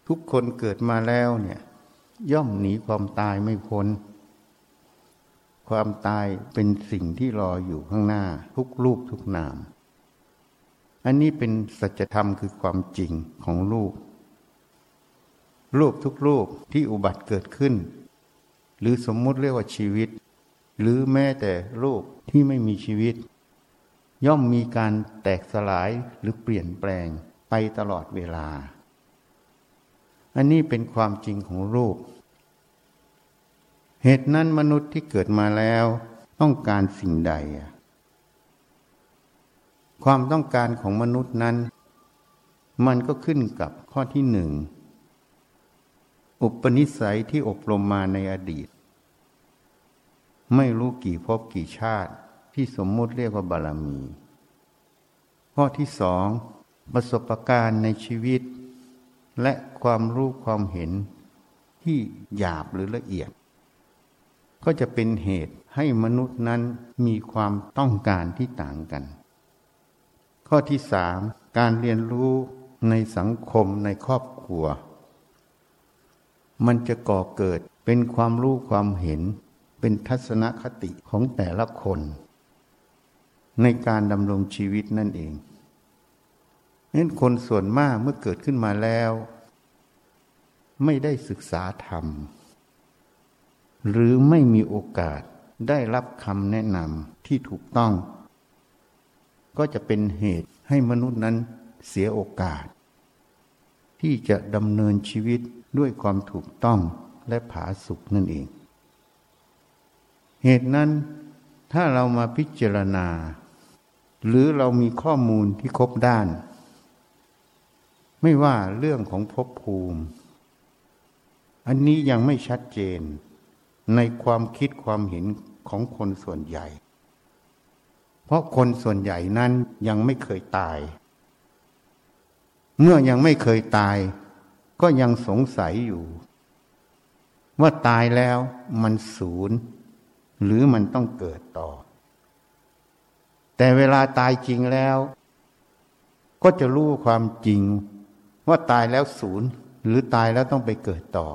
ทุกคนเกิดมาแล้วเนี่ยย่อมหนีความตายไม่พ้นความตายเป็นสิ่งที่รออยู่ข้างหน้าทุกรูปทุกนามอันนี้เป็นสัจธรรมคือความจริงของรูปทุกรูปที่อุบัติเกิดขึ้นหรือสมมุติเรียกว่าชีวิตหรือแม้แต่รูปที่ไม่มีชีวิตย่อมมีการแตกสลายหรือเปลี่ยนแปลงไปตลอดเวลาอันนี้เป็นความจริงของรูปเหตุนั้นมนุษย์ที่เกิดมาแล้วต้องการสิ่งใดความต้องการของมนุษย์นั้นมันก็ขึ้นกับข้อที่หนึ่งอุปนิสัยที่อบรมมาในอดีตไม่รู้กี่ภพกี่ชาติที่สมมุติเรียกว่าบารมีข้อที่สองประสบการณ์ในชีวิตและความรู้ความเห็นที่หยาบหรือละเอียดก็จะเป็นเหตุให้มนุษย์นั้นมีความต้องการที่ต่างกันข้อที่สามการเรียนรู้ในสังคมในครอบครัวมันจะก่อเกิดเป็นความรู้ความเห็นเป็นทัศนคติของแต่ละคนในการดำรงชีวิตนั่นเองนั้นคนส่วนมากเมื่อเกิดขึ้นมาแล้วไม่ได้ศึกษาธรรมหรือไม่มีโอกาสได้รับคำแนะนำที่ถูกต้องก็จะเป็นเหตุให้มนุษย์นั้นเสียโอกาสที่จะดำเนินชีวิตด้วยความถูกต้องและผาสุกนั่นเองเหตุนั้นถ้าเรามาพิจารณาหรือเรามีข้อมูลที่ครบด้านไม่ว่าเรื่องของภพภูมิอันนี้ยังไม่ชัดเจนในความคิดความเห็นของคนส่วนใหญ่เพราะคนส่วนใหญ่นั้นยังไม่เคยตายเมื่อยังไม่เคยตายก็ยังสงสัยอยู่ว่าตายแล้วมันสูญหรือมันต้องเกิดต่อแต่เวลาตายจริงแล้วก็จะรู้ความจริงว่าตายแล้วสูญหรือตายแล้วต้องไปเกิดต่อ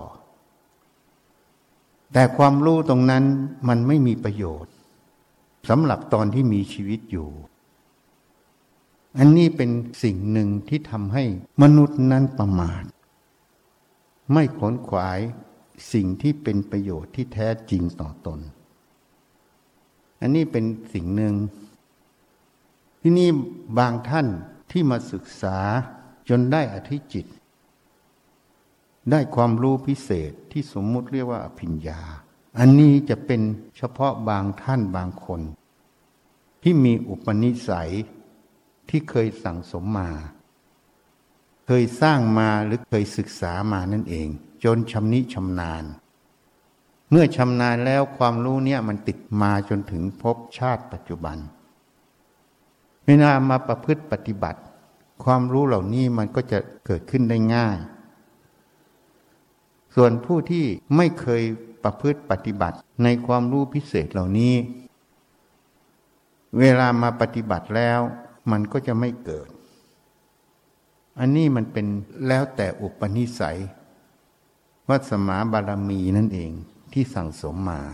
แต่ความรู้ตรงนั้นมันไม่มีประโยชน์สำหรับตอนที่มีชีวิตอยู่อันนี้เป็นสิ่งหนึ่งที่ทำให้มนุษย์นั้นประมาทไม่ขวนขวายสิ่งที่เป็นประโยชน์ที่แท้จริงต่อตนอันนี้เป็นสิ่งหนึ่งที่นี่บางท่านที่มาศึกษาจนได้อธิจิตได้ความรู้พิเศษที่สมมุติเรียกว่าอภิญญาอันนี้จะเป็นเฉพาะบางท่านบางคนที่มีอุปนิสัยที่เคยสั่งสมมาเคยสร้างมาหรือเคยศึกษามานั่นเองจนชำนิชำนาญเมื่อชำนาญแล้วความรู้เนี่ยมันติดมาจนถึงภพชาติปัจจุบันเวลามาประพฤติปฏิบัติความรู้เหล่านี้มันก็จะเกิดขึ้นได้ง่ายส่วนผู้ที่ไม่เคยประพฤติปฏิบัติในความรู้พิเศษเหล่านี้เวลามาปฏิบัติแล้วมันก็จะไม่เกิดอันนี้มันเป็นแล้วแต่อุปนิสัยวัสมาบารมีนั่นเองที่สั่งสมมา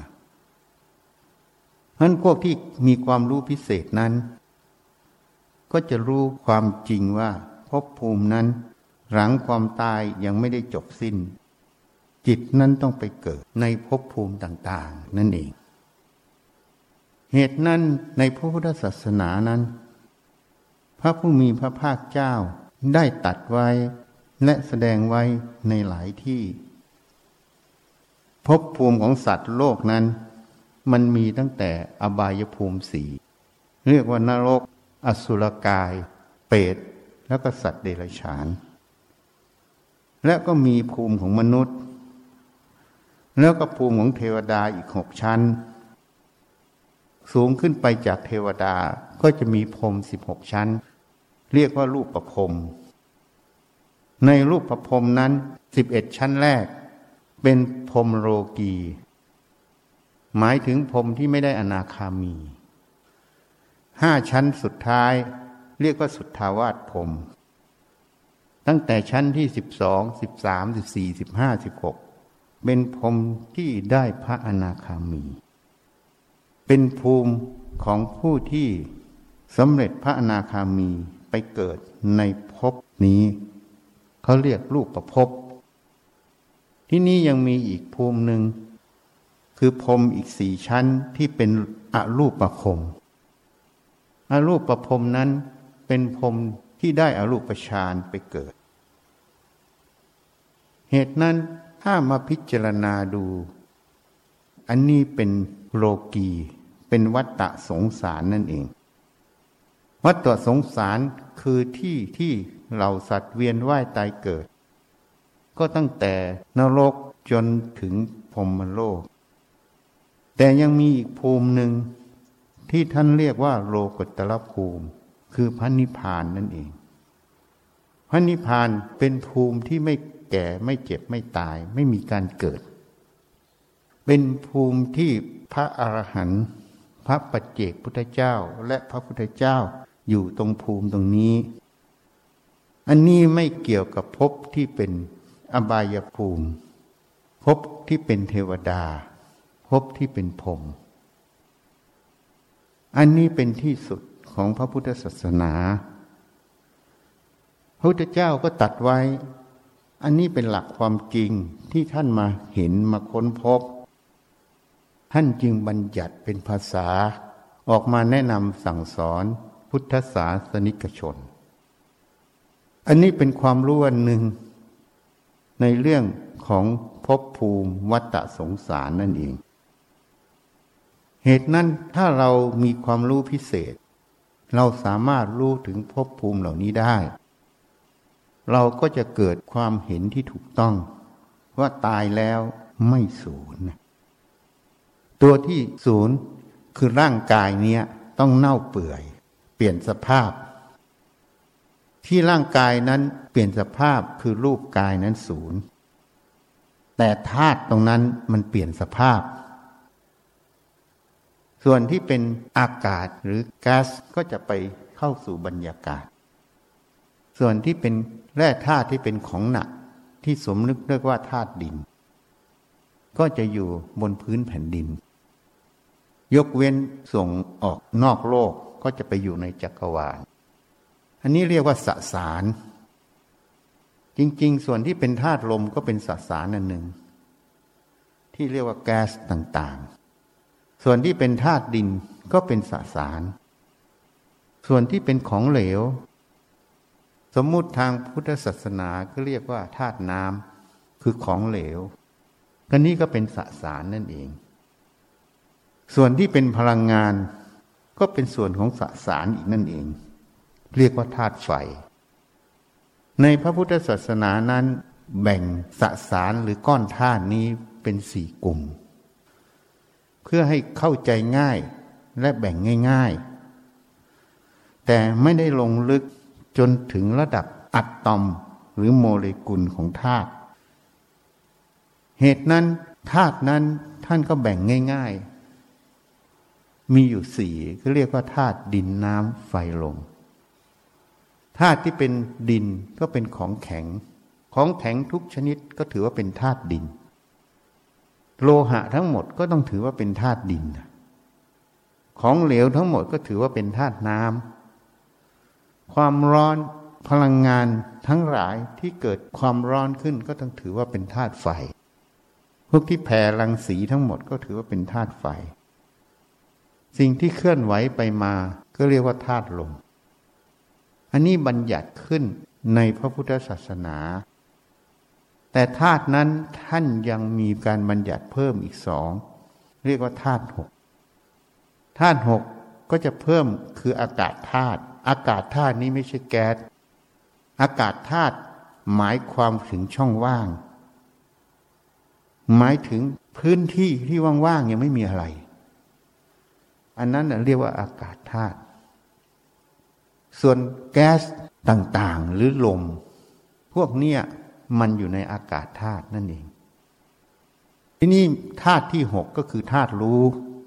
เพราะฉะนั้นพวกที่มีความรู้พิเศษนั้นก็จะรู้ความจริงว่าภพภูมินั้นหลังความตายยังไม่ได้จบสิ้นจิตนั้นต้องไปเกิดในภพภูมิต่างๆนั่นเองเหตุนั้นในพระพุทธศาสนานั้นพระผู้มีพระภาคเจ้าได้ตรัสไว้และแสดงไว้ในหลายที่ภพภูมิของสัตว์โลกนั้นมันมีตั้งแต่อบายภูมิสี่เรียกว่านรกอสุรกายเปรตแล้วก็สัตว์เดรัจฉานและก็มีภูมิของมนุษย์แล้วก็ภูมิของเทวดาอีก6 ชั้นสูงขึ้นไปจากเทวดาก็จะมีพรหม16 ชั้นเรียกว่ารูปพรหมในรูปพรหมนั้น11 ชั้นแรกเป็นพรหมโลกีหมายถึงพรหมที่ไม่ได้อนาคามี5 ชั้นสุดท้ายเรียกว่าสุทธาวาสพรหมตั้งแต่ชั้นที่12 13 14 15 16เป็นพรหมที่ได้พระอนาคามีเป็นภูมิของผู้ที่สำเร็จพระอนาคามีไปเกิดในภพนี้เขาเรียกรูปประภพที่นี่ยังมีอีกภูมิหนึ่งคือพรหมอีก4ชั้นที่เป็นอรูปพรหมอรูปพรหมนั้นเป็นพรหมที่ได้อรูปฌานไปเกิดเหตุนั้นถ้ามาพิจารณาดูอันนี้เป็นโลกีเป็นวัฏฏะสงสารนั่นเองวัฏฏะสงสารคือที่เราสัตว์เวียนว่ายตายเกิดก็ตั้งแต่นรกจนถึงพรหมโลกแต่ยังมีอีกภูมิหนึ่งที่ท่านเรียกว่าโลกุตตรภูมิคือพระนิพพานนั่นเองพระนิพพานเป็นภูมิที่ไม่แก่ไม่เจ็บไม่ตายไม่มีการเกิดเป็นภูมิที่พระอรหันต์พระปัจเจกพุทธเจ้าและพระพุทธเจ้าอยู่ตรงภูมิตรงนี้อันนี้ไม่เกี่ยวกับภพที่เป็นอบายภูมิภพที่เป็นเทวดาภพที่เป็นพรหมอันนี้เป็นที่สุดของพระพุทธศาสนาพระพุทธเจ้าก็ตรัสไว้อันนี้เป็นหลักความจริงที่ท่านมาเห็นมาค้นพบท่านจึงบัญญัติเป็นภาษาออกมาแนะนำสั่งสอนพุทธศาสนิกชนอันนี้เป็นความรู้อันหนึ่งในเรื่องของภพภูมิวัฏฏะสงสารนั่นเองเหตุนั้นถ้าเรามีความรู้พิเศษเราสามารถรู้ถึงภพภูมิเหล่านี้ได้เราก็จะเกิดความเห็นที่ถูกต้องว่าตายแล้วไม่สูญตัวที่สูญคือร่างกายเนี้ยต้องเน่าเปื่อยเปลี่ยนสภาพที่ร่างกายนั้นเปลี่ยนสภาพคือรูปกายนั้นสูญแต่ธาตุตรงนั้นมันเปลี่ยนสภาพส่วนที่เป็นอากาศหรือก๊าซก็จะไปเข้าสู่บรรยากาศส่วนที่เป็นแร่ธาตุที่เป็นของหนักที่สมนึกเรียกว่าธาตุดินก็จะอยู่บนพื้นแผ่นดินยกเว้นส่งออกนอกโลกก็จะไปอยู่ในจักรวาลอันนี้เรียกว่าสสารจริงๆส่วนที่เป็นธาตุลมก็เป็นสสารอันหนึ่งที่เรียกว่าแก๊สต่างๆส่วนที่เป็นธาตุดินก็เป็นสสารส่วนที่เป็นของเหลวสมมุติทางพุทธศาสนาก็เรียกว่าธาตุน้ำคือของเหลวก็นี้ก็เป็นสสารนั่นเองส่วนที่เป็นพลังงานก็เป็นส่วนของสสารอีกนั่นเองเรียกว่าธาตุไฟในพระพุทธศาสนานั้นแบ่งสสารหรือก้อนธาตุนี้เป็น4กลุ่มเพื่อให้เข้าใจง่ายและแบ่งง่ายๆแต่ไม่ได้ลงลึกจนถึงระดับอะตอมหรือโมเลกุลของธาตุเหตุนั้นธาตุนั้นท่านก็แบ่งง่ายๆมีอยู่4ก็เรียกว่าธาตุดินน้ำไฟลมธาตุที่เป็นดินก็เป็นของแข็งของแข็งทุกชนิดก็ถือว่าเป็นธาตุดินโลหะทั้งหมดก็ต้องถือว่าเป็นธาตุดินของเหลวทั้งหมดก็ถือว่าเป็นธาตุน้ำความร้อนพลังงานทั้งหลายที่เกิดความร้อนขึ้นก็ต้องถือว่าเป็นธาตุไฟพวกที่แผ่รังสีทั้งหมดก็ถือว่าเป็นธาตุไฟสิ่งที่เคลื่อนไหวไปมาก็เรียกว่าธาตุลมอันนี้บัญญัติขึ้นในพระพุทธศาสนาแต่ธาตุนั้นท่านยังมีการบัญญัติเพิ่มอีก2เรียกว่าธาตุ6ธาตุ6ก็จะเพิ่มคืออากาศธาตุอากาศธาตุนี้ไม่ใช่แก๊สอากาศธาตุหมายความถึงช่องว่างหมายถึงพื้นที่ที่ว่างๆยังไม่มีอะไรอันนั้นเรียกว่าอากาศธาตุส่วนแก๊สต่างๆหรือลมพวกเนี้ยมันอยู่ในอากาศธาตุนั่นเองที่นี่ธาตุที่6ก็คือธาตุรู้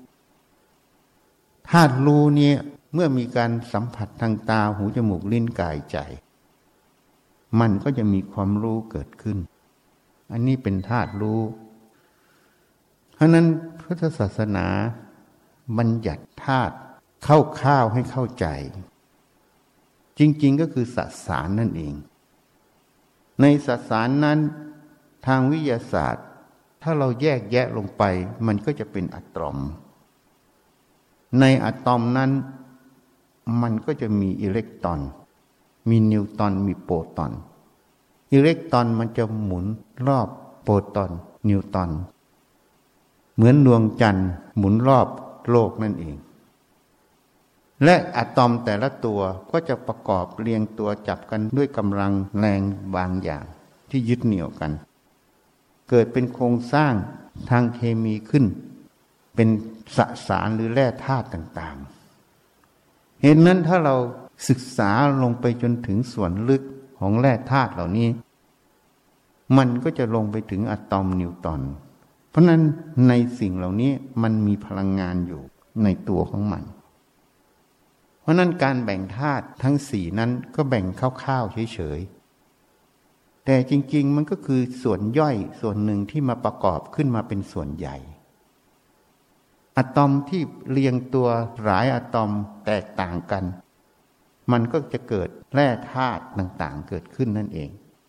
ธาตุรู้เนี่ยเมื่อมีการสัมผัสทางตาหูจมูกลิ้นกายใจมันก็จะมีความรู้เกิดขึ้นอันนี้เป็นธาตุรู้เพราะนั้นพุทธศาสนาบัญญัติธาตุคร่าวๆให้เข้าใจจริงๆก็คือสสารนั่นเองในสสารนั้นทางวิทยาศาสตร์ถ้าเราแยกแยะลงไปมันก็จะเป็นอะตอมในอะตอมนั้นมันก็จะมีอิเล็กตรอนมีนิวตรอนมีโปรตอนอิเล็กตรอนมันจะหมุนรอบโปรตอนนิวตรอนเหมือนดวงจันทร์หมุนรอบโลกนั่นเองและอะตอมแต่ละตัวก็จะประกอบเรียงตัวจับกันด้วยกำลังแรงบางอย่างที่ยึดเหนี่ยวกันเกิดเป็นโครงสร้างทางเคมีขึ้นเป็นสสารหรือแร่ธาตุต่างๆเหตุนั้นถ้าเราศึกษาลงไปจนถึงส่วนลึกของแร่ธาตุเหล่านี้มันก็จะลงไปถึงอะตอมนิวตรอนเพราะนั้นในสิ่งเหล่านี้มันมีพลังงานอยู่ในตัวของมันเพราะนั้นการแบ่งธาตุทั้งสี่นั้นก็แบ่งคร่าวๆเฉยๆแต่จริงๆมันก็คือส่วนย่อยส่วนหนึ่งที่มาประกอบขึ้นมาเป็นส่วนใหญ่อะตอมที่เรียงตัวหลายอะตอมแตกต่างกันมันก็จะเกิดแร่ธาตุต่างๆเกิดขึ้นนั่นเอง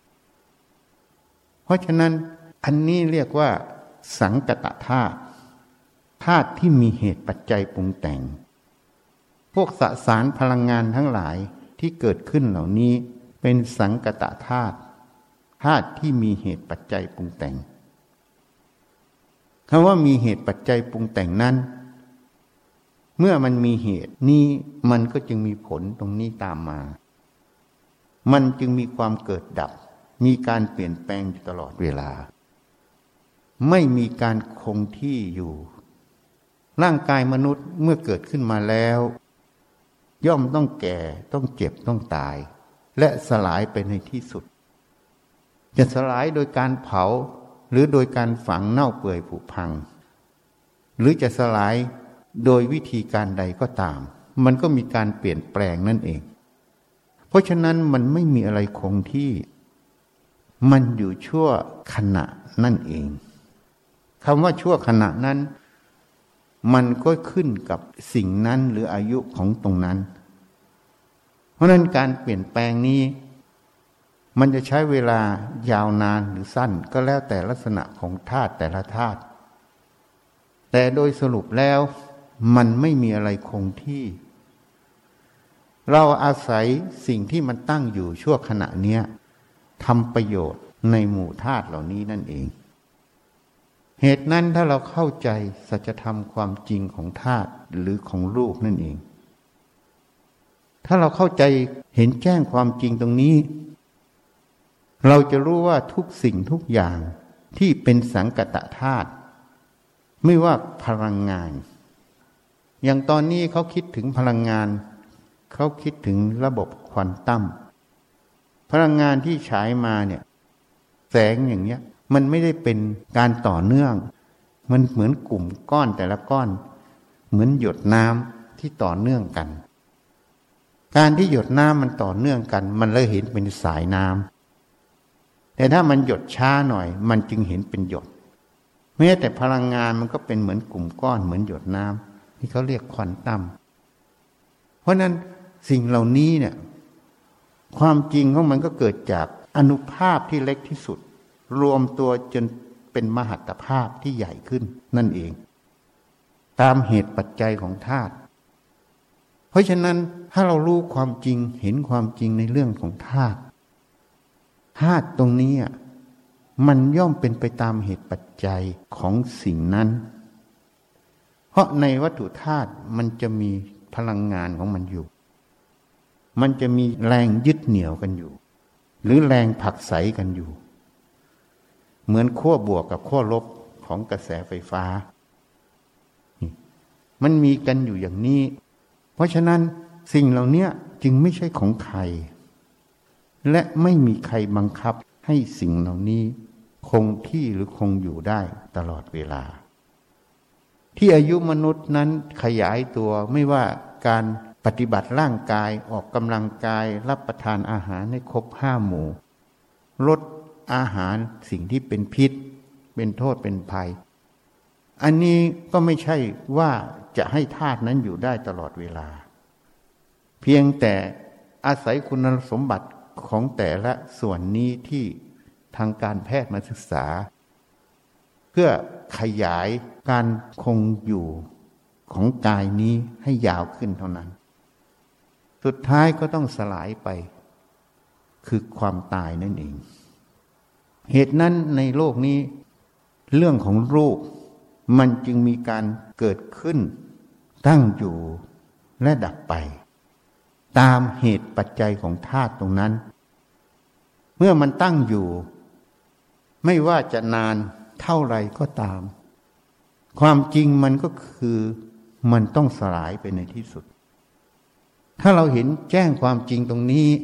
เพราะฉะนั้นอันนี้เรียกว่าสังกตธาตุธาตุที่มีเหตุปัจจัยปรุงแต่งพวกสสารพลังงานทั้งหลายที่เกิดขึ้นเหล่านี้เป็นสังกตธาตุธาตุที่มีเหตุปัจจัยปรุงแต่งคำว่ามีเหตุปัจจัยปรุงแต่งนั้นเมื่อมันมีเหตุนี้มันก็จึงมีผลตรงนี้ตามมามันจึงมีความเกิดดับมีการเปลี่ยนแปลงอยู่ตลอดเวลาไม่มีการคงที่อยู่ร่างกายมนุษย์เมื่อเกิดขึ้นมาแล้วย่อมต้องแก่ต้องเจ็บต้องตายและสลายไปในที่สุดจะสลายโดยการเผาหรือโดยการฝังเน่าเปื่อยผุพังหรือจะสลายโดยวิธีการใดก็ตามมันก็มีการเปลี่ยนแปลงนั่นเองเพราะฉะนั้นมันไม่มีอะไรคงที่มันอยู่ชั่วขณะนั่นเองคำว่าชั่วขณะนั้นมันก็ขึ้นกับสิ่งนั้นหรืออายุของตรงนั้นเพราะนั้นการเปลี่ยนแปลงนี้มันจะใช้เวลายาวนานหรือสั้นก็แล้วแต่ลักษณะของธาตุแต่ละธาตุแต่โดยสรุปแล้วมันไม่มีอะไรคงที่เราอาศัยสิ่งที่มันตั้งอยู่ชั่วขณะเนี้ยทำประโยชน์ในหมู่ธาตุเหล่านี้นั่นเองเหตุนั้นถ้าเราเข้าใจสัจธรรมความจริงของธาตุหรือของรูปนั่นเองถ้าเราเข้าใจเห็นแจ้งความจริงตรงนี้เราจะรู้ว่าทุกสิ่งทุกอย่างที่เป็นสังกตธาตุไม่ว่าพลังงานอย่างตอนนี้เขาคิดถึงพลังงานเขาคิดถึงระบบควอนตัมพลังงานที่ฉายมาเนี่ยแสงอย่างเนี้ยมันไม่ได้เป็นการต่อเนื่องมันเหมือนกลุ่มก้อนแต่ละก้อนเหมือนหยดน้ำที่ต่อเนื่องกันการที่หยดน้ำมันต่อเนื่องกันมันเลยเห็นเป็นสายน้ำแต่ถ้ามันหยดช้าหน่อยมันจึงเห็นเป็นหยดแม้แต่พลังงานมันก็เป็นเหมือนกลุ่มก้อนเหมือนหยดน้ำที่เขาเรียกควอนตัมเพราะนั้นสิ่งเหล่านี้เนี่ยความจริงของมันก็เกิดจากอานุภาพที่เล็กที่สุดรวมตัวจนเป็นมหัตภาพที่ใหญ่ขึ้นนั่นเองตามเหตุปัจจัยของธาตุเพราะฉะนั้นถ้าเรารู้ความจริงเห็นความจริงในเรื่องของธาตุตรงนี้มันย่อมเป็นไปตามเหตุปัจจัยของสิ่งนั้นเพราะในวัตถุธาตุมันจะมีพลังงานของมันอยู่มันจะมีแรงยึดเหนี่ยวกันอยู่หรือแรงผลักไสกันอยู่เหมือนขั้วบวกกับขั้วลบของกระแสไฟฟ้ามันมีกันอยู่อย่างนี้เพราะฉะนั้นสิ่งเหล่านี้จึงไม่ใช่ของใครและไม่มีใครบังคับให้สิ่งเหล่านี้คงที่หรือคงอยู่ได้ตลอดเวลาที่อายุมนุษย์นั้นขยายตัวไม่ว่าการปฏิบัติร่างกายออกกำลังกายรับประทานอาหารให้ครบ5 หมู่ลดอาหารสิ่งที่เป็นพิษเป็นโทษเป็นภัยอันนี้ก็ไม่ใช่ว่าจะให้ธาตุนั้นอยู่ได้ตลอดเวลาเพียงแต่อาศัยคุณสมบัติของแต่ละส่วนนี้ที่ทางการแพทย์มาศึกษาเพื่อขยายการคงอยู่ของกายนี้ให้ยาวขึ้นเท่านั้นสุดท้ายก็ต้องสลายไปคือความตายนั่นเองเหตุนั้นในโลกนี้เรื่องของรูปมันจึงมีการเกิดขึ้นตั้งอยู่และดับไปตามเหตุปัจจัยของธาตุตรงนั้นเมื่อมันตั้งอยู่ไม่ว่าจะนานเท่าไรก็ตามความจริงมันก็คือมันต้องสลายไปในที่สุดถ้าเราเห็นแจ้งความจริงตรงนี้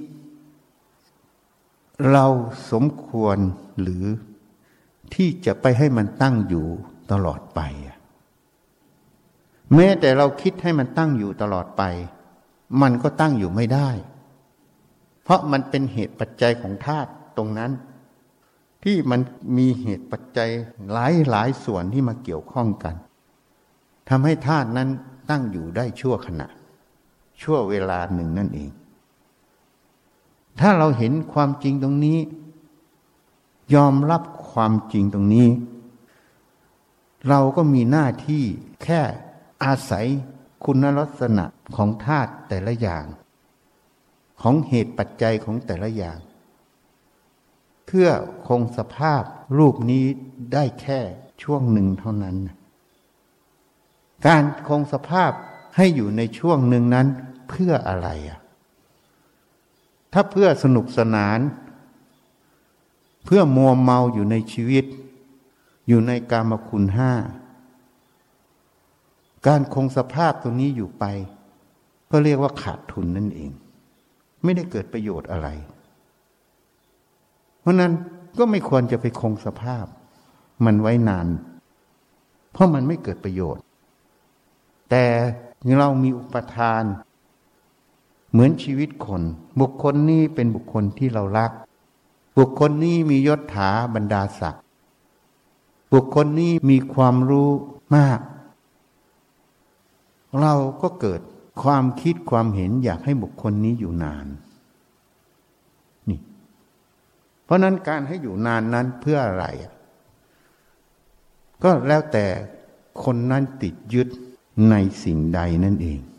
เราสมควรหรือที่จะไปให้มันตั้งอยู่ตลอดไปแม้แต่เราคิดให้มันตั้งอยู่ตลอดไปมันก็ตั้งอยู่ไม่ได้เพราะมันเป็นเหตุปัจจัยของธาตุตรงนั้นที่มันมีเหตุปัจจัยหลายส่วนที่มาเกี่ยวข้องกันทำให้ธาตุนั้นตั้งอยู่ได้ชั่วขณะชั่วเวลาหนึ่งนั่นเองถ้าเราเห็นความจริงตรงนี้ยอมรับความจริงตรงนี้เราก็มีหน้าที่แค่อาศัยคุณลักษณะของธาตุแต่ละอย่างของเหตุปัจจัยของแต่ละอย่างเพื่อคงสภาพรูปนี้ได้แค่ช่วงหนึ่งเท่านั้นการคงสภาพให้อยู่ในช่วงหนึ่งนั้นเพื่ออะไรถ้าเพื่อสนุกสนานเพื่อมัวเมาอยู่ในชีวิตอยู่ในกามคุณห้าการคงสภาพตรงนี้อยู่ไปก็เรียกว่าขาดทุนนั่นเองไม่ได้เกิดประโยชน์อะไรเพราะนั้นก็ไม่ควรจะไปคงสภาพมันไว้นานเพราะมันไม่เกิดประโยชน์แต่เรามีอุปทานเหมือนชีวิตคนบุคคลนี้เป็นบุคคลที่เรารักบุคคลนี้มียศถาบรรดาศักดิ์บุคคลนี้มีความรู้มากเราก็เกิดความคิดความเห็นอยากให้บุคคลนี้อยู่นานนี่เพราะนั้นการให้อยู่นานนั้นเพื่ออะไรก็แล้วแต่คนนั้นติดยึดในสิ่งใดนั่นเอง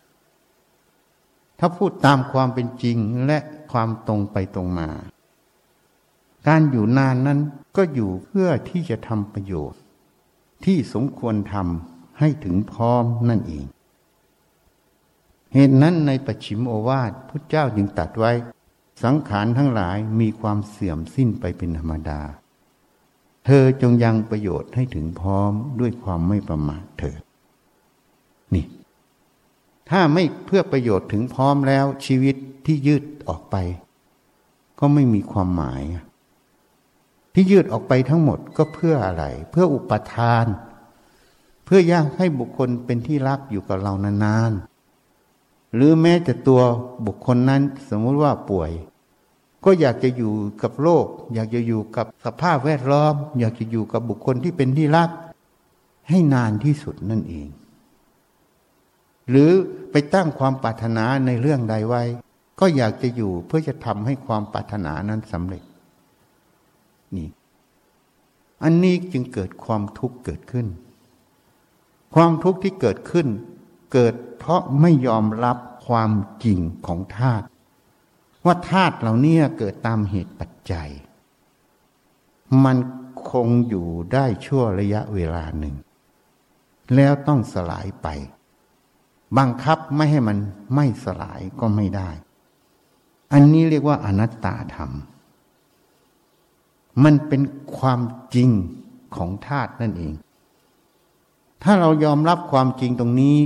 ถ้าพูดตามความเป็นจริงและความตรงไปตรงมาการอยู่นานนั้นก็อยู่เพื่อที่จะทำประโยชน์ที่สมควรทำให้ถึงพร้อมนั่นเองเหตุนั้นในปัจฉิมโอวาทพุทธเจ้าจึงตรัสไว้สังขารทั้งหลายมีความเสื่อมสิ้นไปเป็นธรรมดาเธอจงยังประโยชน์ให้ถึงพร้อมด้วยความไม่ประมาทเถิดนี่ถ้าไม่เพื่อประโยชน์ถึงพร้อมแล้วชีวิตที่ยืดออกไปก็ไม่มีความหมายที่ยืดออกไปทั้งหมดก็เพื่ออะไรเพื่ออุปทานเพื่อย่างให้บุคคลเป็นที่รักอยู่กับเรานานๆหรือแม้แต่ตัวบุคคลนั้นสมมติว่าป่วยก็อยากจะอยู่กับโลกอยากจะอยู่กับสภาพแวดล้อมอยากจะอยู่กับบุคคลที่เป็นที่รักให้นานที่สุดนั่นเองหรือไปตั้งความปรารถนาในเรื่องใดไว้ก็อยากจะอยู่เพื่อจะทำให้ความปรารถนานั้นสำเร็จนี่อันนี้จึงเกิดความทุกข์เกิดขึ้นความทุกข์ที่เกิดขึ้นเกิดเพราะไม่ยอมรับความจริงของธาตุว่าธาตุเหล่านี้เกิดตามเหตุปัจจัยมันคงอยู่ได้ชั่วระยะเวลาหนึ่งแล้วต้องสลายไปบังคับไม่ให้มันไม่สลายก็ไม่ได้อันนี้เรียกว่าอนัตตาธรรมมันเป็นความจริงของธาตุนั่นเองถ้าเรายอมรับความจริงตรงนี้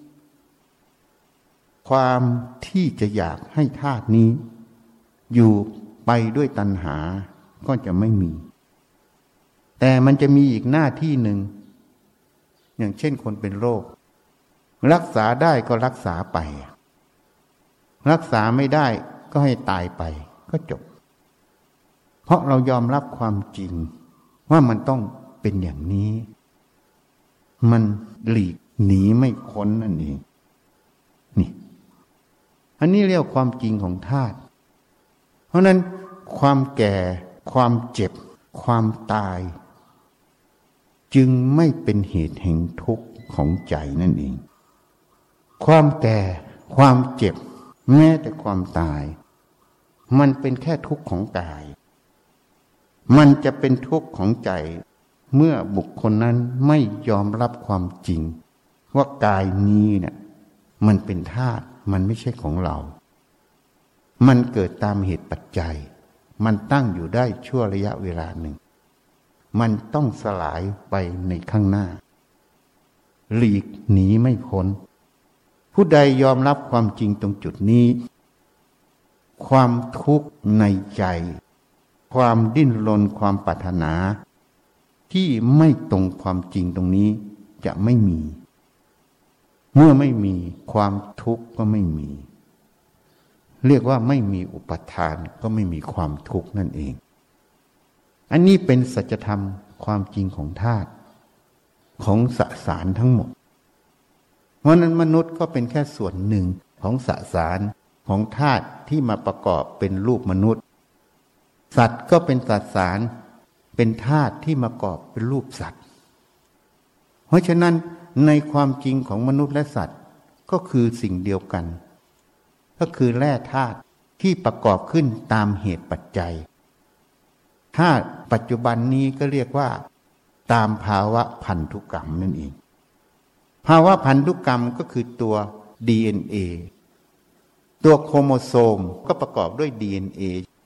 ความที่จะอยากให้ธาตุนี้อยู่ไปด้วยตัณหาก็จะไม่มีแต่มันจะมีอีกหน้าที่หนึ่งอย่างเช่นคนเป็นโรครักษาได้ก็รักษาไปรักษาไม่ได้ก็ให้ตายไปก็จบเพราะเรายอมรับความจริงว่ามันต้องเป็นอย่างนี้มันหลีกหนีไม่พ้นนั่นเองนี่อันนี้เรียกความจริงของธาตุเพราะนั้นความแก่ความเจ็บความตายจึงไม่เป็นเหตุแห่งทุกข์ของใจนั่นเองความแก่ความเจ็บแม้แต่ความตายมันเป็นแค่ทุกข์ของกายมันจะเป็นทุกข์ของใจเมื่อบุคคลนั้นไม่ยอมรับความจริงว่ากายนี้เนี่ยมันเป็นธาตุมันไม่ใช่ของเรามันเกิดตามเหตุปัจจัยมันตั้งอยู่ได้ชั่วระยะเวลาหนึ่งมันต้องสลายไปในข้างหน้าหลีกหนีไม่พ้นผู้ใดยอมรับความจริงตรงจุดนี้ความทุกข์ในใจความดิ้นรนความปรารถนาที่ไม่ตรงความจริงตรงนี้จะไม่มีเมื่อไม่มีความทุกข์ก็ไม่มีเรียกว่าไม่มีอุปทานก็ไม่มีความทุกข์นั่นเองอันนี้เป็นสัจธรรมความจริงของธาตุของสสารทั้งหมดเพราะนั้นมนุษย์ก็เป็นแค่ส่วนหนึ่งของสสารของธาตุที่มาประกอบเป็นรูปมนุษย์สัตว์ก็เป็นสสารเป็นธาตุที่มาประกอบเป็นรูปสัตว์เพราะฉะนั้นในความจริงของมนุษย์และสัตว์ก็คือสิ่งเดียวกันก็คือแร่ธาตุที่ประกอบขึ้นตามเหตุปัจจัยธาตุปัจจุบันนี้ก็เรียกว่าตามภาวะพันธุกรรมนั่นเองภาวะพันธุกรรมก็คือตัว DNA ตัวโครโมโซมก็ประกอบด้วย DNA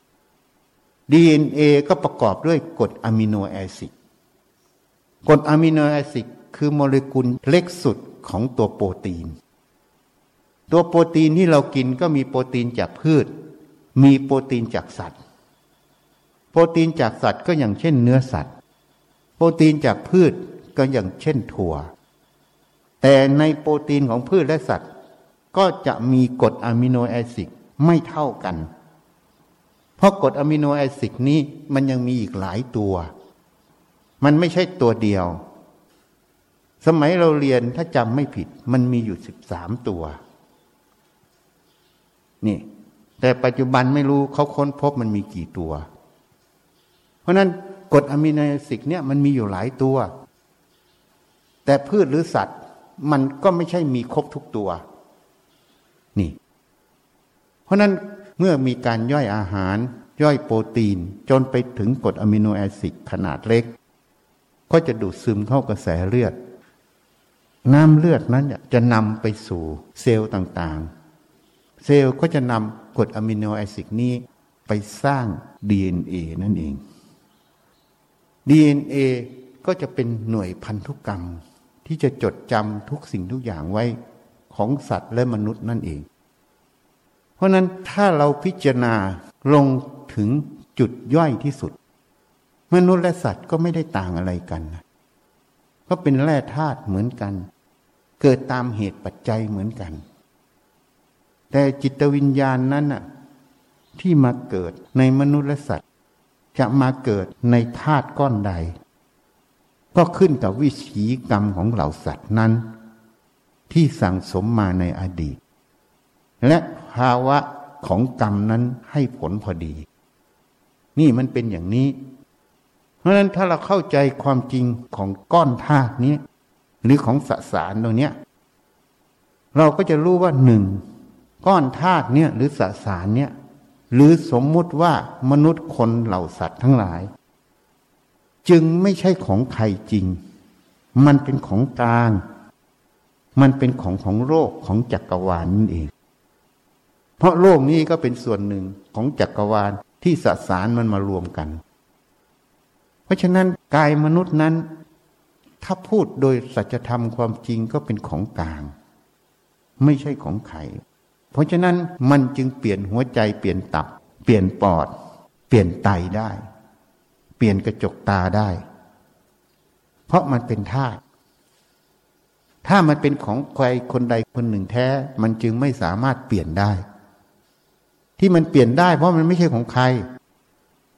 DNA ก็ประกอบด้วยกรดอะมิโนแอซิดกรดอะมิโนแอซิดคือโมเลกุลเล็กสุดของตัวโปรตีนตัวโปรตีนที่เรากินก็มีโปรตีนจากพืชมีโปรตีนจากสัตว์โปรตีนจากสัตว์ก็อย่างเช่นเนื้อสัตว์โปรตีนจากพืชก็อย่างเช่นถั่วแต่ในโปรตีนของพืชและสัตว์ก็จะมีกรดอะมิโนแอซิดไม่เท่ากันเพราะกรดอะมิโนแอซิดนี้มันยังมีอีกหลายตัวมันไม่ใช่ตัวเดียวสมัยเราเรียนถ้าจำไม่ผิดมันมีอยู่13ตัวนี่แต่ปัจจุบันไม่รู้เขาค้นพบมันมีกี่ตัวเพราะนั้นกรดอะมิโนแอซิดเนี่ยมันมีอยู่หลายตัวแต่พืชหรือสัตว์มันก็ไม่ใช่มีครบทุกตัวนี่เพราะนั้นเมื่อมีการย่อยอาหารย่อยโปรตีนจนไปถึงกรดอะมิโนแอซิดขนาดเล็กก็จะดูดซึมเข้ากระแสเลือดน้ำเลือดนั้นจะนำไปสู่เซลล์ต่างๆเซลล์ก็จะนำกรดอะมิโนแอซิดนี้ไปสร้าง DNA นั่นเอง DNA ก็จะเป็นหน่วยพันธุกรรมที่จะจดจำทุกสิ่งทุกอย่างไว้ของสัตว์และมนุษย์นั่นเองเพราะนั้นถ้าเราพิจารณาลงถึงจุดย่อยที่สุดมนุษย์และสัตว์ก็ไม่ได้ต่างอะไรกันก็เป็นแร่ธาตุเหมือนกันเกิดตามเหตุปัจจัยเหมือนกันแต่จิตวิญญาณนั้นน่ะที่มาเกิดในมนุษย์และสัตว์จะมาเกิดในธาตุก้อนใดก็ขึ้นกับวิถีกรรมของเหล่าสัตว์นั้นที่สั่งสมมาในอดีตและภาวะของกรรมนั้นให้ผลพอดีนี่มันเป็นอย่างนี้เพราะฉะนั้นถ้าเราเข้าใจความจริงของก้อนธาตุนี้หรือของสสารตรงนี้เราก็จะรู้ว่าหนึ่งก้อนธาตุเนี่ยหรือสสารเนี่ยหรือสมมุติว่ามนุษย์คนเหล่าสัตว์ทั้งหลายจึงไม่ใช่ของใครจริงมันเป็นของกลางมันเป็นของโลกของจักรวาลนั่นเองเพราะโลกนี้ก็เป็นส่วนหนึ่งของจักรวาลที่สสารมันมารวมกันเพราะฉะนั้นกายมนุษย์นั้นถ้าพูดโดยสัจธรรมความจริงก็เป็นของกลางไม่ใช่ของใครเพราะฉะนั้นมันจึงเปลี่ยนหัวใจเปลี่ยนตับเปลี่ยนปอดเปลี่ยนไตได้เปลี่ยนกระจกตาได้เพราะมันเป็นธาตุถ้ามันเป็นของใครคนใดคนหนึ่งแท้มันจึงไม่สามารถเปลี่ยนได้ที่มันเปลี่ยนได้เพราะมันไม่ใช่ของใคร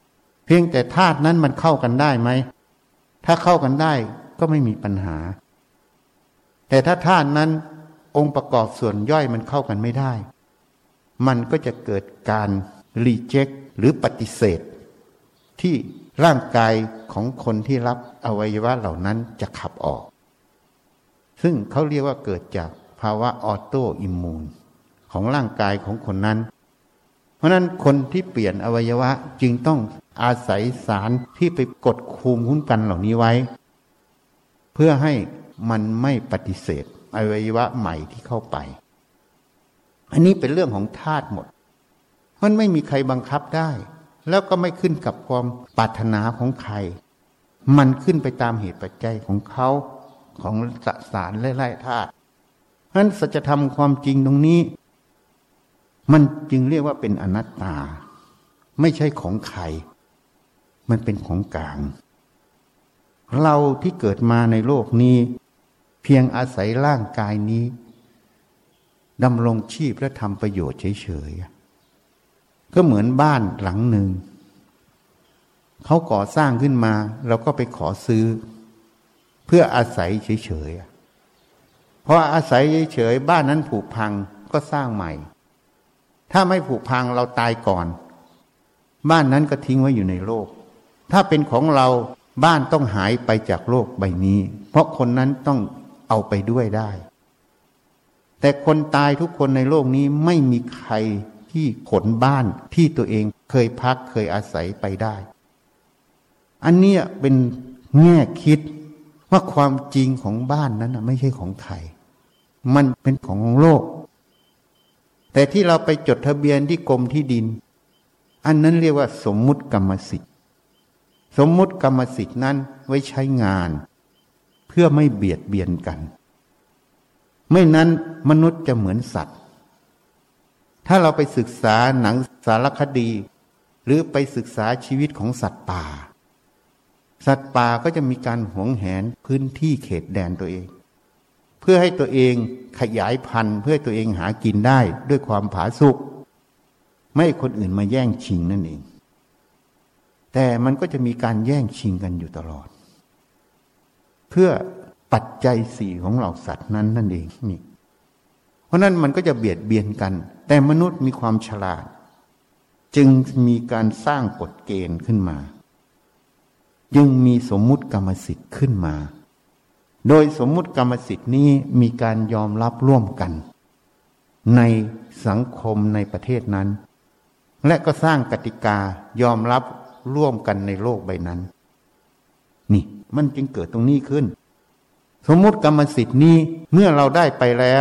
เพียงแต่ธาตุนั้นมันเข้ากันได้ไหมถ้าเข้ากันได้ก็ไม่มีปัญหาแต่ถ้าธาตุนั้นองค์ประกอบส่วนย่อยมันเข้ากันไม่ได้มันก็จะเกิดการรีเจ็คหรือปฏิเสธที่ร่างกายของคนที่รับอวัยวะเหล่านั้นจะขับออกซึ่งเขาเรียกว่าเกิดจากภาวะออโตอิมมูนของร่างกายของคนนั้นเพราะนั้นคนที่เปลี่ยนอวัยวะจึงต้องอาศัยสารที่ไปกดภูมิคุ้มกันเหล่านี้ไว้เพื่อให้มันไม่ปฏิเสธอวัยวะใหม่ที่เข้าไปอันนี้เป็นเรื่องของธาตุหมดมันไม่มีใครบังคับได้แล้วก็ไม่ขึ้นกับความปรารถนาของใครมันขึ้นไปตามเหตุปัจจัยของเขาของสสารและไล่ธาตุเพราะฉะนั้นสัจธรรมความจริงตรงนี้มันจึงเรียกว่าเป็นอนัตตาไม่ใช่ของใครมันเป็นของกลางเราที่เกิดมาในโลกนี้เพียงอาศัยร่างกายนี้ดำรงชีพและทำประโยชน์เฉยๆก็เหมือนบ้านหลังหนึ่งเขาก่อสร้างขึ้นมาเราก็ไปขอซื้อเพื่ออาศัยเฉยๆเพราะอาศัยเฉยๆบ้านนั้นผุพังก็สร้างใหม่ถ้าไม่ผุพังเราตายก่อนบ้านนั้นก็ทิ้งไว้อยู่ในโลกถ้าเป็นของเราบ้านต้องหายไปจากโลกใบนี้เพราะคนนั้นต้องเอาไปด้วยได้แต่คนตายทุกคนในโลกนี้ไม่มีใครที่ขนบ้านที่ตัวเองเคยพักเคยอาศัยไปได้อันนี้เป็นแง่คิดว่าความจริงของบ้านนั้นไม่ใช่ของใครมันเป็นของโลกแต่ที่เราไปจดทะเบียนที่กรมที่ดินอันนั้นเรียกว่าสมมุติกรรมสิทธิ์สมมุติกรรมสิทธิ์นั้นไว้ใช้งานเพื่อไม่เบียดเบียนกันไม่นั้นมนุษย์จะเหมือนสัตว์ถ้าเราไปศึกษาหนังสารคดีหรือไปศึกษาชีวิตของสัตว์ป่าสัตว์ป่าก็จะมีการหวงแหนพื้นที่เขตแดนตัวเองเพื่อให้ตัวเองขยายพันธุ์เพื่อให้ตัวเองหากินได้ด้วยความผาสุกไม่ให้คนอื่นมาแย่งชิงนั่นเองแต่มันก็จะมีการแย่งชิงกันอยู่ตลอดเพื่อปัจจัยสี่ของเหล่าสัตว์นั้นนั่นเองนี่เพราะนั้นมันก็จะเบียดเบียนกันแต่มนุษย์มีความฉลาดจึงมีการสร้างกฎเกณฑ์ขึ้นมาจึงมีสมมุติกรรมสิทธิ์ขึ้นมาโดยสมมุติกรรมสิทธิ์นี้มีการยอมรับร่วมกันในสังคมในประเทศนั้นและก็สร้างกติกายอมรับร่วมกันในโลกใบนั้นนี่มันจึงเกิดตรงนี้ขึ้นสมมุติกรรมสิทธิ์นี้เมื่อเราได้ไปแล้ว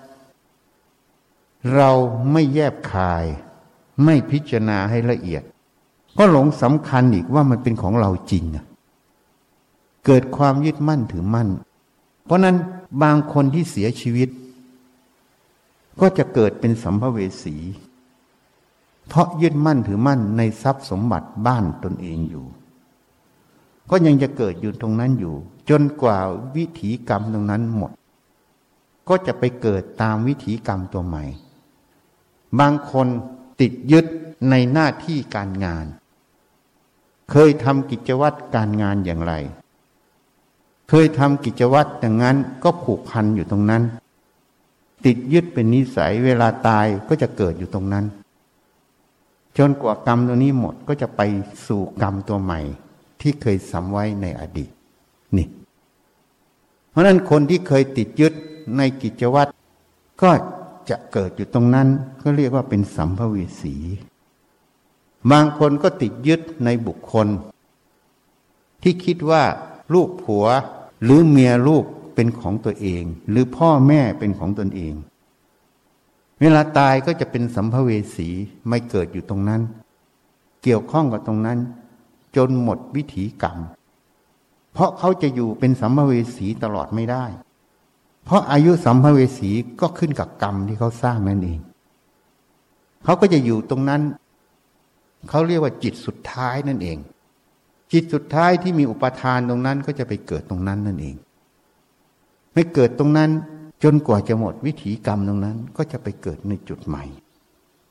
เราไม่แยบคายไม่พิจารณาให้ละเอียดก็หลงสำคัญอีกว่ามันเป็นของเราจริงเกิดความยึดมั่นถือมั่นเพราะนั้นบางคนที่เสียชีวิตก็จะเกิดเป็นสัมภเวสีเพราะยึดมั่นถือมั่นในทรัพย์สมบัติบ้านตนเองอยู่ก็ยังจะเกิดอยู่ตรงนั้นอยู่จนกว่าวิถีกรรมตรงนั้นหมดก็จะไปเกิดตามวิถีกรรมตัวใหม่บางคนติดยึดในหน้าที่การงานเคยทำกิจวัตรการงานอย่างไรเคยทำกิจวัตรอย่างนั้นก็ผูกพันอยู่ตรงนั้นติดยึดเป็นนิสัยเวลาตายก็จะเกิดอยู่ตรงนั้นจนกว่ากรรมตัวนี้หมดก็จะไปสู่กรรมตัวใหม่ที่เคยสำไว้ในอดีตนี่เพราะนั้นคนที่เคยติดยึดในกิจวัตรก็จะเกิดอยู่ตรงนั้นก็เรียกว่าเป็นสัมภเวสีบางคนก็ติดยึดในบุคคลที่คิดว่าลูกผัวหรือเมียลูกเป็นของตัวเองหรือพ่อแม่เป็นของตนเองเวลาตายก็จะเป็นสัมภเวสีไม่เกิดอยู่ตรงนั้นเกี่ยวข้องกับตรงนั้นจนหมดวิถีกรรมเพราะเขาจะอยู่เป็นสัมภเวสีตลอดไม่ได้เพราะอายุสัมภเวสีก็ขึ้นกับกรรมที่เขาสร้างนั่นเองเขาก็จะอยู่ตรงนั้นเขาเรียกว่าจิตสุดท้ายนั่นเองจิตสุดท้ายที่มีอุปทานตรงนั้นก็จะไปเกิดตรงนั้นนั่นเองไม่เกิดตรงนั้นจนกว่าจะหมดวิถีกรรมตรงนั้นก็จะไปเกิดในจุดใหม่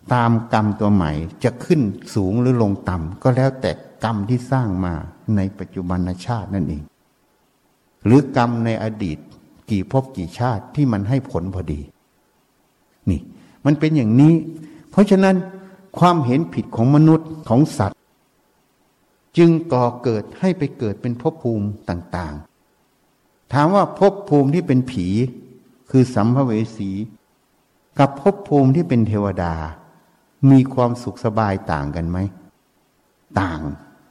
ตามกรรมตัวใหม่จะขึ้นสูงหรือลงต่ำก็แล้วแต่กรรมที่สร้างมาในปัจจุบันชาตินั่นเองหรือกรรมในอดีตกี่ภพกี่ชาติที่มันให้ผลพอดีนี่มันเป็นอย่างนี้เพราะฉะนั้นความเห็นผิดของมนุษย์ของสัตว์จึงก่อเกิดให้ไปเกิดเป็นภพภูมิต่างๆถามว่าภพภูมิที่เป็นผีคือสัมภเวสีกับภพภูมิที่เป็นเทวดามีความสุขสบายต่างกันไหมต่าง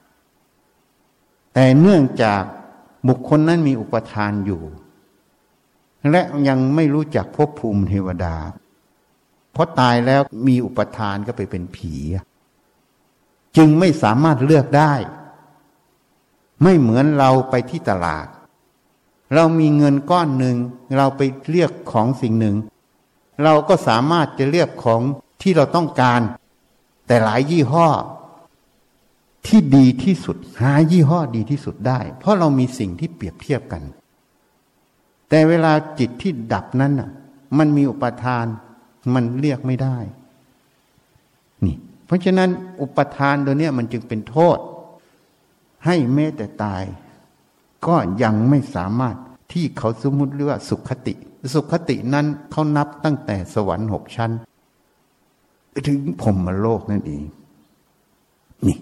แต่เนื่องจากบุคคลนั้นมีอุปทานอยู่และยังไม่รู้จักภพภูมิเทวดาเพราะตายแล้วมีอุปทานก็ไปเป็นผีจึงไม่สามารถเลือกได้ไม่เหมือนเราไปที่ตลาดเรามีเงินก้อนหนึ่งเราไปเลือกของสิ่งหนึ่งเราก็สามารถจะเลือกของที่เราต้องการแต่หลายยี่ห้อที่ดีที่สุดหายี่ห้อดีที่สุดได้เพราะเรามีสิ่งที่เปรียบเทียบกันแต่เวลาจิตที่ดับนั้นน่ะมันมีอุปทานมันเรียกไม่ได้นี่เพราะฉะนั้นอุปทานตัวเนี้ยมันจึงเป็นโทษให้แม้แต่ตายก็ยังไม่สามารถที่เขาสมมุติเรียกว่าสุขติสุขตินั้นเขานับตั้งแต่สวรรค์6 ชั้นถึงพรหมโลกนั่นเองนี่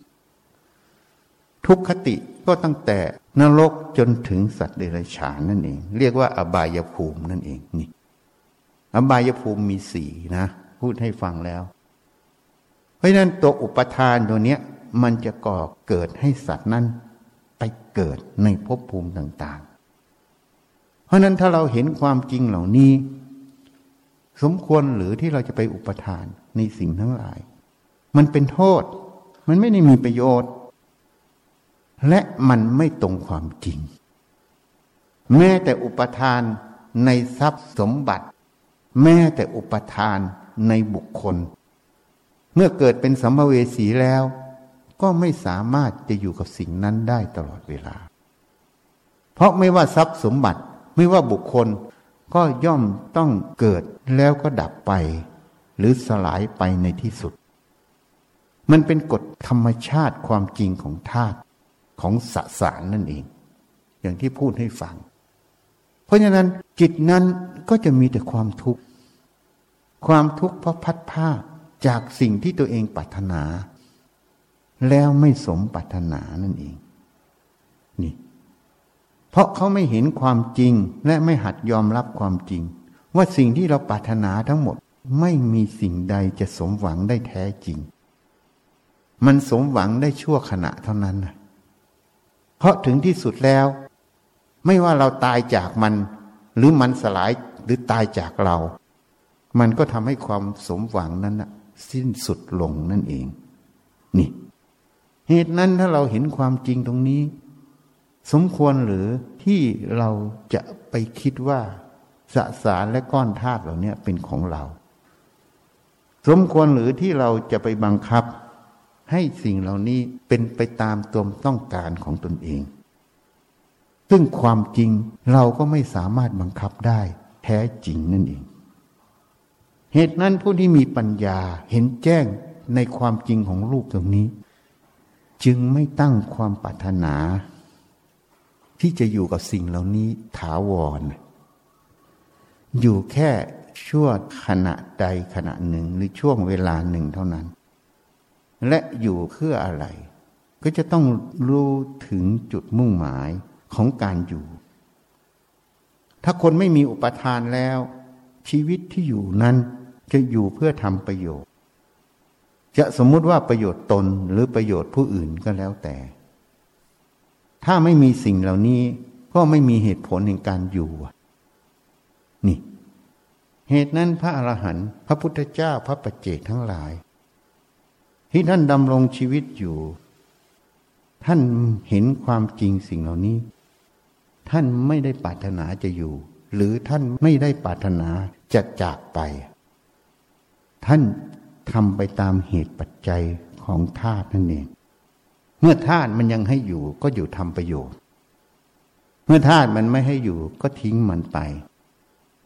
ทุกขติก็ตั้งแต่นรกจนถึงสัตว์เดรัจฉานนั่นเองเรียกว่าอบายภูมินั่นเองนี่อบายภูมิมี4นะพูดให้ฟังแล้วเพราะฉะนั้นตัวอุปทานตัวเนี้ยมันจะก่อเกิดให้สัตว์นั้นไปเกิดในภพภูมิต่างๆเพราะนั้นถ้าเราเห็นความจริงเหล่านี้สมควรหรือที่เราจะไปอุปทานในสิ่งทั้งหลายมันเป็นโทษมันไม่ได้มีประโยชน์และมันไม่ตรงความจริงแม้แต่อุปทานในทรัพย์สมบัติแม้แต่อุปทานในบุคคลเมื่อเกิดเป็นสัมภเวสีแล้วก็ไม่สามารถจะอยู่กับสิ่งนั้นได้ตลอดเวลาเพราะไม่ว่าทรัพย์สมบัติไม่ว่าบุคคลก็ย่อมต้องเกิดแล้วก็ดับไปหรือสลายไปในที่สุดมันเป็นกฎธรรมชาติความจริงของธาตุของสสารนั่นเองอย่างที่พูดให้ฟังเพราะฉะนั้นจิตนั้นก็จะมีแต่ความทุกข์ความทุกข์เพราะพัดพรากจากสิ่งที่ตัวเองปรารถนาแล้วไม่สมปรารถนานั่นเองนี่เพราะเขาไม่เห็นความจริงและไม่หัดยอมรับความจริงว่าสิ่งที่เราปรารถนาทั้งหมดไม่มีสิ่งใดจะสมหวังได้แท้จริงมันสมหวังได้ชั่วขณะเท่านั้นนะเพราะถึงที่สุดแล้วไม่ว่าเราตายจากมันหรือมันสลายหรือตายจากเรามันก็ทำให้ความสมหวังนั้นนะสิ้นสุดลงนั่นเองนี่เหตุนั้นถ้าเราเห็นความจริงตรงนี้สมควรหรือที่เราจะไปคิดว่าสสารและก้อนธาตุเหล่านี้เป็นของเราสมควรหรือที่เราจะไปบังคับให้สิ่งเหล่านี้เป็นไปตามตัวต้องการของตนเองซึ่งความจริงเราก็ไม่สามารถบังคับได้แท้จริงนั่นเองเหตุนั้นผู้ที่มีปัญญาเห็นแจ้งในความจริงของรูปตรงนี้จึงไม่ตั้งความปรารถนาที่จะอยู่กับสิ่งเหล่านี้ถาวรอยู่แค่ชั่วขณะใดขณะหนึ่งหรือช่วงเวลาหนึ่งเท่านั้นและอยู่เพื่ออะไรก็จะต้องรู้ถึงจุดมุ่งหมายของการอยู่ถ้าคนไม่มีอุปทานแล้วชีวิตที่อยู่นั้นจะอยู่เพื่อทำประโยชน์จะสมมุติว่าประโยชน์ตนหรือประโยชน์ผู้อื่นก็แล้วแต่ถ้าไม่มีสิ่งเหล่านี้ก็ไม่มีเหตุผลในการอยู่นี่เหตุนั้นพระอรหันต์พระพุทธเจ้าพระปัจเจกทั้งหลายที่ท่านดำรงชีวิตอยู่ท่านเห็นความจริงสิ่งเหล่านี้ท่านไม่ได้ปรารถนาจะอยู่หรือท่านไม่ได้ปรารถนาจะจากไปท่านทำไปตามเหตุปัจจัยของธาตุนั่นเองเมื่อธาตุมันยังให้อยู่ก็อยู่ทำประโยชน์เมื่อธาตุมันไม่ให้อยู่ก็ทิ้งมันไป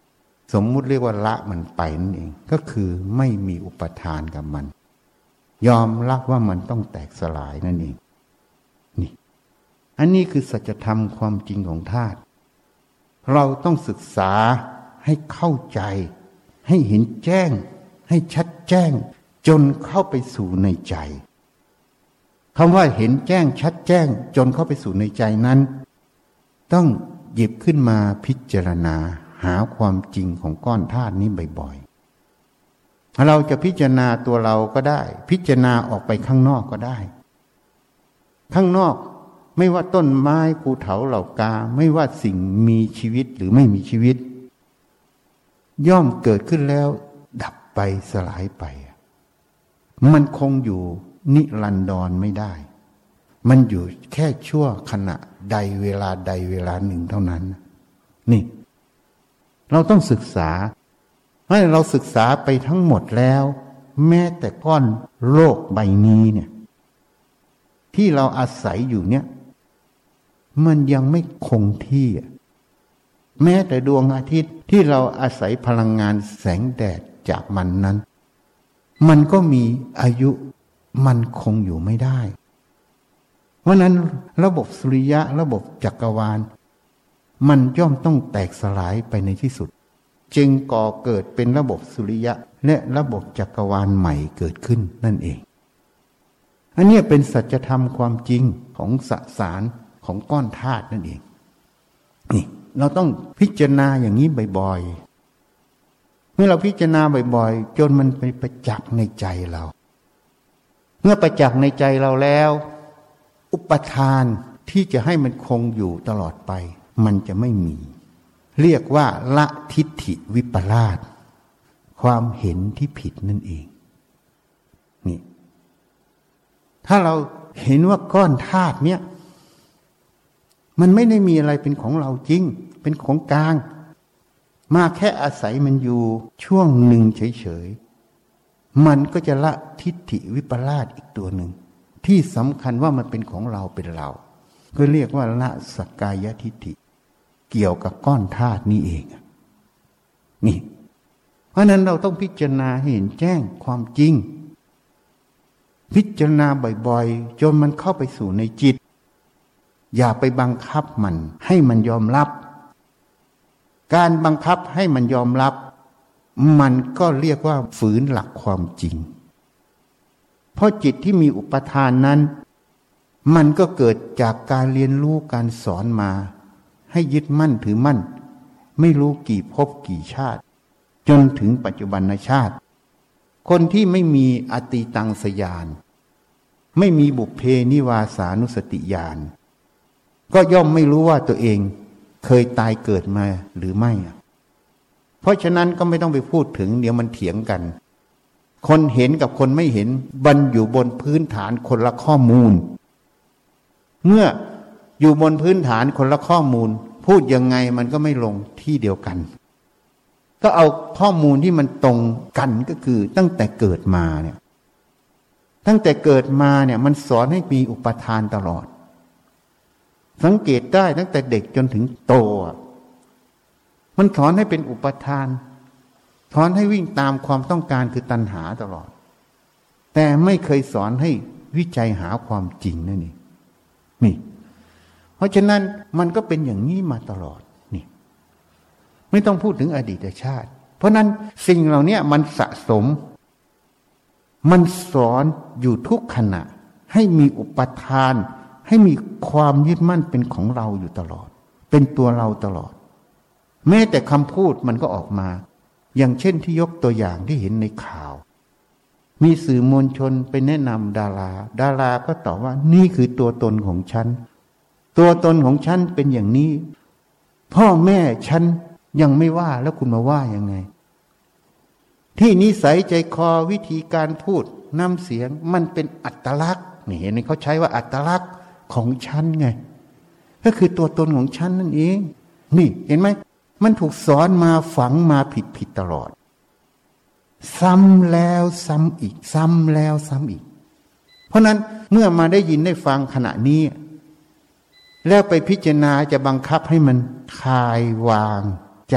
สมมุติเรียกว่าละมันไปนั่นเองก็คือไม่มีอุปทานกับมันยอมรับว่ามันต้องแตกสลายนั่นเองนี่อันนี้คือสัจธรรมความจริงของธาตุเราต้องศึกษาให้เข้าใจให้เห็นแจ้งให้ชัดแจ้งจนเข้าไปสู่ในใจคำว่าเห็นแจ้งชัดแจ้งจนเข้าไปสู่ในใจนั้นต้องหยิบขึ้นมาพิจารณาหาความจริงของก้อนธาตุนี้บ่อยๆเราจะพิจารณาตัวเราก็ได้พิจารณาออกไปข้างนอกก็ได้ข้างนอกไม่ว่าต้นไม้ภูเขาเหล่ากาไม่ว่าสิ่งมีชีวิตหรือไม่มีชีวิตย่อมเกิดขึ้นแล้วดับไปสลายไปมันคงอยู่นิรันดรไม่ได้มันอยู่แค่ชั่วขณะใดเวลาใดเวลาหนึ่งเท่านั้นนี่เราต้องศึกษาเมื่อเราศึกษาไปทั้งหมดแล้วแม้แต่ก้อนโลกใบนี้เนี่ยที่เราอาศัยอยู่เนี่ยมันยังไม่คงที่แม้แต่ดวงอาทิตย์ที่เราอาศัยพลังงานแสงแดดจากมันนั้นมันก็มีอายุมันคงอยู่ไม่ได้เพราะนั้นระบบสุริยะระบบจักรวาลมันย่อมต้องแตกสลายไปในที่สุดจึงก่อเกิดเป็นระบบสุริยะและระบบจักรวาลใหม่เกิดขึ้นนั่นเองอันนี้เป็นสัจธรรมความจริงของสสารของก้อนธาตุนั่นเองนี่เราต้องพิจารณาอย่างนี้บ่อยๆเมื่อเราพิจารณาบ่อยๆจนมันไปประจักษ์ในใจเราเมื่อประจักษ์ในใจเราแล้วอุปทานที่จะให้มันคงอยู่ตลอดไปมันจะไม่มีเรียกว่าละทิฏฐิวิปลาสความเห็นที่ผิดนั่นเองนี่ถ้าเราเห็นว่าก้อนธาตุเนี้ยมันไม่ได้มีอะไรเป็นของเราจริงเป็นของกลางมาแค่อาศัยมันอยู่ช่วงหนึ่งเฉยๆมันก็จะละทิฏฐิวิปลาสอีกตัวหนึ่งที่สำคัญว่ามันเป็นของเราเป็นเราก็เรียกว่าละสักกายทิฏฐิเกี่ยวกับก้อนธาตุนี้เองนี่เพราะนั้นเราต้องพิจารณาให้เห็นแจ้งความจริงพิจารณาบ่อยๆจนมันเข้าไปสู่ในจิตอย่าไปบังคับมันให้มันยอมรับการบังคับให้มันยอมรับมันก็เรียกว่าฝืนหลักความจริงเพราะจิตที่มีอุปทานนั้นมันก็เกิดจากการเรียนรู้การสอนมาให้ยึดมั่นถือมั่นไม่รู้กี่ภพกี่ชาติจนถึงปัจจุบันชาติคนที่ไม่มีอติตังสญาณไม่มีบุพเพนิวาสานุสติญาณก็ย่อมไม่รู้ว่าตัวเองเคยตายเกิดมาหรือไม่เพราะฉะนั้นก็ไม่ต้องไปพูดถึงเดี๋ยวมันเถียงกันคนเห็นกับคนไม่เห็นมันอยู่บนพื้นฐานคนละข้อมูลเมื่ออยู่บนพื้นฐานคนละข้อมูลพูดยังไงมันก็ไม่ลงที่เดียวกันก็เอาข้อมูลที่มันตรงกันก็คือตั้งแต่เกิดมาเนี่ยตั้งแต่เกิดมาเนี่ยมันสอนให้มีอุปทานตลอดสังเกตได้ตั้งแต่เด็กจนถึงโตมันสอนให้เป็นอุปทานสอนให้วิ่งตามความต้องการคือตัณหาตลอดแต่ไม่เคยสอนให้วิจัยหาความจริงนั่นเองนี่เพราะฉะนั้นมันก็เป็นอย่างนี้มาตลอดนี่ไม่ต้องพูดถึงอดีตชาติเพราะนั้นสิ่งเหล่านี้มันสะสมมันสอนอยู่ทุกขณะให้มีอุปทานให้มีความยึดมั่นเป็นของเราอยู่ตลอดเป็นตัวเราตลอดแม้แต่คำพูดมันก็ออกมาอย่างเช่นที่ยกตัวอย่างที่เห็นในข่าวมีสื่อมวลชนไปแนะนำดาราก็ตอบว่านี่คือตัวตนของฉันตัวตนของฉันเป็นอย่างนี้พ่อแม่ฉันยังไม่ว่าแล้วคุณมาว่ายังไงที่นิสัยใจคอวิธีการพูดน้ำเสียงมันเป็นอัตลักษณ์นี่เห็นไหมเขาใช้ว่าอัตลักษณ์ของฉันไงก็คือตัวตนของฉันนั่นเองนี่เห็นไหมมันถูกสอนมาฝังมาผิดตลอดซ้ำแล้วซ้ำอีกซ้ำแล้วซ้ำอีกเพราะนั้นเมื่อมาได้ยินได้ฟังขณะนี้แล้วไปพิจารณาจะบังคับให้มันคลายวางจาก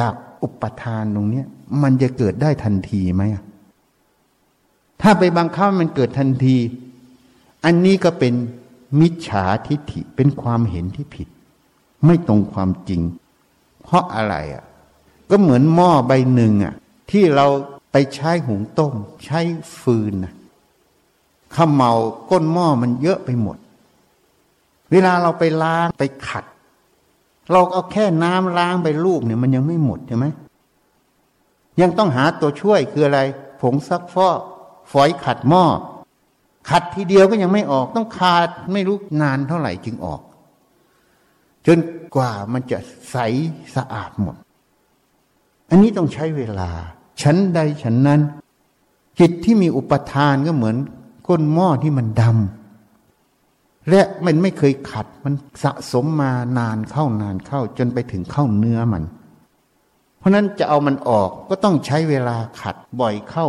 อุปทานตรงเนี้ยมันจะเกิดได้ทันทีไหมถ้าไปบังคับมันเกิดทันทีอันนี้ก็เป็นมิจฉาทิฏฐิเป็นความเห็นที่ผิดไม่ตรงความจริงเพราะอะไรก็เหมือนหม้อใบหนึ่งที่เราไปใช้หุงต้มใช้ฟืนเขม่าก้นหม้อมันเยอะไปหมดเวลาเราไปล้างไปขัดเราเอาแค่น้ำล้างไปลูบเนี่ยมันยังไม่หมดใช่ไหมยังต้องหาตัวช่วยคืออะไรผงซักฟอกฝอยขัดหม้อขัดทีเดียวก็ยังไม่ออกต้องขัดไม่รู้นานเท่าไหร่จึงออกจนกว่ามันจะใสสะอาดหมดอันนี้ต้องใช้เวลาฉันใดฉันนั้นจิตที่มีอุปทานก็เหมือนก้นหม้อที่มันดำและมันไม่เคยขัดมันสะสมมานานเข้าจนไปถึงเข้าเนื้อมันเพราะนั้นจะเอามันออกก็ต้องใช้เวลาขัดบ่อยเข้า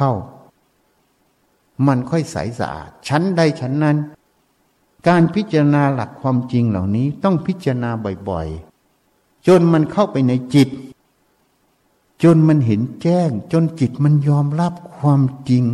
มันค่อยใสสะอาดชั้นใดชั้นนั้นการพิจารณาหลักความจริงเหล่านี้ต้องพิจารณาบ่อยๆจนมันเข้าไปในจิตจนมันเห็นแจ้งจนจิตมันยอมรับความจริง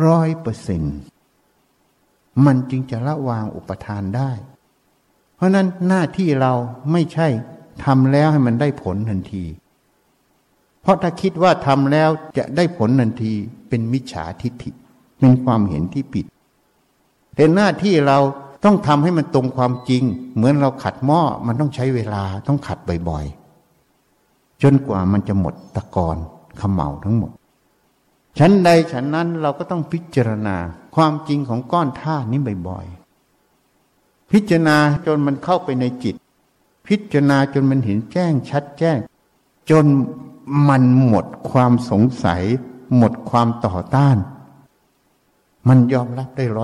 100%มันจึงจะละวางอุปทานได้เพราะนั้นหน้าที่เราไม่ใช่ทำแล้วให้มันได้ผลทันทีเพราะถ้าคิดว่าทำแล้วจะได้ผลทันทีเป็นมิจฉาทิฏฐิเป็นความเห็นที่ผิดแต่หน้าที่เราต้องทำให้มันตรงความจริงเหมือนเราขัดหม้อมันต้องใช้เวลาต้องขัดบ่อยๆจนกว่ามันจะหมดตะกอนเขม่าทั้งหมดชั้นใดชั้นนั้นเราก็ต้องพิจารณาความจริงของก้อนธาตุนี้บ่อยๆพิจารณาจนมันเข้าไปในจิตพิจารณาจนมันเห็นแจ้งชัดแจ้งจนมันหมดความสงสัยหมดความต่อต้านมันยอมรับได้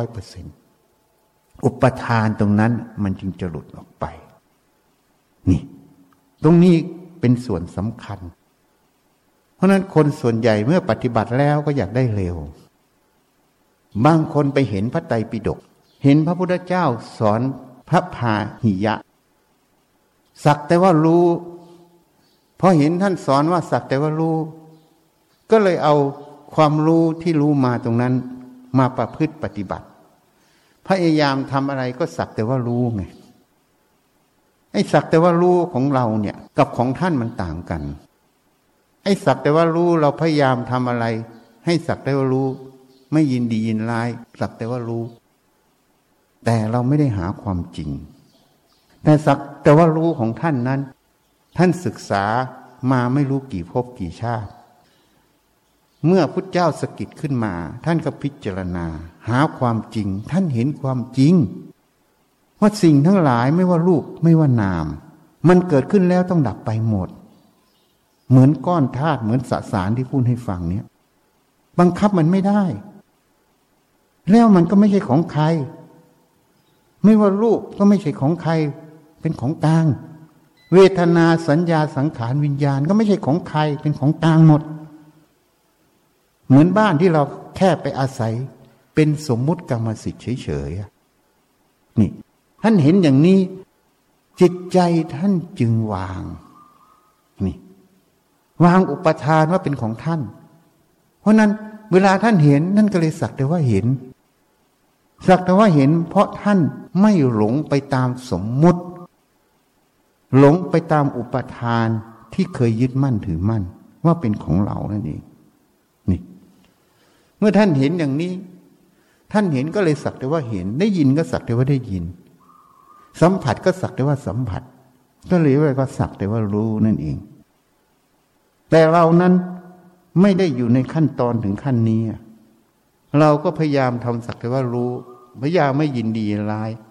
100%อุปทานตรงนั้นมันจึงจะหลุดออกไปนี่ตรงนี้เป็นส่วนสำคัญเพราะนั้นคนส่วนใหญ่เมื่อปฏิบัติแล้วก็อยากได้เร็วบางคนไปเห็นพระไตรปิฎกเห็นพระพุทธเจ้าสอนพระพาหิยะสักแต่ว่ารู้พอเห็นท่านสอนว่าสักแต่ว่ารู้ก็เลยเอาความรู้ที่รู้มาตรงนั้นมาประพฤติปฏิบัติพยายามทำอะไรก็สักแต่ว่ารู้ไงไอ้สักแต่ว่ารู้ของเราเนี่ยกับของท่านมันต่างกันไอ้สักแต่ว่ารู้เราพยายามทำอะไรให้สักแต่ว่ารู้ไม่ยินดียินร้ายสักแต่ว่ารู้แต่เราไม่ได้หาความจริงแต่สักแต่ว่ารู้ของท่านนั้นท่านศึกษามาไม่รู้กี่ภพกี่ชาติเมื่อพุทธเจ้าสกิดขึ้นมาท่านก็พิจารณาหาความจริงท่านเห็นความจริงว่าสิ่งทั้งหลายไม่ว่ารูปไม่ว่านามมันเกิดขึ้นแล้วต้องดับไปหมดเหมือนก้อนธาตุเหมือนสสารที่พูดให้ฟังเนี่ยบังคับมันไม่ได้แล้วมันก็ไม่ใช่ของใครไม่ว่ารูปก็ไม่ใช่ของใครเป็นของกลางเวทนาสัญญาสังขารวิญญาณก็ไม่ใช่ของใครเป็นของกลางหมดเหมือนบ้านที่เราแค่ไปอาศัยเป็นสมมุติกรรมสิทธิ์เฉยๆนี่ท่านเห็นอย่างนี้จิตใจท่านจึงวางนี่วางอุปทานว่าเป็นของท่านเพราะนั้นเวลาท่านเห็นท่านก็เลยสักแต่ว่าเห็นสักแต่ว่าเห็นเพราะท่านไม่หลงไปตามสมมุติหลงไปตามอุปทานที่เคยยึดมั่นถือมั่นว่าเป็นของเรานั่นเองนี่เมื่อท่านเห็นอย่างนี้ท่านเห็นก็เลยสักแต่ว่าเห็นได้ยินก็สักแต่ว่าได้ยินสัมผัสก็สักแต่ว่าสัมผัสก็เลยว่าสักแต่ว่ารู้นั่นเองแต่เรานั้นไม่ได้อยู่ในขั้นตอนถึงขั้นนี้เราก็พยายามทำสักแต่ว่ารู้พยายามไม่ยินดีร้าย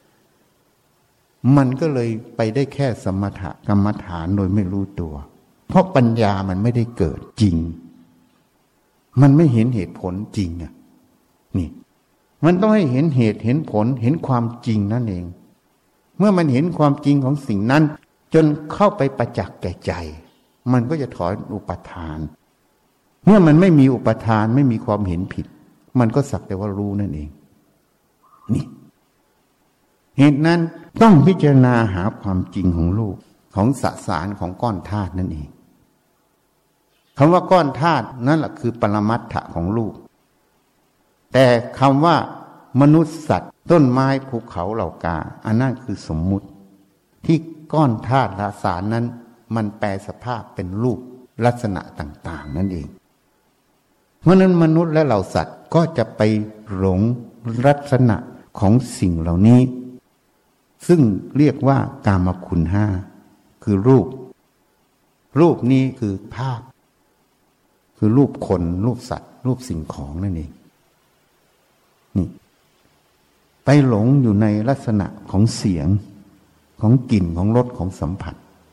มันก็เลยไปได้แค่สมถกรรมฐานโดยไม่รู้ตัวเพราะปัญญามันไม่ได้เกิดจริงมันไม่เห็นเหตุผลจริงนี่มันต้องให้เห็นเหตุเห็นผลเห็นความจริงนั่นเองเมื่อมันเห็นความจริงของสิ่งนั้นจนเข้าไปประจักษ์แก่ใจมันก็จะถอนอุปทานเมื่อมันไม่มีอุปทานไม่มีความเห็นผิดมันก็สักแต่ว่ารู้นั่นเองนี่เหตุนั้นต้องพิจารณาหาความจริงของรูปของสสารของก้อนธาตุนั่นเองคำว่าก้อนธาตุนั่นแหละคือปรมัตถะของรูปแต่คำว่ามนุษย์สัตว์ต้นไม้ภูเขาเหล่ากาอันนั้นคือสมมุติที่ก้อนธาตุละสารนั้นมันแปลสภาพเป็นรูปลักษณะต่างๆนั่นเองเพราะนั้นมนุษย์และเหล่าสัตว์ก็จะไปหลงลักษณะของสิ่งเหล่านี้ซึ่งเรียกว่ากามคุณห้าคือรูปนี้คือภาพคือรูปคนรูปสัตว์รูปสิ่งของนั่นเองนี่ไปหลงอยู่ในลักษณะของเสียงของกลิ่นของรสของสัมผัส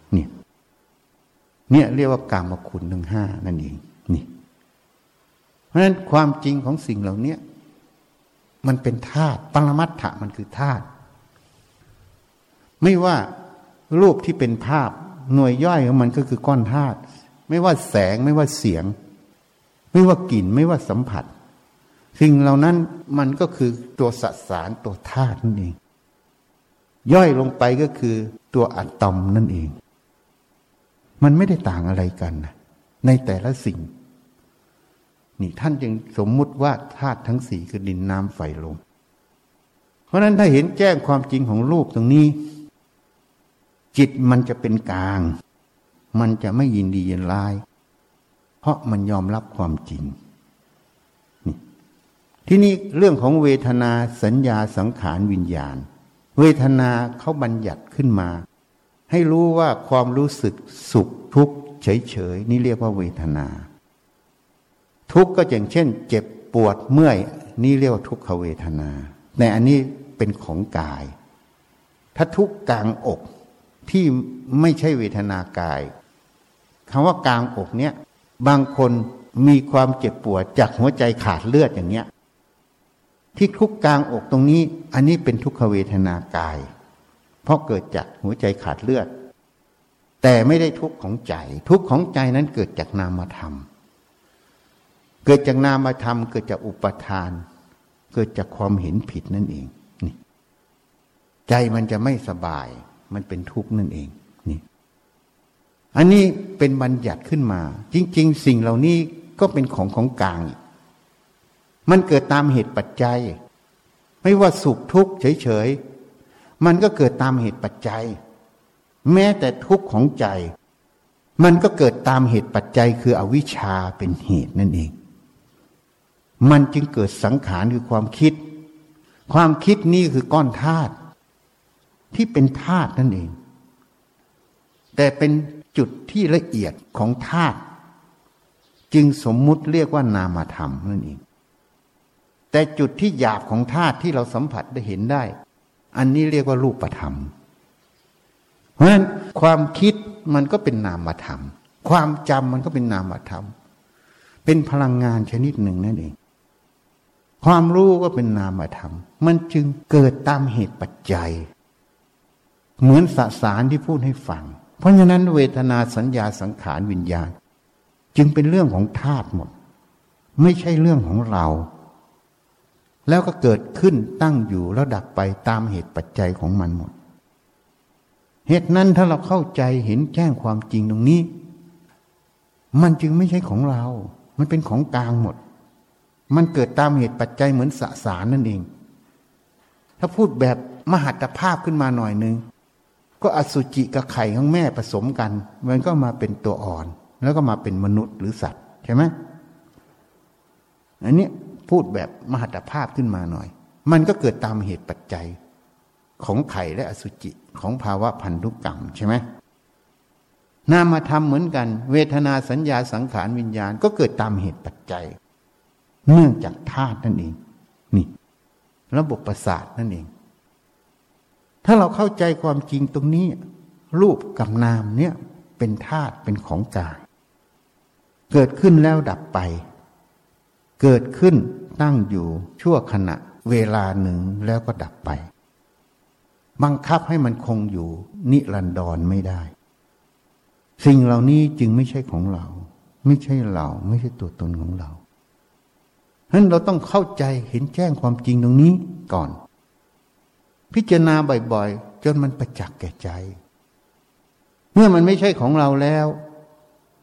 เนี่ยเรียกว่ากามคุณทั้งห้านั่นเองนี่เพราะฉะนั้นความจริงของสิ่งเหล่านี้มันเป็นธาตุปรมัตถะมันคือธาตุไม่ว่ารูปที่เป็นภาพหน่วยย่อยของมันก็คือก้อนธาตุไม่ว่าแสงไม่ว่าเสียงไม่ว่ากลิ่นไม่ว่าสัมผัสสิ่งเหล่านั้นมันก็คือตัวสสารตัวธาตุนั่นเองย่อยลงไปก็คือตัวอะตอมนั่นเองมันไม่ได้ต่างอะไรกันนะในแต่ละสิ่งนี่ท่านจึงสมมุติว่าธาตุทั้งสี่คือดินน้ำไฟลมเพราะนั้นถ้าเห็นแจ้งความจริงของรูปตรงนี้จิตมันจะเป็นกลางมันจะไม่ยินดียินร้ายเพราะมันยอมรับความจริงนี่ที่นี่เรื่องของเวทนาสัญญาสังขารวิญญาณเวทนาเขาบัญญัติขึ้นมาให้รู้ว่าความรู้สึกสุขทุกข์เฉยๆนี่เรียกว่าเวทนาทุกข์ก็อย่างเช่นเจ็บปวดเมื่อยนี่เรียกว่าทุกขเวทนาแต่อันนี้เป็นของกายถ้าทุกข์กลางอกที่ไม่ใช่เวทนากายคำว่ากลางอกเนี้ยบางคนมีความเจ็บปวดจากหัวใจขาดเลือดอย่างเงี้ยที่ทุกข์กลางอกตรงนี้อันนี้เป็นทุกขเวทนากายเพราะเกิดจากหัวใจขาดเลือดแต่ไม่ได้ทุกข์ของใจทุกข์ของใจนั้นเกิดจากนามธรรมเกิดจากนามธรรมเกิดจากอุปทานเกิดจากความเห็นผิดนั่นเองนี่ใจมันจะไม่สบายมันเป็นทุกข์นั่นเองนี่อันนี้เป็นบัญญัติขึ้นมาจริงๆสิ่งเหล่านี้ก็เป็นของกลางมันเกิดตามเหตุปัจจัยไม่ว่าสุขทุกข์เฉยๆมันก็เกิดตามเหตุปัจจัยแม้แต่ทุกข์ของใจมันก็เกิดตามเหตุปัจจัยคืออวิชชาเป็นเหตุนั่นเองมันจึงเกิดสังขารคือความคิดความคิดนี่คือก้อนธาตุที่เป็นธาตุนั่นเองแต่เป็นจุดที่ละเอียดของธาตุจึงสมมุติเรียกว่านามธรรมนั่นเองแต่จุดที่หยาบของธาตุที่เราสัมผัสได้เห็นได้อันนี้เรียกว่ารูปธรรมเพราะฉะนั้นความคิดมันก็เป็นนามธรรมความจำมันก็เป็นนามธรรมเป็นพลังงานชนิดหนึ่งนั่นเองความรู้ก็เป็นนามธรรมมันจึงเกิดตามเหตุปัจจัยเหมือนสสารที่พูดให้ฟังเพราะฉะนั้นเวทนาสัญญาสังขารวิญญาณจึงเป็นเรื่องของธาตุหมดไม่ใช่เรื่องของเราแล้วก็เกิดขึ้นตั้งอยู่แล้วดับไปตามเหตุปัจจัยของมันหมดเหตุนั้นถ้าเราเข้าใจเห็นแจ้งความจริงตรงนี้มันจึงไม่ใช่ของเรามันเป็นของกลางหมดมันเกิดตามเหตุปัจจัยเหมือนสสารนั่นเองถ้าพูดแบบมหัตถภาพขึ้นมาหน่อยนึงก็อสุจิกับไข่ของแม่ผสมกันมันก็มาเป็นตัวอ่อนแล้วก็มาเป็นมนุษย์หรือสัตว์ใช่ไหมอันนี้พูดแบบมหัตถภาพขึ้นมาหน่อยมันก็เกิดตามเหตุปัจจัยของไข่และอสุจิของภาวะพันธุกรรมใช่ไหมนามธรรมเหมือนกันเวทนาสัญญาสังขารวิญญาณก็เกิดตามเหตุปัจจัยเนื่องจากธาตุนั่นเองนี่ระบบประสาทนั่นเองถ้าเราเข้าใจความจริงตรงนี้รูปกับนามเนี่ยเป็นธาตุเป็นของกลางเกิดขึ้นแล้วดับไปเกิดขึ้นตั้งอยู่ชั่วขณะเวลาหนึ่งแล้วก็ดับไปบังคับให้มันคงอยู่นิรันดรไม่ได้สิ่งเหล่านี้จึงไม่ใช่ของเราไม่ใช่เราไม่ใช่ตัวตนของเราฉะนั้นเราต้องเข้าใจเห็นแจ้งความจริงตรงนี้ก่อนพิจารณาบ่อยๆจนมันประจักษ์แก่ใจเมื่อมันไม่ใช่ของเราแล้ว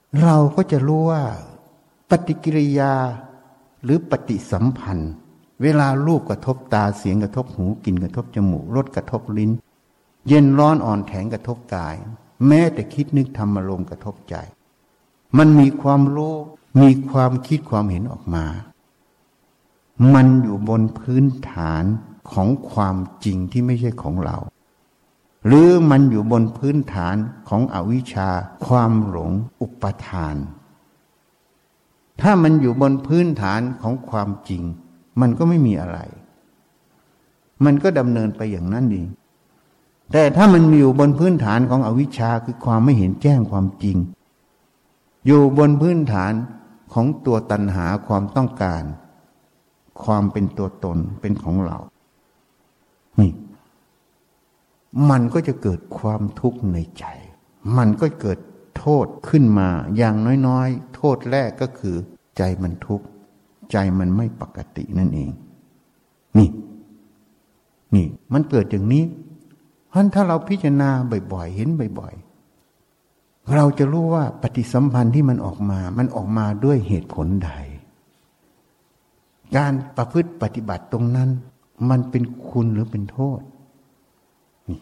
เราก็จะรู้ว่าปฏิกิริยาหรือปฏิสัมพันธ์เวลารูปกระทบตาเสียงกระทบหูกลิ่นกระทบจมูกรสกระทบลิ้นเย็นร้อนอ่อนแข็งกระทบกายแม้แต่คิดนึกทำอารมณ์กระทบใจมันมีความรู้มีความคิดความเห็นออกมามันอยู่บนพื้นฐานของความจริงที่ไม่ใช่ของเราหรือมันอยู่บนพื้นฐานของอวิชชาความหลงอุปทานถ้ามันอยู่บนพื้นฐานของความจริงมันก็ไม่มีอะไรมันก็ดำเนินไปอย่างนั้นเองแต่ถ้ามันมีอยู่บนพื้นฐานของอวิชชาคือความไม่เห็นแจ้งความจริงอยู่บนพื้นฐานของตัวตัณหาความต้องการความเป็นตัวตนเป็นของเรานี่มันก็จะเกิดความทุกข์ในใจมันก็เกิดโทษขึ้นมาอย่างน้อยๆโทษแรกก็คือใจมันทุกข์ใจมันไม่ปกตินั่นเองนี่มันเกิดอย่างนี้เพราะถ้าเราพิจารณาบ่อยๆเห็นบ่อยๆเราจะรู้ว่าปฏิสัมพันธ์ที่มันออกมาด้วยเหตุผลใดการประพฤติปฏิบัติตรงนั้นมันเป็นคุณหรือเป็นโทษนี่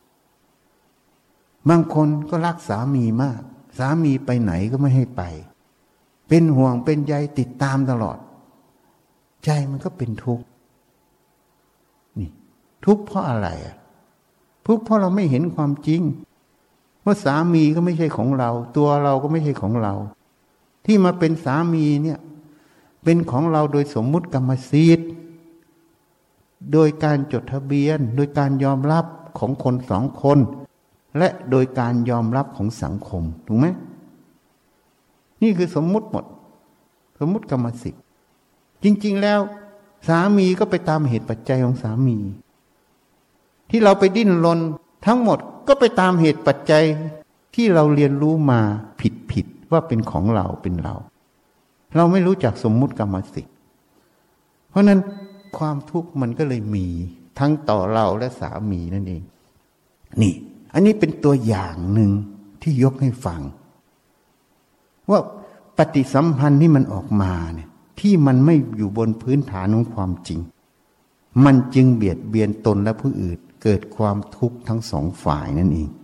บางคนก็รักสามีมากสามีไปไหนก็ไม่ให้ไปเป็นห่วงเป็นใยติดตามตลอดใจมันก็เป็นทุกข์นี่ทุกข์เพราะอะไรทุกข์เพราะเราไม่เห็นความจริงว่าสามีก็ไม่ใช่ของเราตัวเราก็ไม่ใช่ของเราที่มาเป็นสามีเนี่ยเป็นของเราโดยสมมุติกรรมสิทธิ์โดยการจดทะเบียนโดยการยอมรับของคนสองคนและโดยการยอมรับของสังคมถูกไหมนี่คือสมมุติหมดสมมุติกรรมสิทธิ์จริงๆแล้วสามีก็ไปตามเหตุปัจจัยของสามีที่เราไปดิ้นรนทั้งหมดก็ไปตามเหตุปัจจัยที่เราเรียนรู้มาผิดว่าเป็นของเราเป็นเราไม่รู้จักสมมุติกรรมสิทธิ์เพราะนั้นความทุกข์มันก็เลยมีทั้งต่อเราและสามีนั่นเองนี่อันนี้เป็นตัวอย่างหนึ่งที่ยกให้ฟังว่าปฏิสัมพันธ์ที่มันออกมาเนี่ยที่มันไม่อยู่บนพื้นฐานของความจริงมันจึงเบียดเบียนตนและผู้อื่นเกิดความทุกข์ทั้งสองฝ่ายนั่นเอง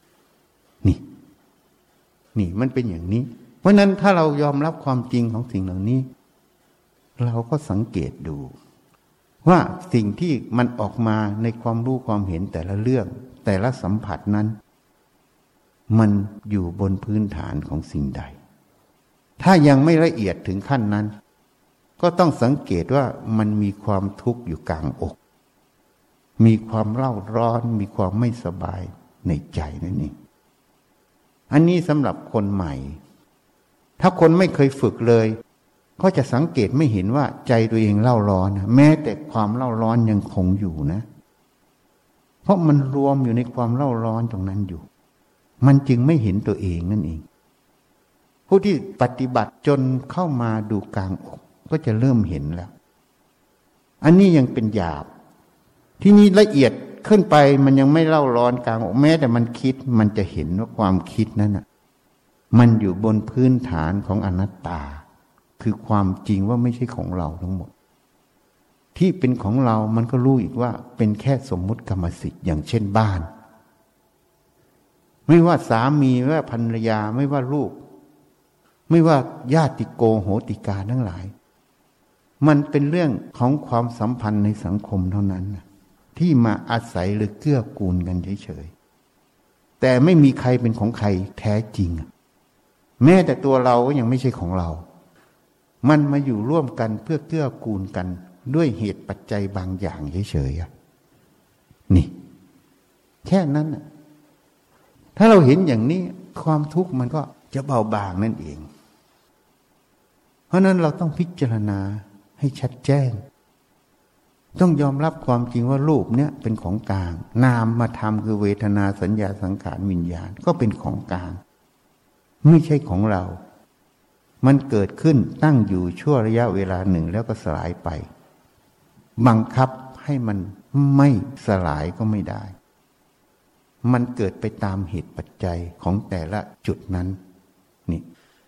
นี่มันเป็นอย่างนี้เพราะนั้นถ้าเรายอมรับความจริงของสิ่งเหล่านี้เราก็สังเกตดูว่าสิ่งที่มันออกมาในความรู้ความเห็นแต่ละเรื่องแต่ละสัมผัสนั้นมันอยู่บนพื้นฐานของสิ่งใดถ้ายังไม่ละเอียดถึงขั้นนั้นก็ต้องสังเกตว่ามันมีความทุกข์อยู่กลางอกมีความเร่าร้อนมีความไม่สบายในใจนั่นเองอันนี้สำหรับคนใหม่ถ้าคนไม่เคยฝึกเลยก็จะสังเกตไม่เห็นว่าใจตัวเองเร่าร้อนแม้แต่ความเร่าร้อนยังคงอยู่นะเพราะมันรวมอยู่ในความเร่าร้อนตรงนั้นอยู่มันจึงไม่เห็นตัวเองนั่นเองผู้ที่ปฏิบัติจนเข้ามาดูกลางอกก็จะเริ่มเห็นแล้วอันนี้ยังเป็นหยาบที่นี่ละเอียดขึ้นไปมันยังไม่เล่าร้อนกลางอกแม้แต่มันคิดมันจะเห็นว่าความคิดนั้นน่ะมันอยู่บนพื้นฐานของอนัตตาคือความจริงว่าไม่ใช่ของเราทั้งหมดที่เป็นของเรามันก็รู้อีกว่าเป็นแค่สมมุติกรรมสิทธิ์อย่างเช่นบ้านไม่ว่าสามีไม่ว่าภรรยาไม่ว่าลูกไม่ว่าญาติโกโหติกาทั้งหลายมันเป็นเรื่องของความสัมพันธ์ในสังคมเท่านั้นที่มาอาศัยหรือเกื้อกูลกันเฉยๆแต่ไม่มีใครเป็นของใครแท้จริงแม้แต่ตัวเราก็ยังไม่ใช่ของเรามันมาอยู่ร่วมกันเพื่อเกื้อกูลกันด้วยเหตุปัจจัยบางอย่างเฉยๆนี่แค่นั้นถ้าเราเห็นอย่างนี้ความทุกข์มันก็จะเบาบางนั่นเองเพราะนั้นเราต้องพิจารณาให้ชัดแจ้งต้องยอมรับความจริงว่ารูปเนี่ยเป็นของกลางนามธรรมคือเวทนาสัญญาสังขารวิญญาณก็เป็นของกลางไม่ใช่ของเรามันเกิดขึ้นตั้งอยู่ชั่วระยะเวลาหนึ่งแล้วก็สลายไปบังคับให้มันไม่สลายก็ไม่ได้มันเกิดไปตามเหตุปัจจัยของแต่ละจุดนั้นนี่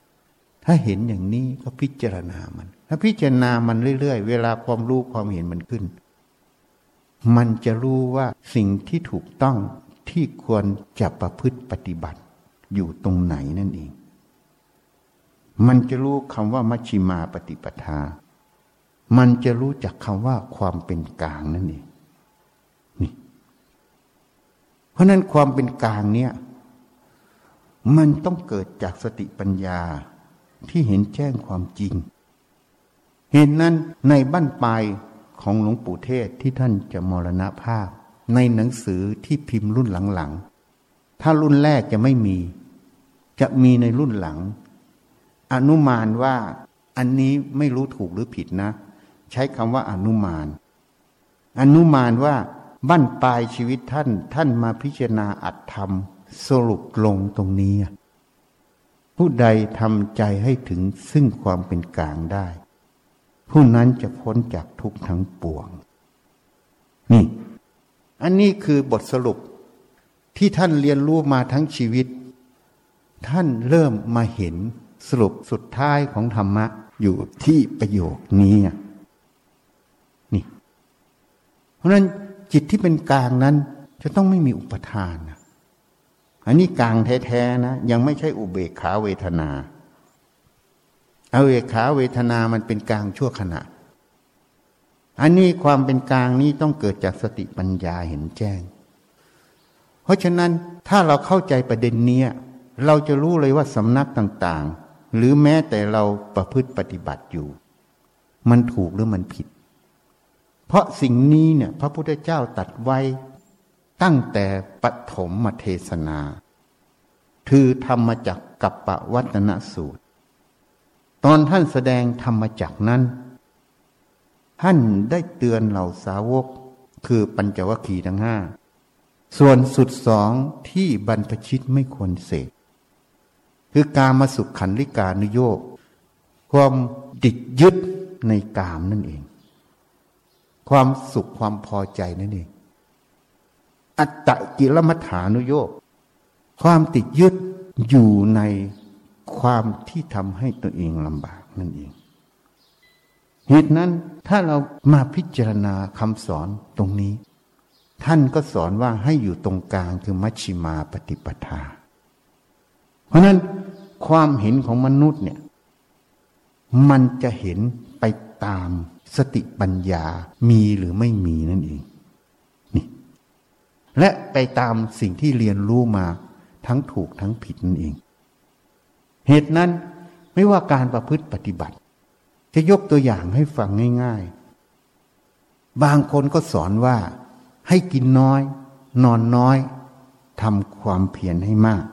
ถ้าเห็นอย่างนี้ก็พิจารณามันถ้าพิจารณามันเรื่อยๆเวลาความรู้ความเห็นมันขึ้นมันจะรู้ว่าสิ่งที่ถูกต้องที่ควรจะประพฤติปฏิบัติอยู่ตรงไหนนั่นเองมันจะรู้คำว่ามัชฌิมาปฏิปทามันจะรู้จักคำว่าความเป็นกลางนั่นเองนี่เพราะนั้นความเป็นกลางเนี่ยมันต้องเกิดจากสติปัญญาที่เห็นแจ้งความจริงเห็นนั้นในบั้นปลายของหลวงปู่เทศที่ท่านจะมรณภาพในหนังสือที่พิมพ์รุ่นหลังๆถ้ารุ่นแรกจะไม่มีจะมีในรุ่นหลังอนุมานว่าอันนี้ไม่รู้ถูกหรือผิดนะใช้คำว่าอนุมานว่าบั้นปลายชีวิตท่านมาพิจารณาอัตธรรมสรุปลงตรงนี้ผู้ใดทำใจให้ถึงซึ่งความเป็นกลางได้ผู้นั้นจะพ้นจากทุกข์ทั้งปวงนี่อันนี้คือบทสรุปที่ท่านเรียนรู้มาทั้งชีวิตท่านเริ่มมาเห็นสรุปสุดท้ายของธรรมะอยู่ที่ประโยคนี้นี่เพราะนั้นจิตที่เป็นกลางนั้นจะต้องไม่มีอุปทานอันนี้กลางแท้ๆนะยังไม่ใช่อุเบกขาเวทนาอุเบกขาเวทนามันเป็นกลางชั่วขณะอันนี้ความเป็นกลางนี้ต้องเกิดจากสติปัญญาเห็นแจ้งเพราะฉะนั้นถ้าเราเข้าใจประเด็นนี้เราจะรู้เลยว่าสำนักต่างๆหรือแม้แต่เราประพฤติปฏิบัติอยู่มันถูกหรือมันผิดเพราะสิ่งนี้เนี่ยพระพุทธเจ้าตรัสไว้ตั้งแต่ปฐมเทศนาคือธรรมจักรกัปปวัตตนสูตรตอนท่านแสดงธรรมจักรนั้นท่านได้เตือนเหล่าสาวกคือปัญจวัคคีย์ทั้งห้าส่วนสุดสองที่บรรพชิตไม่ควรเสพคือกามสุขขันธิกานุโยคความติดยึดในกามนั่นเองความสุขความพอใจนั่นเองอัตตกิลมัฏฐานุโยคความติดยึดอยู่ในความที่ทำให้ตัวเองลำบากนั่นเองเหตุนั้นถ้าเรามาพิจารณาคำสอนตรงนี้ท่านก็สอนว่าให้อยู่ตรงกลางคือมัชฌิมาปฏิปทาเพราะนั้นความเห็นของมนุษย์เนี่ยมันจะเห็นไปตามสติปัญญามีหรือไม่มีนั่นเองนี่และไปตามสิ่งที่เรียนรู้มาทั้งถูกทั้งผิดนั่นเองเหตุนั้นไม่ว่าการประพฤติปฏิบัติจะยกตัวอย่างให้ฟังง่ายๆบางคนก็สอนว่าให้กินน้อยนอนน้อยทำความเพียรให้มาก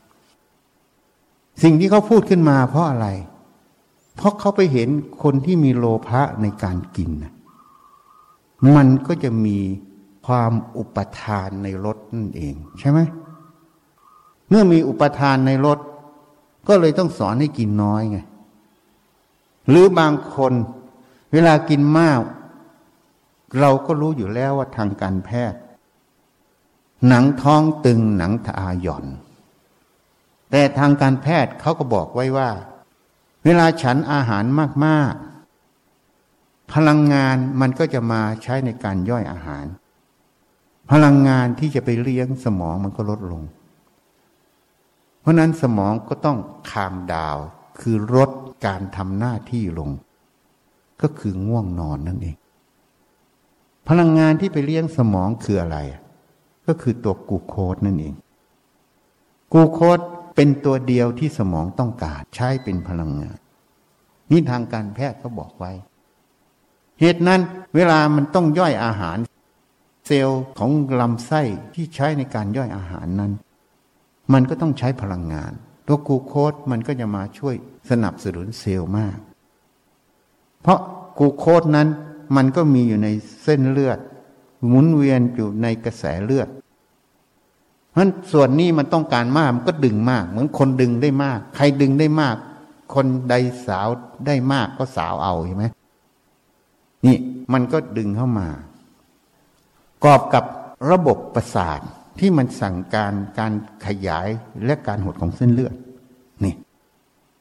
สิ่งที่เขาพูดขึ้นมาเพราะอะไรเพราะเขาไปเห็นคนที่มีโลภะในการกินมันก็จะมีความอุปทานในรสนั่นเองใช่ไหมเมื่อมีอุปทานในรสก็เลยต้องสอนให้กินน้อยไงหรือบางคนเวลากินมากเราก็รู้อยู่แล้วว่าทางการแพทย์หนังท้องตึงหนังทาหย่อนแต่ทางการแพทย์เขาก็บอกไว้ว่าเวลาฉันอาหารมากๆพลังงานมันก็จะมาใช้ในการย่อยอาหารพลังงานที่จะไปเลี้ยงสมองมันก็ลดลงเพราะนั้นสมองก็ต้องคามดาวคือลดการทำหน้าที่ลงก็คือง่วงนอนนั่นเองพลังงานที่ไปเลี้ยงสมองคืออะไรก็คือตัวกลูโคสนั่นเองกลูโคสเป็นตัวเดียวที่สมองต้องการใช้เป็นพลังงานนี่ทางการแพทย์เขาบอกไว้เหตุนั้นเวลามันต้องย่อยอาหารเซลล์ของลำไส้ที่ใช้ในการย่อยอาหารนั้นมันก็ต้องใช้พลังงานตัวกลูโคสมันก็จะมาช่วยสนับสนุนเซลล์มากเพราะกลูโคสนั้นมันก็มีอยู่ในเส้นเลือดหมุนเวียนอยู่ในกระแสเลือดเพราะฉะนั้นส่วนนี้มันต้องการมากมันก็ดึงมากเหมือนคนดึงได้มากใครดึงได้มากคนใดสาวได้มากก็สาวเอาใช่ไหมนี่มันก็ดึงเข้ามากอบกับระบบประสาทที่มันสั่งการขยายและการหดของเส้นเลือดนี่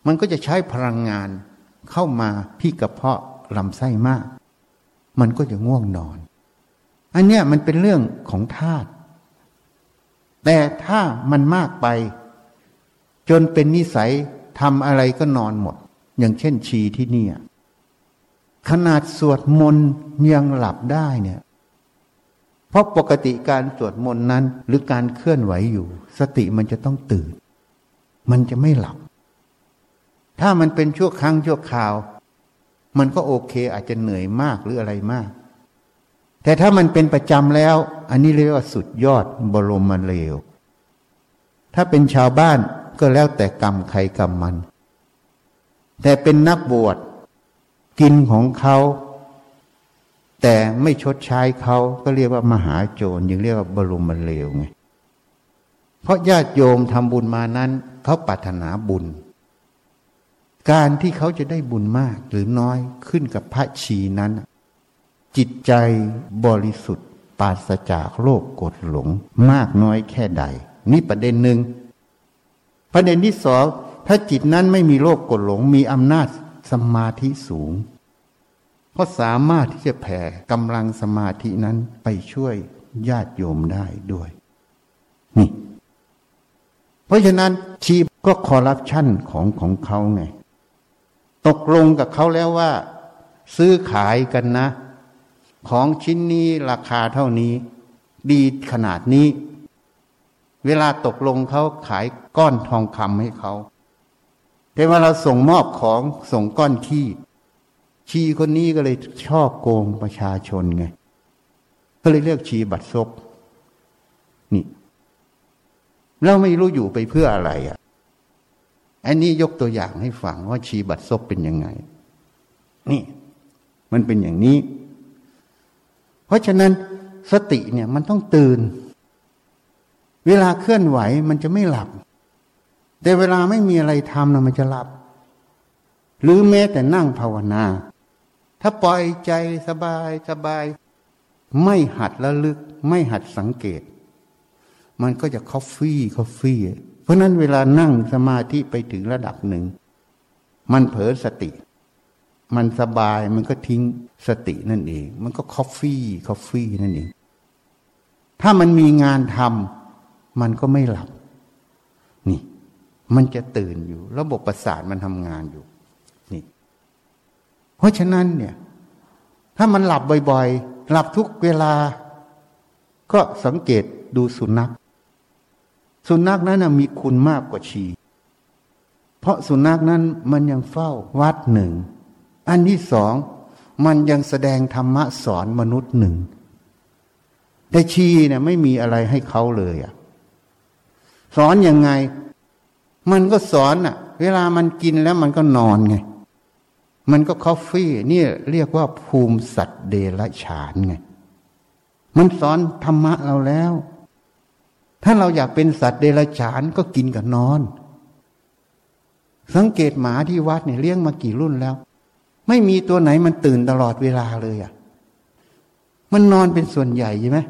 มันก็จะใช้พลังงานเข้ามาที่กระเพาะลำไส้มาก มันก็จะง่วงนอน อันเนี้ยมันเป็นเรื่องของธาตุแต่ถ้ามันมากไปจนเป็นนิสัยทำอะไรก็นอนหมดอย่างเช่นชีที่เนี่ยขนาดสวดมนต์ยังหลับได้เนี่ยเพราะปกติการสวดมนต์นั้นหรือการเคลื่อนไหวอยู่สติมันจะต้องตื่นมันจะไม่หลับถ้ามันเป็นชั่วครั้งชั่วคราวมันก็โอเคอาจจะเหนื่อยมากหรืออะไรมากแต่ถ้ามันเป็นประจำแล้วอันนี้เรียกว่าสุดยอดบรมเลวถ้าเป็นชาวบ้านก็แล้วแต่กรรมใครกรรมมันแต่เป็นนักบวชกินของเขาแต่ไม่ชดใช้เขาก็เรียกว่ามหาโจรยังเรียกว่าบรมเลวไงเพราะญาติโยมทำบุญมานั้นเขาปรารถนาบุญการที่เขาจะได้บุญมากหรือน้อยขึ้นกับพระชีนั้นจิตใจบริสุทธิ์ปราศจากโลภโกรธหลงมากน้อยแค่ใดนี่ประเด็นหนึ่งประเด็นที่สองถ้าจิตนั้นไม่มีโลภโกรธหลงมีอำนาจสมาธิสูงก็สามารถที่จะแผ่กำลังสมาธินั้นไปช่วยญาติโยมได้ด้วยนี่เพราะฉะนั้นชีก็คอร์รัปชันของเขาไงตกลงกับเขาแล้วว่าซื้อขายกันนะของชิ้นนี้ราคาเท่านี้ดีขนาดนี้เวลาตกลงเขาขายก้อนทองคำให้เขาแต่เวลาส่งมอบของส่งก้อนขี้ชีคนนี้ก็เลยชอบโกงประชาชนไงก็เลยเรียกชีบัตรซบนี่เราไม่รู้อยู่ไปเพื่ออะไรอ่ะอันนี้ยกตัวอย่างให้ฟังว่าชีบัตรซบเป็นยังไงนี่มันเป็นอย่างนี้เพราะฉะนั้นสติเนี่ยมันต้องตื่นเวลาเคลื่อนไหวมันจะไม่หลับแต่เวลาไม่มีอะไรทำนะมันจะหลับหรือแม้แต่นั่งภาวนาถ้าปล่อยใจสบายสบายไม่หัดระลึกไม่หัดสังเกตมันก็จะคอฟฟี่เพราะนั้นเวลานั่งสมาธิไปถึงระดับหนึ่งมันเผลอสติมันสบายมันก็ทิ้งสตินั่นเองมันก็คอฟฟี่นั่นเองถ้ามันมีงานทำมันก็ไม่หลับนี่มันจะตื่นอยู่ระบบประสาทมันทำงานอยู่นี่เพราะฉะนั้นเนี่ยถ้ามันหลับบ่อยๆหลับทุกเวลาก็สังเกตดูสุนัขนั้นมีคุณมากกว่าชีเพราะสุนัขนั้นมันยังเฝ้าวัดหนึ่งอันที่สองมันยังแสดงธรรมะสอนมนุษย์หนึ่งแต่ชีเนี่ยไม่มีอะไรให้เขาเลยอ่ะสอนยังไงมันก็สอนอ่ะเวลามันกินแล้วมันก็นอนไงมันก็คอฟฟี่นี่เรียกว่าภูมิสัตว์เดรัจฉานไงมันสอนธรรมะเราแล้วถ้าเราอยากเป็นสัตว์เดรัจฉานก็กินกับนอนสังเกตหมาที่วัดเนี่ยเลี้ยงมากี่รุ่นแล้วไม่มีตัวไหนมันตื่นตลอดเวลาเลยอ่ะมันนอนเป็นส่วนใหญ่ใช่ไหม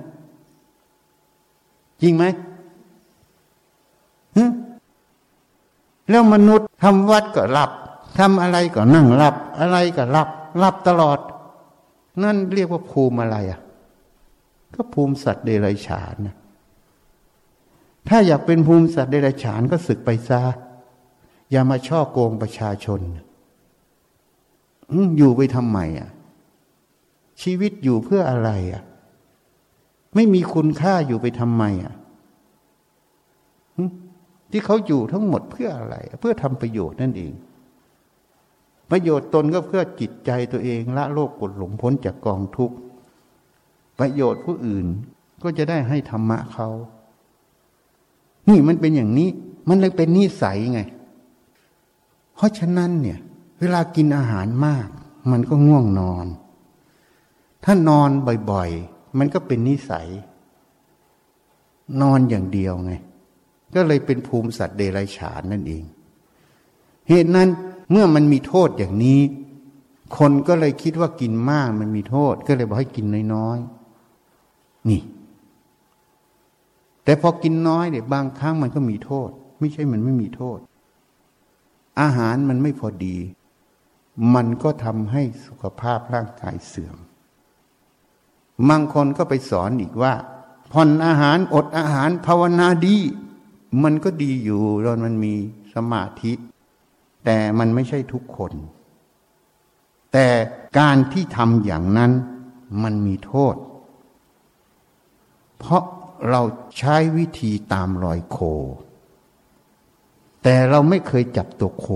จริงไหมแล้วมนุษย์ทำวัดก็หลับทำอะไรก็นั่งหลับอะไรก็หลับตลอดนั่นเรียกว่าภูมิอะไรอ่ะก็ภูมิสัตว์เดรัจฉานนะถ้าอยากเป็นภูมิสัตว์เดรัจฉานก็สึกไปซะอย่ามาช่อโกงประชาชนอยู่ไปทำไมอ่ะชีวิตอยู่เพื่ออะไรอ่ะไม่มีคุณค่าอยู่ไปทำไมอ่ะที่เขาอยู่ทั้งหมดเพื่ออะไรเพื่อทำประโยชน์นั่นเองประโยชน์ตนก็เพื่อจิตใจตัวเองละโลภโกรธหลงพ้นจากกองทุกข์ประโยชน์ผู้อื่นก็จะได้ให้ธรรมะเขานี่มันเป็นอย่างนี้มันเลยเป็นนิสัยไงเพราะฉะนั้นเนี่ยเวลากินอาหารมากมันก็ง่วงนอนถ้านอนบ่อยๆมันก็เป็นนิสัยนอนอย่างเดียวไงก็เลยเป็นภูมิสัตว์เดรัจฉานนั่นเองเหตุนั้นเมื่อมันมีโทษอย่างนี้คนก็เลยคิดว่ากินมากมันมีโทษก็เลยบอกให้กินน้อยๆนี่แต่พอกินน้อยเนี่ยบางครั้งมันก็มีโทษไม่ใช่มันไม่มีโทษอาหารมันไม่พอดีมันก็ทำให้สุขภาพร่างกายเสื่อมบางคนก็ไปสอนอีกว่าผ่อนอาหารอดอาหารภาวนาดีมันก็ดีอยู่ตอนมันมีสมาธิแต่มันไม่ใช่ทุกคนแต่การที่ทำอย่างนั้นมันมีโทษเพราะเราใช้วิธีตามรอยโคแต่เราไม่เคยจับตัวโค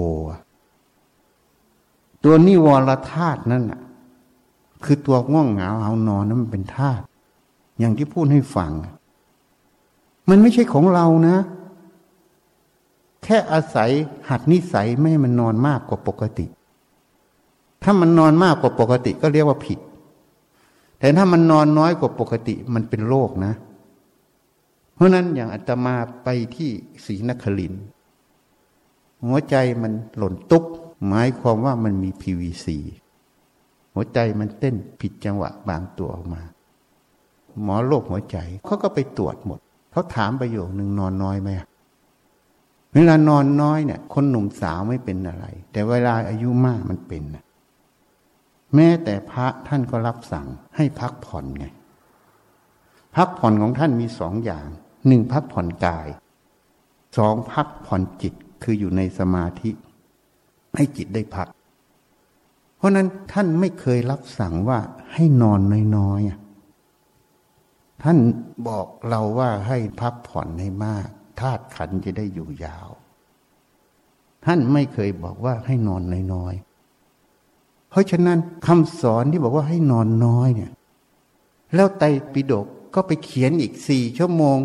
ตัวนิวรธาตุนั่นน่ะคือตัวง่วงเหงาเอานอนนั้นมันเป็นธาตุอย่างที่พูดให้ฟังมันไม่ใช่ของเรานะแค่อาศัยหัดนิสัยไม่ให้มันนอนมากกว่าปกติถ้ามันนอนมากกว่าปกติก็เรียกว่าผิดแต่ถ้ามันนอนน้อยกว่าปกติมันเป็นโรคนะเพราะนั้นอย่างอาตมาไปที่ศรีนครินทร์หัวใจมันหล่นตุ๊บหมายความว่ามันมี PVC หัวใจมันเต้นผิดจังหวะบางตัวออกมาหมอโรคหัวใจเขาก็ไปตรวจหมดเขาถามประโยคนึงนอนน้อยไหมเวลานอนน้อยเนี่ยคนหนุ่มสาวไม่เป็นอะไรแต่เวลาอายุมากมันเป็นนะแม้แต่พระท่านก็รับสั่งให้พักผ่อนไงพักผ่อนของท่านมี2 อย่าง1พักผ่อนกาย2พักผ่อนจิตคืออยู่ในสมาธิให้จิตได้พักเพราะนั้นท่านไม่เคยรับสั่งว่าให้นอนน้อยๆท่านบอกเราว่าให้พักผ่อนให้มากธาตุขันธ์จะได้อยู่ยาวท่านไม่เคยบอกว่าให้นอนน้อยๆเพราะฉะนั้นคำสอนที่บอกว่าให้นอนน้อยเนี่ยแล้วไตรปิฎกก็ไปเขียนอีก4 ชั่วโมง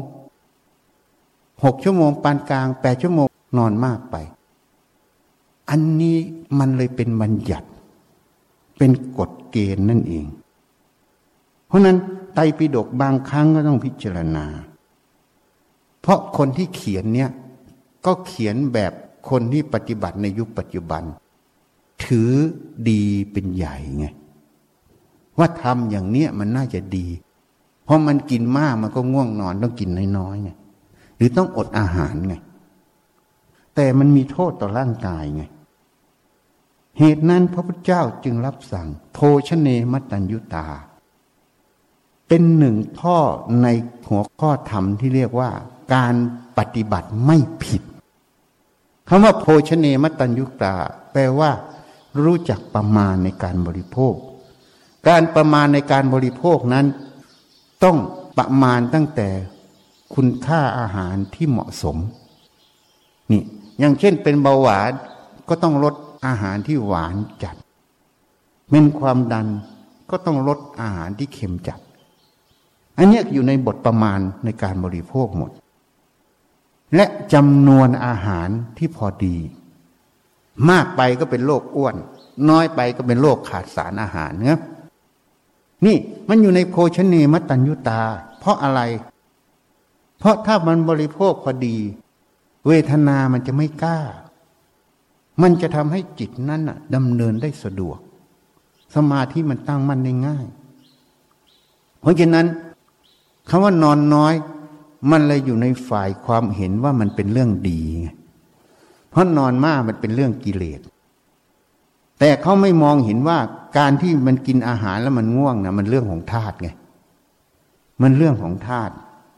6 ชั่วโมงปานกลาง8 ชั่วโมงนอนมากไปอันนี้มันเลยเป็นบัญญัติเป็นกฎเกณฑ์นั่นเองเพราะนั้นไตรปิฎกบางครั้งก็ต้องพิจารณาเพราะคนที่เขียนเนี่ยก็เขียนแบบคนที่ปฏิบัติในยุคปัจจุบันถือดีเป็นใหญ่ไงว่าทำอย่างเนี้ยมันน่าจะดีเพราะมันกินมากมันก็ง่วงนอนต้องกินน้อยๆไงหรือต้องอดอาหารไงแต่มันมีโทษต่อร่างกายไงเหตุนั้นพระพุทธเจ้าจึงรับสั่งโภชเนมัตตัญญุตาเป็น1 ข้อในหัวข้อธรรมที่เรียกว่าการปฏิบัติไม่ผิดคำว่าโภชเนมัตตัญญุตาแปลว่ารู้จักประมาณในการบริโภคการประมาณในการบริโภคนั้นต้องประมาณตั้งแต่คุณค่าอาหารที่เหมาะสมนี่อย่างเช่นเป็นเบาหวานก็ต้องลดอาหารที่หวานจัดเป็นความดันก็ต้องลดอาหารที่เค็มจัดอันนี้อยู่ในบทประมาณในการบริโภคหมดและจำนวนอาหารที่พอดีมากไปก็เป็นโรคอ้วนน้อยไปก็เป็นโรคขาดสารอาหารเนี่ยนี่มันอยู่ในโภชเนมัตตัญญุตาเพราะอะไรเพราะถ้ามันบริโภคพอดีเวทนามันจะไม่กล้ามันจะทำให้จิตนั้นดำเนินได้สะดวกสมาธิมันตั้งมั่นได้ง่ายเพราะฉะนั้นคำว่านอนน้อยมันเลยอยู่ในฝ่ายความเห็นว่ามันเป็นเรื่องดีเพราะนอนมากมันเป็นเรื่องกิเลสแต่เขาไม่มองเห็นว่าการที่มันกินอาหารแล้วมันง่วงนะมันเรื่องของธาตุไงมันเรื่องของธาตุ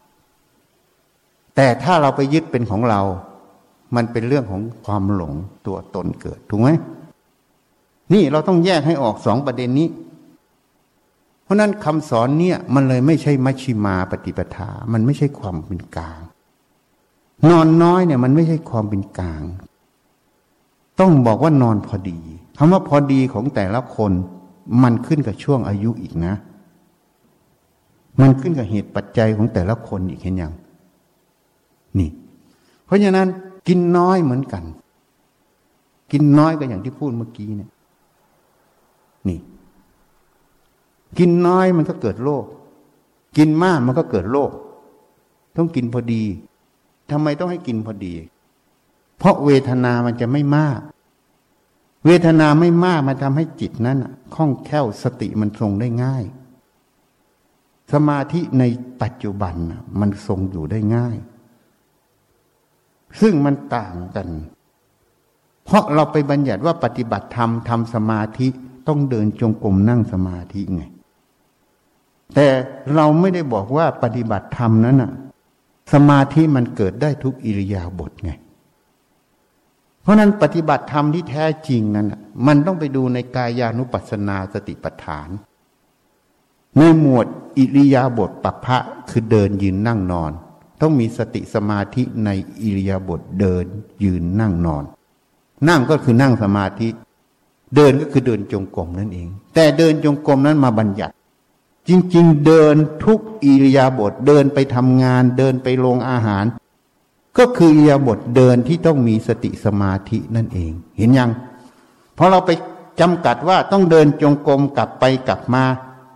แต่ถ้าเราไปยึดเป็นของเรามันเป็นเรื่องของความหลงตัวตนเกิดถูกไหมนี่เราต้องแยกให้ออก2 ประเด็นนี้เพราะนั้นคำสอนเนี่ยมันเลยไม่ใช่มัชฌิมาปฏิปทามันไม่ใช่ความเป็นกลางนอนน้อยเนี่ยมันไม่ใช่ความเป็นกลางต้องบอกว่านอนพอดีคำว่าพอดีของแต่ละคนมันขึ้นกับช่วงอายุอีกนะมันขึ้นกับเหตุปัจจัยของแต่ละคนอีกเห็นยังนี่เพราะฉะนั้นกินน้อยเหมือนกันกินน้อยก็อย่างที่พูดเมื่อกี้เนี่ยนี่กินน้อยมันก็เกิดโรคกินมากมันก็เกิดโรคต้องกินพอดีทำไมต้องให้กินพอดีเพราะเวทนามันจะไม่มากเวทนาไม่มากมันทำให้จิตนั้นคล่องแคล่วสติมันทรงได้ง่ายสมาธิในปัจจุบันมันทรงอยู่ได้ง่ายซึ่งมันต่างกันเพราะเราไปบัญญัติว่าปฏิบัติธรรมทำสมาธิต้องเดินจงกรมนั่งสมาธิไงแต่เราไม่ได้บอกว่าปฏิบัติธรรมนั้นน่ะสมาธิมันเกิดได้ทุกอิริยาบถไงเพราะนั้นปฏิบัติธรรมที่แท้จริงนั้นมันต้องไปดูในกายานุปัสสนาสติปัฏฐานในหมวดอิริยาบถปัปพะคือเดินยืนนั่งนอนต้องมีสติสมาธิในอิริยาบถเดินยืนนั่งนอนนั่งก็คือนั่งสมาธิเดินก็คือเดินจงกรมนั่นเองแต่เดินจงกรมนั้นมาบัญญัติจริงๆเดินทุกอิริยาบถเดินไปทำงานเดินไปโรงอาหารก็คืออิริยาบถเดินที่ต้องมีสติสมาธินั่นเองเห็นยังเพราะเราไปจำกัดว่าต้องเดินจงกรมกลับไปกลับมา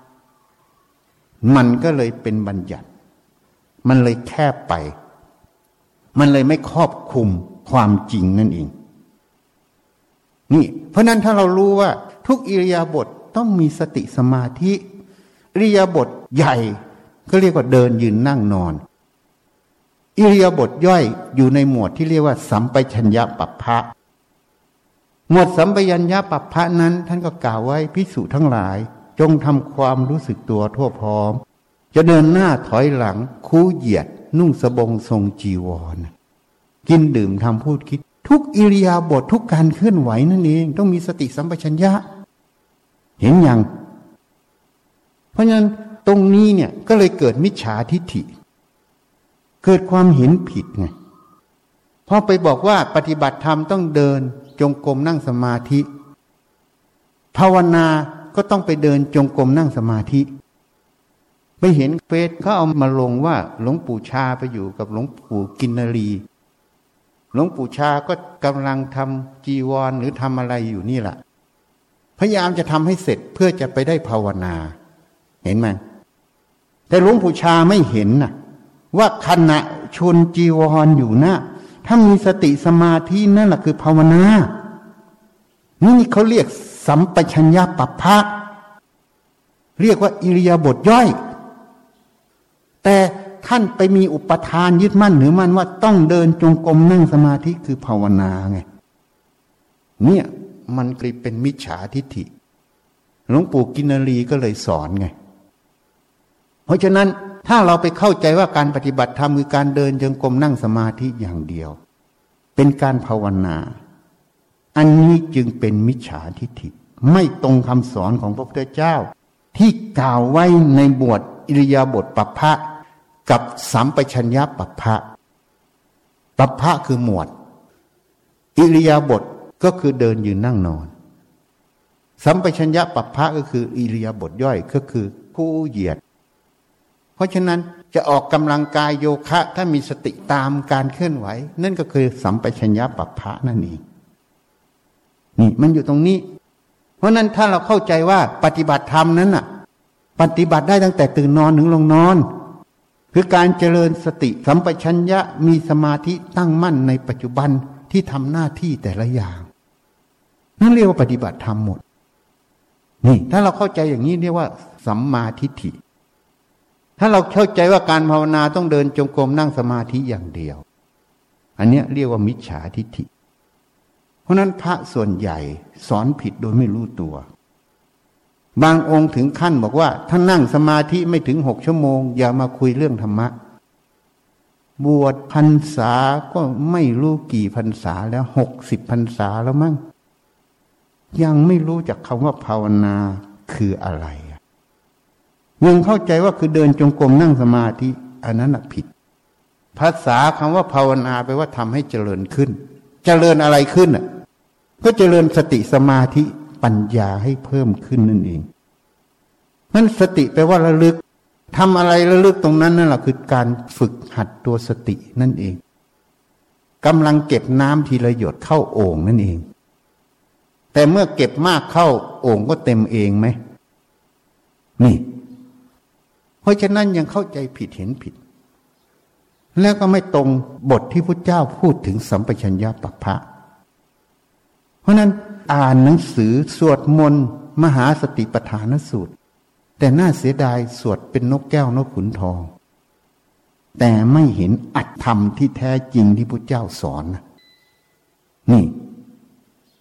มันก็เลยเป็นบัญญัติมันเลยแคบไปมันเลยไม่ครอบคลุมความจริงนั่นเองนี่เพราะนั้นถ้าเรารู้ว่าทุกอิริยาบถต้องมีสติสมาธิอิริยาบถใหญ่ก็เรียกว่าเดินยืนนั่งนอนอิริยาบถย่อยอยู่ในหมวดที่เรียกว่าสัมปชัญญะปัปพะหมวดสัมปชัญญะปัปพะนั้นท่านก็กล่าวไว้ภิกษุทั้งหลายจงทำความรู้สึกตัวทั่วพร้อมจะเดินหน้าถอยหลังคู่เหยียดนุ่งสบงทรงจีวรกินดื่มทำพูดคิดทุกอิริยาบถทุกการเคลื่อนไหวนั่นเองต้องมีสติสัมปชัญญะเห็นยังเพราะฉะนั้นตรงนี้เนี่ยก็เลยเกิดมิจฉาทิฏฐิเกิดความเห็นผิดไงพอไปบอกว่าปฏิบัติธรรมต้องเดินจงกรมนั่งสมาธิภาวนาก็ต้องไปเดินจงกรมนั่งสมาธิไปเห็นเฟซเขาเอามาลงว่าหลวงปู่ชาไปอยู่กับหลวงปู่กินนรีหลวงปู่ชาก็กำลังทำจีวรหรือทำอะไรอยู่นี่แหละพยายามจะทำให้เสร็จเพื่อจะไปได้ภาวนาเห็นไหมแต่หลวงปู่ชาไม่เห็นนะว่าขณะชนจีวรอยู่นะถ้ามีสติสมาธินั่นแหละคือภาวนานี่เขาเรียกสัมปชัญญะปัปพะเรียกว่าอิริยาบถย่อยแต่ท่านไปมีอุปทานยึดมั่นหรือมั่นว่าต้องเดินจงกรมนั่งสมาธิคือภาวนาไงเนี่ยมันกลายเป็นมิจฉาทิฏฐิหลวงปู่กินนรีก็เลยสอนไงเพราะฉะนั้นถ้าเราไปเข้าใจว่าการปฏิบัติธรรมคือการเดินจงกรมนั่งสมาธิอย่างเดียวเป็นการภาวนาอันนี้จึงเป็นมิจฉาทิฏฐิไม่ตรงคำสอนของพระพุทธเจ้าที่กล่าวไว้ในบทอิริยาบถปัปพะกับสัมปชัญญะปัปพะปัปพะคือหมวดอิริยาบถก็คือเดินยืนนั่งนอนสัมปชัญญะปัปพะก็คืออิริยาบถย่อยก็คือคู่เหยียดเพราะฉะนั้นจะออกกำลังกายโยคะถ้ามีสติตามการเคลื่อนไหวนั่นก็คือสัมปชัญญะปัปพะนั่นเองนี่มันอยู่ตรงนี้เพราะนั้นถ้าเราเข้าใจว่าปฏิบัติธรรมนั้นน่ะปฏิบัติได้ตั้งแต่ตื่นนอนถึงลงนอนคือการเจริญสติสัมปชัญญะมีสมาธิตั้งมั่นในปัจจุบันที่ทำหน้าที่แต่ละอย่างนั่นเรียกว่าปฏิบัติธรรมหมดนี่ถ้าเราเข้าใจอย่างนี้เรียกว่าสัมมาทิฏฐิถ้าเราเข้าใจว่าการภาวนาต้องเดินจงกรมนั่งสมาธิอย่างเดียวอันนี้เรียกว่ามิจฉาทิฏฐิเพราะนั้นพระส่วนใหญ่สอนผิดโดยไม่รู้ตัวบางองค์ถึงขั้นบอกว่าถ้านั่งสมาธิไม่ถึง6 ชั่วโมงอย่ามาคุยเรื่องธรรมะบวชพรรษาก็ไม่รู้กี่พรรษาแล้ว60 พรรษาแล้วมั้งยังไม่รู้จักคำว่าภาวนาคืออะไรยังเข้าใจว่าคือเดินจงกรมนั่งสมาธิอันนั้นผิดภาษาคำว่าภาวนาแปลว่าทำให้เจริญขึ้นเจริญอะไรขึ้นก็เจริญสติสมาธิปัญญาให้เพิ่มขึ้นนั่นเองนั่นสติแปลว่าระลึกทำอะไรระลึกตรงนั้นนั่นแหละคือการฝึกหัดตัวสตินั่นเองกำลังเก็บน้ำทีละหยดเข้าโอ่งนั่นเองแต่เมื่อเก็บมากเข้าโอ่งก็เต็มเองไหมนี่เพราะฉะนั้นยังเข้าใจผิดเห็นผิดแล้วก็ไม่ตรงบทที่พระเจ้าพูดถึงสัมปชัญญะปัปพะเพราะนั้นอ่านหนังสือสวดมนต์มหาสติปัฏฐานสูตรแต่น่าเสียดายสวดเป็นนกแก้วนกขุนทองแต่ไม่เห็นอัตธรรมที่แท้จริงที่พระเจ้าสอนนี่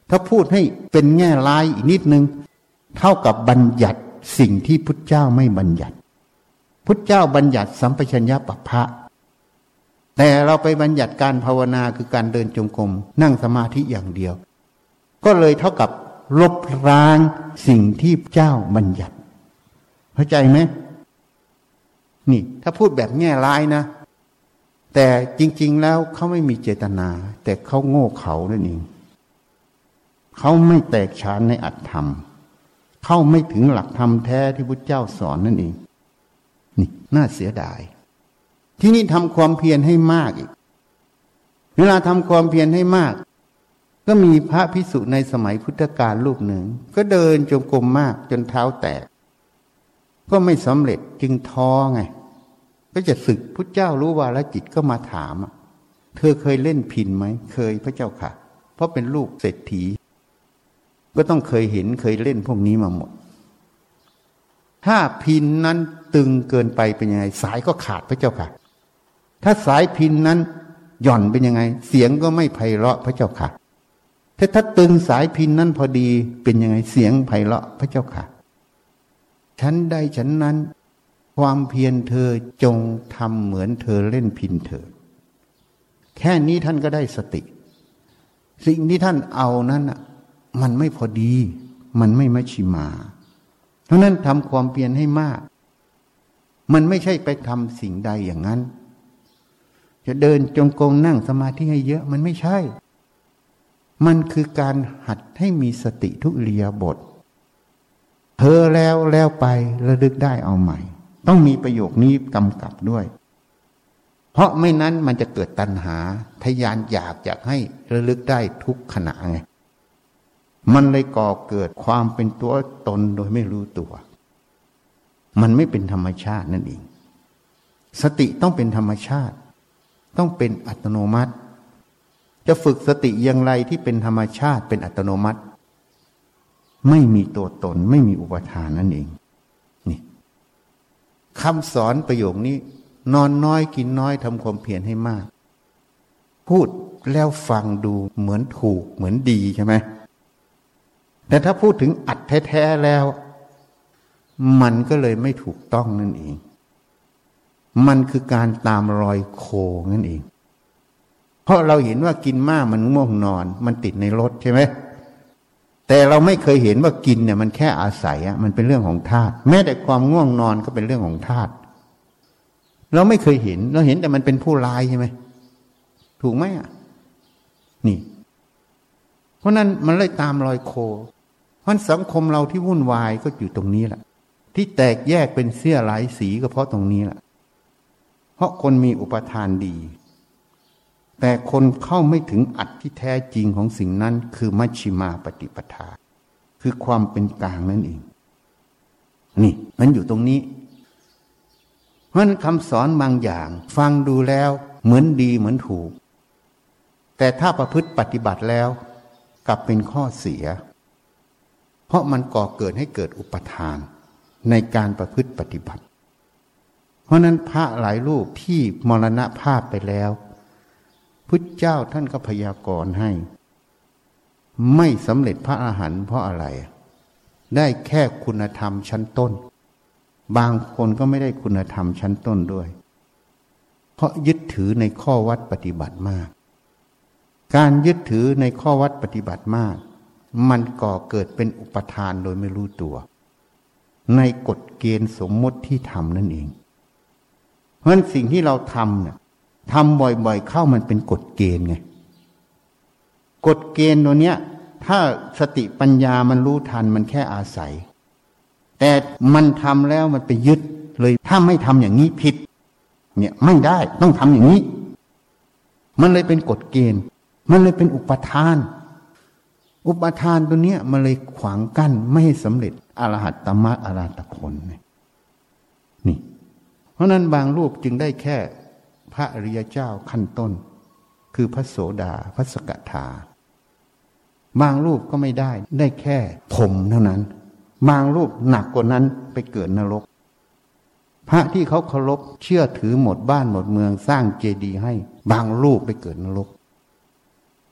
ถ้าพูดให้เป็นแง่ร้ายอีกนิดนึงเท่ากับบัญญัติสิ่งที่พุทธเจ้าไม่บัญญัติพุทธเจ้าบัญญัติสัมปชัญญะปัปพะแต่เราไปบัญญัติการภาวนาคือการเดินจงกรมนั่งสมาธิอย่างเดียวก็เลยเท่ากับลบล้างสิ่งที่เจ้าบัญญัติเข้าใจไหมนี่ถ้าพูดแบบแง่ร้ายนะแต่จริงๆแล้วเขาไม่มีเจตนาแต่เขาโง่เขานั่นเองเขาไม่แตกฉานในอัตธรรมเข้าไม่ถึงหลักธรรมแท้ที่พุทธเจ้าสอนนั่นเองนี่น่าเสียดายที่นี่ทำความเพียรให้มากอีกเวลาทำความเพียรให้มากก็มีพระภิกษุในสมัยพุทธกาลรูปหนึ่งก็เดินจงกรมมากจนเท้าแตกก็ไม่สำเร็จจึงท้อไงก็จะสึกพุทธเจ้ารู้วาระจิตก็มาถามเธอเคยเล่นพิณไหมเคยพระเจ้าค่ะเพราะเป็นลูกเศรษฐีก็ต้องเคยเห็นเคยเล่นพวกนี้มาหมดถ้าพิณนั้นตึงเกินไปเป็นยังไงสายก็ขาดพระเจ้าค่ะถ้าสายพิณนั้นหย่อนเป็นยังไงเสียงก็ไม่ไพเราะพระเจ้าค่ะถ้าตึงสายพิณนั้นพอดีเป็นยังไงเสียงไพเราะพระเจ้าค่ะฉันใดฉันนั้นความเพียรเธอจงทำเหมือนเธอเล่นพิณเถิดแค่นี้ท่านก็ได้สติสิ่งที่ท่านเอานั้นมันไม่พอดีมันไม่มัชฌิมาเพราะนั้นทำความเพียรให้มากมันไม่ใช่ไปทำสิ่งใดอย่างนั้นจะเดินจงกรมนั่งสมาธิให้เยอะมันไม่ใช่มันคือการหัดให้มีสติทุกอิริยาบถเธอแล้วไประลึกได้เอาใหม่ต้องมีประโยคนี้กำกับด้วยเพราะไม่นั้นมันจะเกิดตัณหาทะยานอยากให้ระลึกได้ทุกขณะไงมันเลยก่อเกิดความเป็นตัวตนโดยไม่รู้ตัวมันไม่เป็นธรรมชาตินั่นเองสติต้องเป็นธรรมชาติต้องเป็นอัตโนมัติจะฝึกสติอย่างไรที่เป็นธรรมชาติเป็นอัตโนมัติไม่มีตัวตนไม่มีอุปทานนั่นเองนี่คำสอนประโยคนี้นอนน้อยกินน้อยทำความเพียรให้มากพูดแล้วฟังดูเหมือนถูกเหมือนดีใช่ไหมแต่ถ้าพูดถึงอัดแท้ๆแล้วมันก็เลยไม่ถูกต้องนั่นเองมันคือการตามรอยโคนั่นเองเพราะเราเห็นว่ากินมากมันง่วงนอนมันติดในรถใช่ไหมแต่เราไม่เคยเห็นว่ากินเนี่ยมันแค่อาศัยมันเป็นเรื่องของธาตุแม้แต่ความง่วงนอนก็เป็นเรื่องของธาตุเราไม่เคยเห็นเราเห็นแต่มันเป็นผู้ร้ายใช่ไหมถูกไหมนี่เพราะนั้นมันเลยตามรอยโคเพราะสังคมเราที่วุ่นวายก็อยู่ตรงนี้แหละที่แตกแยกเป็นเสี้ยหลายสีก็เพราะตรงนี้แหละเพราะคนมีอุปทานดีแต่คนเข้าไม่ถึงอัตที่แท้จริงของสิ่งนั้นคือมัชฌิมาปฏิปทาคือความเป็นกลางนั่นเองนี่มันอยู่ตรงนี้เพราะคำสอนบางอย่างฟังดูแล้วเหมือนดีเหมือนถูกแต่ถ้าประพฤติปฏิบัติแล้วกลับเป็นข้อเสียเพราะมันก่อเกิดให้เกิดอุปทานในการประพฤติปฏิบัติเพราะนั้นพระหลายรูปที่มรณภาพไปแล้วพุทธเจ้าท่านก็พยากรณ์ให้ไม่สำเร็จพระอรหันต์เพราะอะไรได้แค่คุณธรรมชั้นต้นบางคนก็ไม่ได้คุณธรรมชั้นต้นด้วยเพราะยึดถือในข้อวัดปฏิบัติมากการยึดถือในข้อวัดปฏิบัติมากมันก่อเกิดเป็นอุปทานโดยไม่รู้ตัวในกฎเกณฑ์สมมติที่ทำนั่นเองเพราะฉะนั้นสิ่งที่เราทำเนี่ยทำบ่อยๆเข้ามันเป็นกฎเกณฑ์ไงกฎเกณฑ์ตัวเนี้ยถ้าสติปัญญามันรู้ทันมันแค่อาศัยแต่มันทำแล้วมันไปยึดเลยถ้าไม่ทำอย่างนี้ผิดเนี่ยไม่ได้ต้องทำอย่างนี้มันเลยเป็นกฎเกณฑ์มันเลยเป็นอุปทานตัวเนี้ยมันเลยขวางกั้นไม่ให้สำเร็จอรหัตตมรรคอรหัตผลนี่เพราะนั้นบางรูปจึงได้แค่พระอริยเจ้าขั้นต้นคือพระโสดาพระสกทาบางรูปก็ไม่ได้แค่พรหมเท่านั้นบางรูปหนักกว่านั้นไปเกิดนรกพระที่เขาเคารพเชื่อถือหมดบ้านหมดเมืองสร้างเจดีย์ให้บางรูปไปเกิดนรก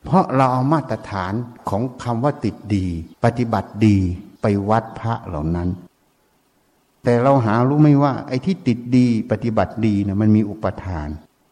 เพราะเราเอามาตรฐานของคำว่าติดดีปฏิบัติดีไปวัดพระเหล่านั้นแต่เราหารู้ไหมว่าไอ้ที่ติดดีปฏิบัติดีนะมันมีอุปทาน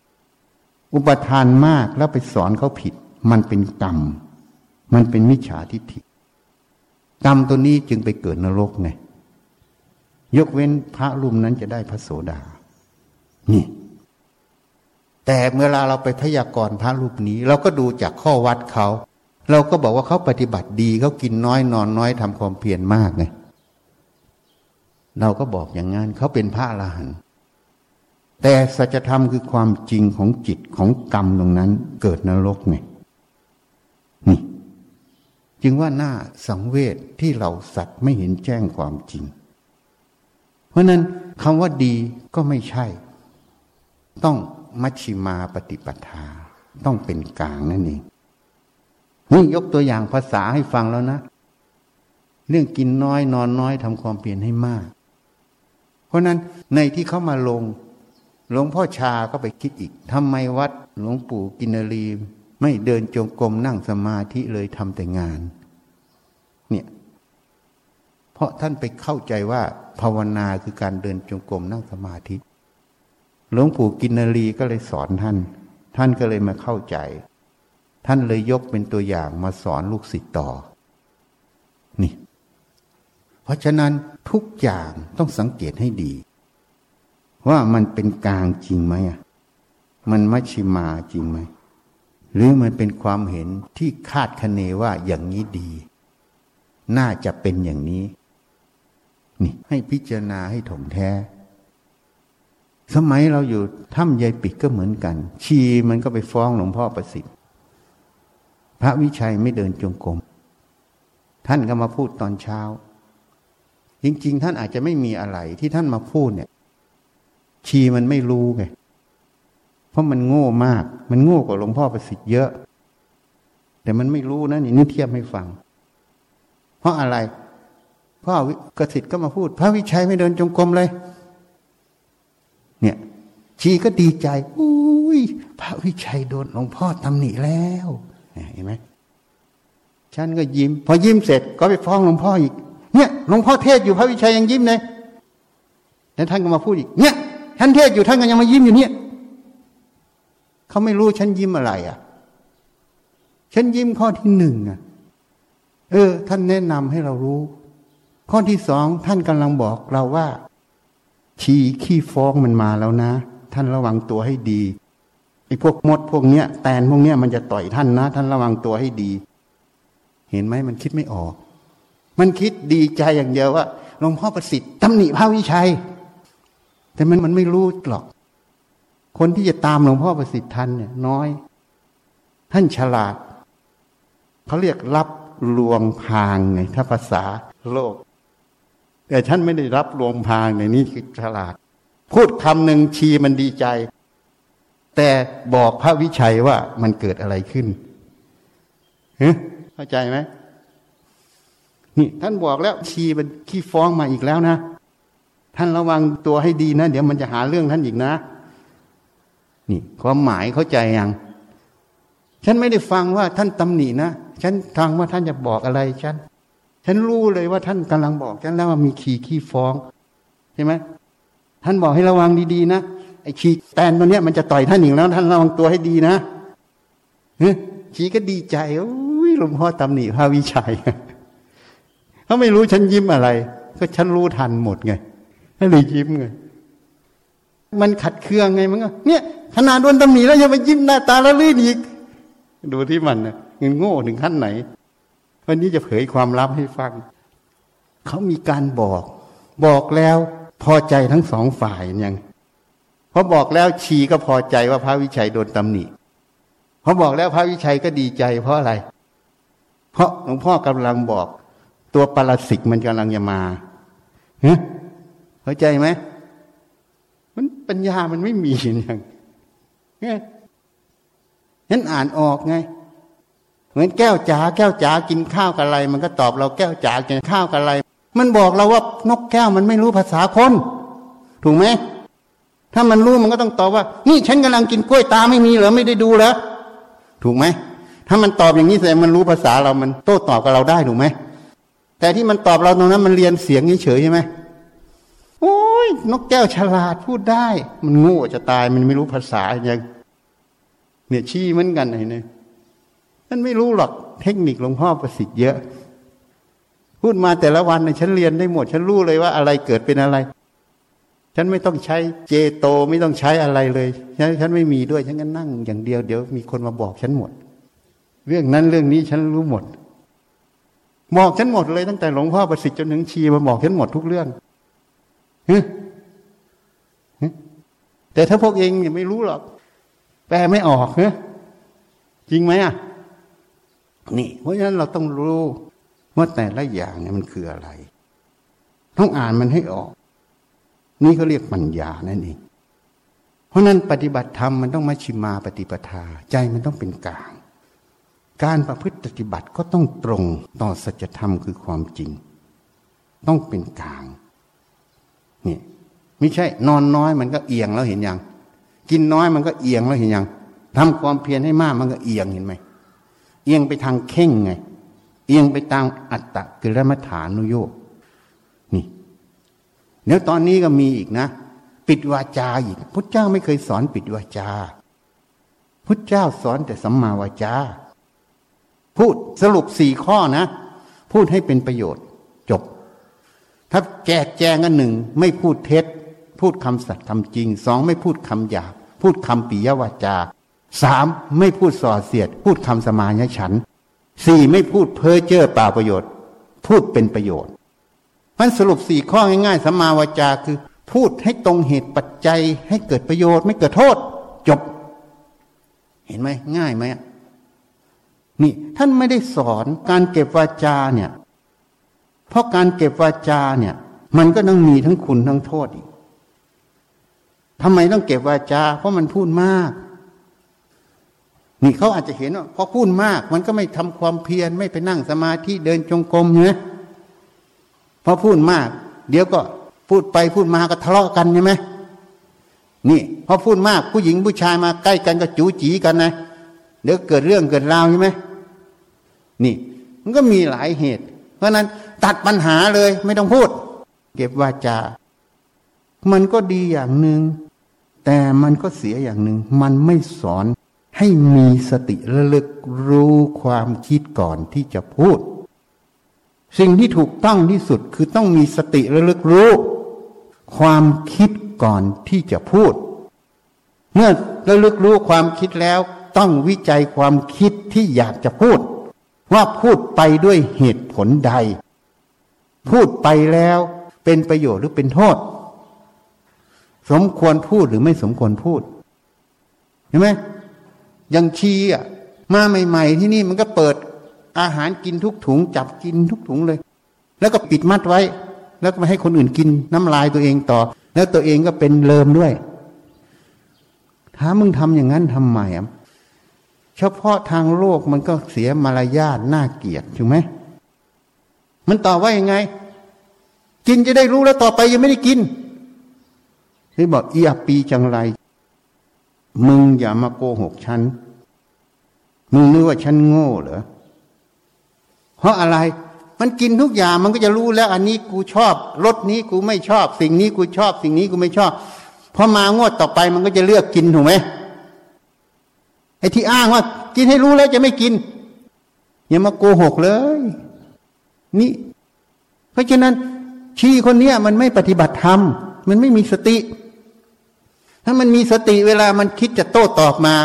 มากแล้วไปสอนเขาผิดมันเป็นกรรมมันเป็นมิจฉาทิฏฐิกรรมตัวนี้จึงไปเกิดนรกไงยกเว้นพระรูปนั้นจะได้พระโสดานี่แต่เมื่อเราไปพยากรณ์พระรูปนี้เราก็ดูจากข้อวัดเขาเราก็บอกว่าเขาปฏิบัติดีเขากินน้อยนอนน้อยทำความเพียรมากไงเราก็บอกอย่างนั้นเขาเป็นพระอรหันต์แต่สัจธรรมคือความจริงของจิตของกรรมตรงนั้นเกิดนรกไงนี่จึงว่าน่าสังเวชที่เราสัตว์ไม่เห็นแจ้งความจริงเพราะนั้นคำว่าดีก็ไม่ใช่ต้องมัชฌิมาปฏิปทาต้องเป็นกลางนั่นเองนี่ยกตัวอย่างภาษาให้ฟังแล้วนะเรื่องกินน้อยนอนน้อยทำความเพียรให้มากเพราะนั้นในที่เขามาลงหลวงพ่อชาก็ไปคิดอีกทำไมวัดหลวงปู่กินรีไม่เดินจงกรมนั่งสมาธิเลยทำแต่งานเนี่ยเพราะท่านไปเข้าใจว่าภาวนาคือการเดินจงกรมนั่งสมาธิหลวงปู่กินรีก็เลยสอนท่านก็เลยมาเข้าใจท่านเลยยกเป็นตัวอย่างมาสอนลูกศิษย์ต่อนี่เพราะฉะนั้นทุกอย่างต้องสังเกตให้ดีว่ามันเป็นกลางจริงไหมมันมัชฌิมาจริงไหมหรือมันเป็นความเห็นที่คาดคะเนว่าอย่างนี้ดีน่าจะเป็นอย่างนี้นี่ให้พิจารณาให้ถ่องแท้สมัยเราอยู่ถ้ำยายปิดก็เหมือนกันชีมันก็ไปฟ้องหลวงพ่อประสิทธิ์พระวิชัยไม่เดินจงกรมท่านก็มาพูดตอนเช้าจริงๆท่านอาจจะไม่มีอะไรที่ท่านมาพูดเนี่ยชีมันไม่รู้ไงเพราะมันโง่มากมันโง่กว่าหลวงพ่อประสิทธิ์เยอะแต่มันไม่รู้นะนี่เทียบให้ฟังเพราะอะไรพ่อประสิทธิ์ก็มาพูดพระวิชัยไม่เดินจงกรมเลยเนี่ยชีก็ดีใจอุ้ยพระวิชัยโดนหลวงพ่อตำหนิแล้วเห็นไหมฉันก็ยิ้มพอยิ้มเสร็จก็ไปฟ้องหลวงพ่ออีกเนี่ยหลวงพ่อเทศอยู่พระวิชัยยังยิ้มเลยแล้วท่านก็มาพูดอีกเนี่ยท่านเทศอยู่ท่านก็ยังมายิ้มอยู่เนี่ยเขาไม่รู้ฉันยิ้มอะไรฉันยิ้มข้อที่หนึ่งท่านแนะนำให้เรารู้ข้อที่สองท่านกำลังบอกเราว่าชีขี้ฟ้องมันมาแล้วนะท่านระวังตัวให้ดีไอ้พวกมดพวกเนี้ยแตนพวกเนี้ยมันจะต่อยท่านนะท่านระวังตัวให้ดีเห็นไหมมันคิดไม่ออกมันคิดดีใจอย่างเดียวว่าหลวงพ่อประสิทธิ์ตำหนิพระวิชัยแต่มันไม่รู้หรอกคนที่จะตามหลวงพ่อประสิทธิ์ทันเนี่ยน้อยท่านฉลาดเขาเรียกรับลวงพรางไงถ้าภาษาโลกแต่ท่านไม่ได้รับลวงพรางในนี้คือฉลาดพูดคำหนึ่งชีมันดีใจแต่บอกพระวิชัยว่ามันเกิดอะไรขึ้นเข้าใจไหมนี่ท่านบอกแล้วชีมันขี้ฟ้องมาอีกแล้วนะท่านระวังตัวให้ดีนะเดี๋ยวมันจะหาเรื่องท่านอีกนะนี่ความหมายเข้าใจยังฉันไม่ได้ฟังว่าท่านตำหนินะฉันฟังว่าท่านจะบอกอะไรฉันรู้เลยว่าท่านกำลังบอกฉันแล้วว่ามีขี้ฟ้องใช่ไหมท่านบอกให้ระวังดีๆนะไอ้ขี้แตนตัวเนี้ยมันจะต่อยท่านอีกแล้วท่านระวังตัวให้ดีนะขี้ก็ดีใจโอ้ยหลวงพ่อตำหนิพระวิชัยเขาไม่รู้ฉันยิ้มอะไรก็ฉันรู้ทันหมดไงให้เลยยิ้มไงมันขัดเคืองไงมันก็เนี่ยขนาดโดนตำหนิแล้วยังไปยิ้มหน้าตาละลื่นอีกดูที่มันนะมันโง่ถึงขั้นไหนวันนี้จะเผยความลับให้ฟังเขามีการบอกแล้วพอใจทั้งสองฝ่ายยังพอบอกแล้วชีก็พอใจว่าพระวิชัยโดนตำหนิพอบอกแล้วพระวิชัยก็ดีใจเพราะอะไรเพราะหลวงพ่อกำลังบอกตัวปรสิตมันกำลังจะมาเข้าใจไหมมันปัญญามันไม่มีอย่างฉันอ่านออกไงเหมือนแก้วจ๋ากินข้าวกับอะไรมันก็ตอบเราแก้วจ๋ากินข้าวกับอะไรมันบอกเราว่านกแก้วมันไม่รู้ภาษาคนถูกไหมถ้ามันรู้มันก็ต้องตอบว่านี่ฉันกำลังกินกล้วยตาไม่มีเหรอไม่ได้ดูเหรอถูกไหมถ้าถ้ามันตอบอย่างนี้แสดงมันรู้ภาษาเรามันโต้ตอบกับเราได้ถูกไหมแต่ที่มันตอบเราตรงนั้นมันเรียนเสียงเฉยๆใช่ไหมโอ้ยนกแก้วฉลาดพูดได้มันโง่จะตายมันไม่รู้ภาษาอย่างเนี่ยชี้เหมือนกันไอ้เนี่ยมันไม่รู้หรอกเทคนิคหลวงพ่อประสิทธิ์เยอะพูดมาแต่ละวันเนี่ยฉันเรียนได้หมดฉันรู้เลยว่าอะไรเกิดเป็นอะไรฉันไม่ต้องใช้เจโตไม่ต้องใช้อะไรเลยฉันไม่มีด้วยฉันก็นั่งอย่างเดียวเดี๋ยวมีคนมาบอกฉันหมดเรื่องนั้นเรื่องนี้ฉันรู้หมดบอกฉันหมดเลยตั้งแต่หลวงพ่อประสิทธิ์จนถึงชีมาบอกฉันหมดทุกเรื่องแต่ถ้าพวกเองยังไม่รู้หรอกแปลไม่ออกจริงไหมอ่ะนี่เพราะฉะนั้นเราต้องรู้ว่าแต่ละอย่างเนี่ยมันคืออะไรต้องอ่านมันให้ออกนี่เขาเรียกปัญญานั่นเองเพราะนั้นปฏิบัติธรรมมันต้องมัชฌิมาปฏิปทาใจมันต้องเป็นกลางการประพฤติปฏิบัติก็ต้องตรงต่อสัจธรรมคือความจริงต้องเป็นกลางนี่ไม่ใช่นอนน้อยมันก็เอียงแล้วเห็นยังกินน้อยมันก็เอียงแล้วเห็นยังทำความเพียรให้มากมันก็เอียงเห็นไหมเอียงไปทางเข่งไงเอียงไปทางอัตตกิลมัฏฐานุโยคนี่เดี๋ยวตอนนี้ก็มีอีกนะปิดวาจาอีกพุทธเจ้าไม่เคยสอนปิดวาจาพุทธเจ้าสอนแต่สัมมาวาจาพูดสรุป4 ข้อนะพูดให้เป็นประโยชน์จบถ้าแจกแจงกัน1ไม่พูดเท็จพูดคำสัตย์คำจริง2ไม่พูดคำหยาบพูดคำปิยวาจา3ไม่พูดส่อเสียดพูดคำสมานฉันท์4ไม่พูดเพ้อเจ้อเปล่าประโยชน์พูดเป็นประโยชน์มันสรุป4 ข้อง่ายๆสัมมาวาจาคือพูดให้ตรงเหตุปัจจัยให้เกิดประโยชน์ไม่เกิดโทษจบเห็นไหมง่ายไหมนี่ท่านไม่ได้สอนการเก็บวาจาเนี่ยเพราะการเก็บวาจาเนี่ยมันก็ต้องมีทั้งคุณทั้งโทษอีกทำไมต้องเก็บวาจาเพราะมันพูดมากนี่เขาอาจจะเห็นว่าพอพูดมากมันก็ไม่ทำความเพียรไม่ไปนั่งสมาธิเดินจงกรมเนี่ยพอพูดมากเดี๋ยวก็พูดไปพูดมาก็ทะเลาะกันใช่ไหมนี่พอพูดมากผู้หญิงผู้ชายมาใกล้กันก็จู๋จีกันนะเดี๋ยวเกิดเรื่องเกิดราวใช่ไหมนี่มันก็มีหลายเหตุเพราะนั้นตัดปัญหาเลยไม่ต้องพูดเก็บวาจามันก็ดีอย่างหนึ่งแต่มันก็เสียอย่างหนึ่งมันไม่สอนให้มีสติระลึกรู้ความคิดก่อนที่จะพูดสิ่งที่ถูกต้องที่สุดคือต้องมีสติระลึกรู้ความคิดก่อนที่จะพูดเมื่อระลึกรู้ความคิดแล้วต้องวิจัยความคิดที่อยากจะพูดว่าพูดไปด้วยเหตุผลใดพูดไปแล้วเป็นประโยชน์หรือเป็นโทษสมควรพูดหรือไม่สมควรพูดเห็นไหมอย่างชีมาใหม่ๆที่นี่มันก็เปิดอาหารกินทุกถุงจับกินทุกถุงเลยแล้วก็ปิดมัดไว้แล้วก็ไม่ให้คนอื่นกินน้ำลายตัวเองต่อแล้วตัวเองก็เป็นเลิมด้วยถ้ามึงทำอย่างนั้นทำไมเฉพาะทางโลกมันก็เสียมารยาทน่าเกลียดถูกไหมมันตอบว่ายังไงกินจะได้รู้แล้วต่อไปยังไม่ได้กินที่บอกอีอัปปีจังไรมึงอย่ามาโกหกฉันมึงนึกว่าฉันโง่เหรอเพราะอะไรมันกินทุกอย่างมันก็จะรู้แล้วอันนี้กูชอบรสนี้กูไม่ชอบสิ่งนี้กูชอบสิ่งนี้กูไม่ชอบพอมางวดต่อไปมันก็จะเลือกกินถูกไหมไอ้ที่อ้างว่ากินให้รู้แล้วจะไม่กินอย่ามาโกหกเลยนี่เพราะฉะนั้นชีคนเนี้ยมันไม่ปฏิบัติธรรมมันไม่มีสติถ้ามันมีสติเวลามันคิดจะโต้ตอบมา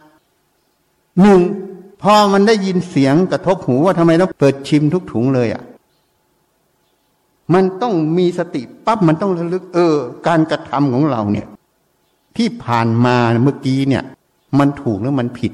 พอมันได้ยินเสียงกระทบหูว่าทำไมต้องเปิดชิมทุกถุงเลยมันต้องมีสติปั๊บมันต้องระลึกการกระทำของเราเนี่ยที่ผ่านมาเมื่อกี้เนี่ยมันถูกหรือมันผิด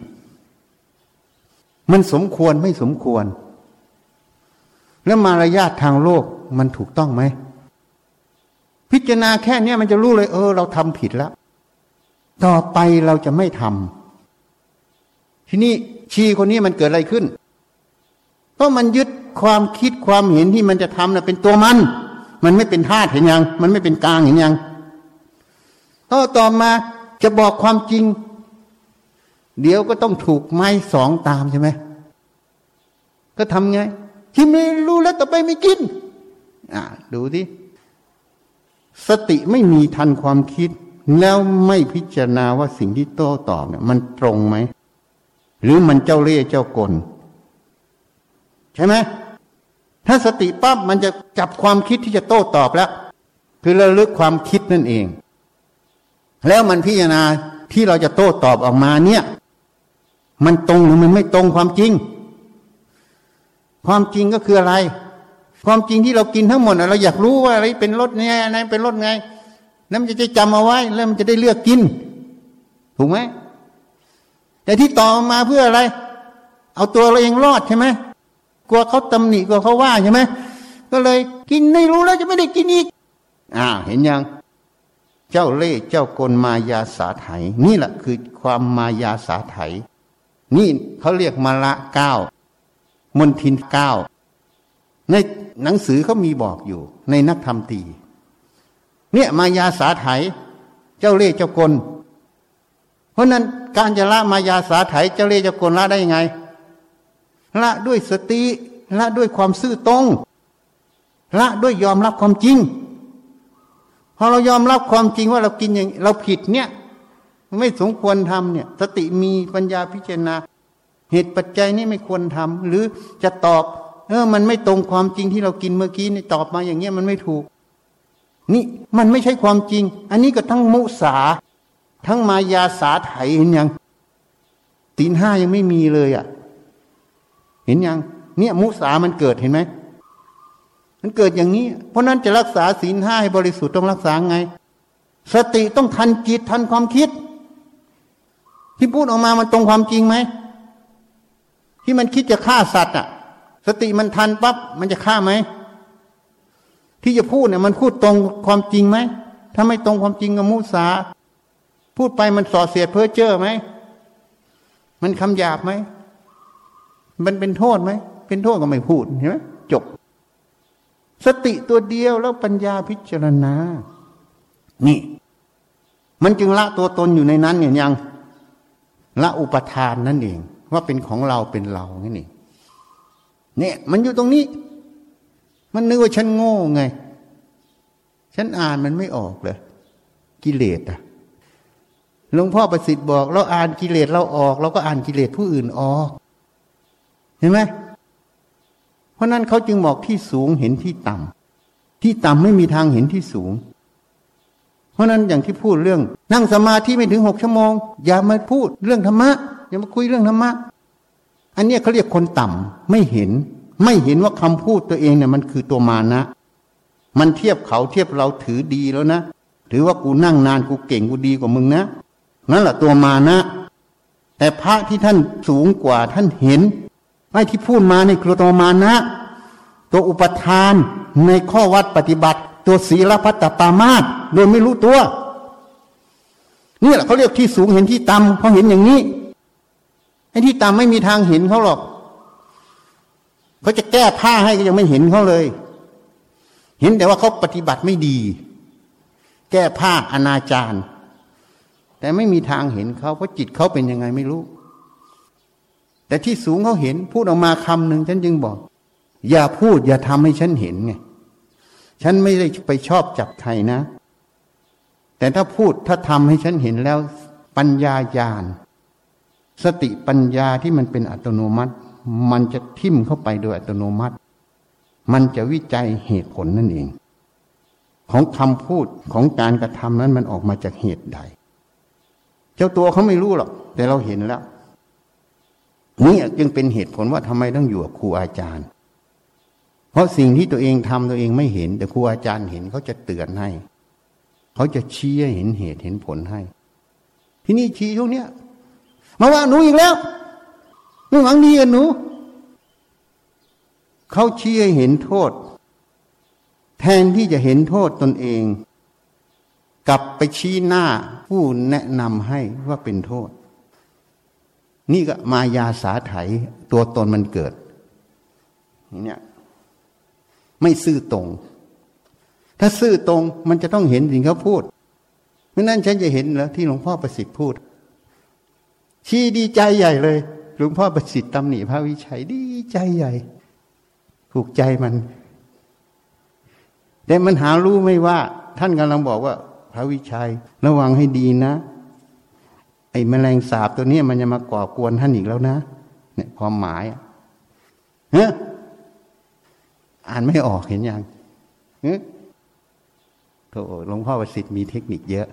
มันสมควรไม่สมควรแล้วมารยาททางโลกมันถูกต้องไหมพิจารณาแค่นี้มันจะรู้เลยเราทำผิดแล้วต่อไปเราจะไม่ทำทีนี้ชีคนนี้มันเกิดอะไรขึ้นเพราะมันยึดความคิดความเห็นที่มันจะทำเป็นตัวมันไม่เป็นธาตุเห็นยังมันไม่เป็นกลางเห็นยังต่อมาจะบอกความจริงเดี๋ยวก็ต้องถูกไม้สองตามใช่ไหมก็ทำไงที่ไม่รู้แล้วต่อไปไม่กินดูดิสติไม่มีทันความคิดแล้วไม่พิจารณาว่าสิ่งที่โต้ตอบเนี่ยมันตรงไหมหรือมันเจ้าเล่ห์เจ้ากลใช่ไหมถ้าสติปั๊บมันจะจับความคิดที่จะโต้ตอบแล้วคือระลึกความคิดนั่นเองแล้วมันพิจารณาที่เราจะโต้ตอบออกมาเนี่ยมันตรงหรือมันไม่ตรงความจริงความจริงก็คืออะไรความจริงที่เรากินทั้งหมดเราอยากรู้ว่าอะไรเป็นรสไงอะไรเป็นรสไงแล้วมันจะจำเอาไว้แล้วมันจะได้เลือกกินถูกไหมแต่ที่ต่อมาเพื่ออะไรเอาตัวเราเองรอดใช่ไหมกลัวเขาตำหนิกลัวเขาว่าใช่ไหมก็เลยกินไม่รู้แล้วจะไม่ได้กินอีกเห็นยังเจ้าเล่ห์เจ้ากลมายาสาไถนี่แหละคือความมายาสาไถนี่เขาเรียกมละ9มนทิน9ในหนังสือเขามีบอกอยู่ในนักธรรมตรีเนี่ยมายาสาไถเจ้าเล่ห์เจ้ากลเพราะนั้นการจะละมายาสาไถเจ้าเล่ห์เจ้ากลละได้ยังไงละด้วยสติละด้วยความซื่อตรงละด้วยยอมรับความจริงพอเรายอมรับความจริงว่าเรากินอย่างเราผิดเนี่ยไม่สมควรทำเนี่ยสติมีปัญญาพิจารณาเหตุปัจจัยนี้ไม่ควรทำหรือจะตอบมันไม่ตรงความจริงที่เรากินเมื่อกี้นี่ตอบมาอย่างเงี้ยมันไม่ถูกนี่มันไม่ใช่ความจริงอันนี้ก็ทั้งมุสาทั้งมายาสาไถเห็นยังศีล 5ยังไม่มีเลยเห็นยังเนี่ยมุสามันเกิดเห็นไหมมันเกิดอย่างนี้เพราะนั้นจะรักษาศีล 5ให้บริสุทธิ์ต้องรักษาไงสติต้องทันจิตทันความคิดที่พูดออกมามันตรงความจริงไหมที่มันคิดจะฆ่าสัตว์สติมันทันปั๊บมันจะฆ่าไหมที่จะพูดเนี่ยมันพูดตรงความจริงไหมถ้าไม่ตรงความจริงกับมุสาพูดไปมันส่อเสียดเพ้อเจ้อไหมมันคำหยาบไหมมันเป็นโทษไหมเป็นโทษก็ไม่พูดเห็นไหมจบสติตัวเดียวแล้วปัญญาพิจารณานี่มันจึงละตัวตนอยู่ในนั้นเนี่ยยังละอุปทานนั่นเองว่าเป็นของเราเป็นเรานี่นี่เนี่ยมันอยู่ตรงนี้มันนึกว่าฉันโง่ไงฉันอ่านมันไม่ออกเลยกิเลสหลวงพ่อประสิทธิ์บอกเราอ่านกิเลสเราออกเราก็อ่านกิเลสผู้อื่นออกเห็นไหมเพราะนั้นเขาจึงบอกที่สูงเห็นที่ต่ำที่ต่ำไม่มีทางเห็นที่สูงเพราะนั้นอย่างที่พูดเรื่องนั่งสมาธิไม่ถึง6 ชั่วโมงอย่ามาพูดเรื่องธรรมะอย่ามาคุยเรื่องธรรมะอันนี้เขาเรียกคนต่ำไม่เห็นว่าคำพูดตัวเองเนี่ยมันคือตัวมานะมันเทียบเขาเทียบเราถือดีแล้วนะถือว่ากูนั่งนานกูเก่งกูดีกว่ามึงนะนั่นแหละตัวมานะแต่พระที่ท่านสูงกว่าท่านเห็นไอ้ที่พูดมาในคือตัวมานะตัวอุปทานในข้อวัดปฏิบัติตัวศีลพัตตปามาสโดยไม่รู้ตัวนี่แหละเขาเรียกที่สูงเห็นที่ต่ำเขาเห็นอย่างนี้ไอ้ที่ต่ำไม่มีทางเห็นเขาหรอกเขาจะแก้ผ้าให้ก็ยังไม่เห็นเขาเลยเห็นแต่ว่าเขาปฏิบัติไม่ดีแก้ผ้าอนาจารแต่ไม่มีทางเห็นเขาเพราะจิตเขาเป็นยังไงไม่รู้แต่ที่สูงเขาเห็นพูดออกมาคำหนึ่งฉันจึงบอกอย่าพูดอย่าทำให้ฉันเห็นไงฉันไม่ได้ไปชอบจับใครนะแต่ถ้าพูดถ้าทำให้ฉันเห็นแล้วปัญญาญาณสติปัญญาที่มันเป็นอัตโนมัติมันจะทิ่มเข้าไปโดยอัตโนมัติมันจะวิจัยเหตุผลนั่นเองของคำพูดของการกระทำนั้นมันออกมาจากเหตุใดเจ้าตัวเขาไม่รู้หรอกแต่เราเห็นแล้วนี่จึงเป็นเหตุผลว่าทำไมต้องอยู่กับครูอาจารย์เพราะสิ่งที่ตัวเองทำตัวเองไม่เห็นแต่ครูอาจารย์เห็นเขาจะเตือนให้เขาจะชี้ให้เห็นเหตุเห็นผลให้ที่นี่ชี้ช่วงเนี้ยมาว่าหนูอีกแล้วไม่หวังดีกับหนูเขาชี้ให้เห็นโทษแทนที่จะเห็นโทษตนเองกลับไปชี้หน้าผู้แนะนำให้ว่าเป็นโทษนี่ก็มายาสาไถตัวตนมันเกิดเนี่ยไม่ซื่อตรงถ้าซื่อตรงมันจะต้องเห็นสิ่งเขาพูดเพราะนั้นฉันจะเห็นแล้วที่หลวงพ่อประสิทธิ์พูดชี้ดีใจใหญ่เลยหลวงพ่อประสิทธิ์ตำหนิพระวิชัยดีใจใหญ่ถูกใจมันแต่มันหารู้ไม่ว่าท่านกำลังบอกว่าพระวิชัยระวังให้ดีนะไอ้แมลงสาบตัวนี้มันจะมาก่อกวนท่านอีกแล้วนะเนี่ยความหมายอ่านไม่ออกเห็นยังโธ่หลวงพ่อประสิทธิ์มีเทคนิคเยอะ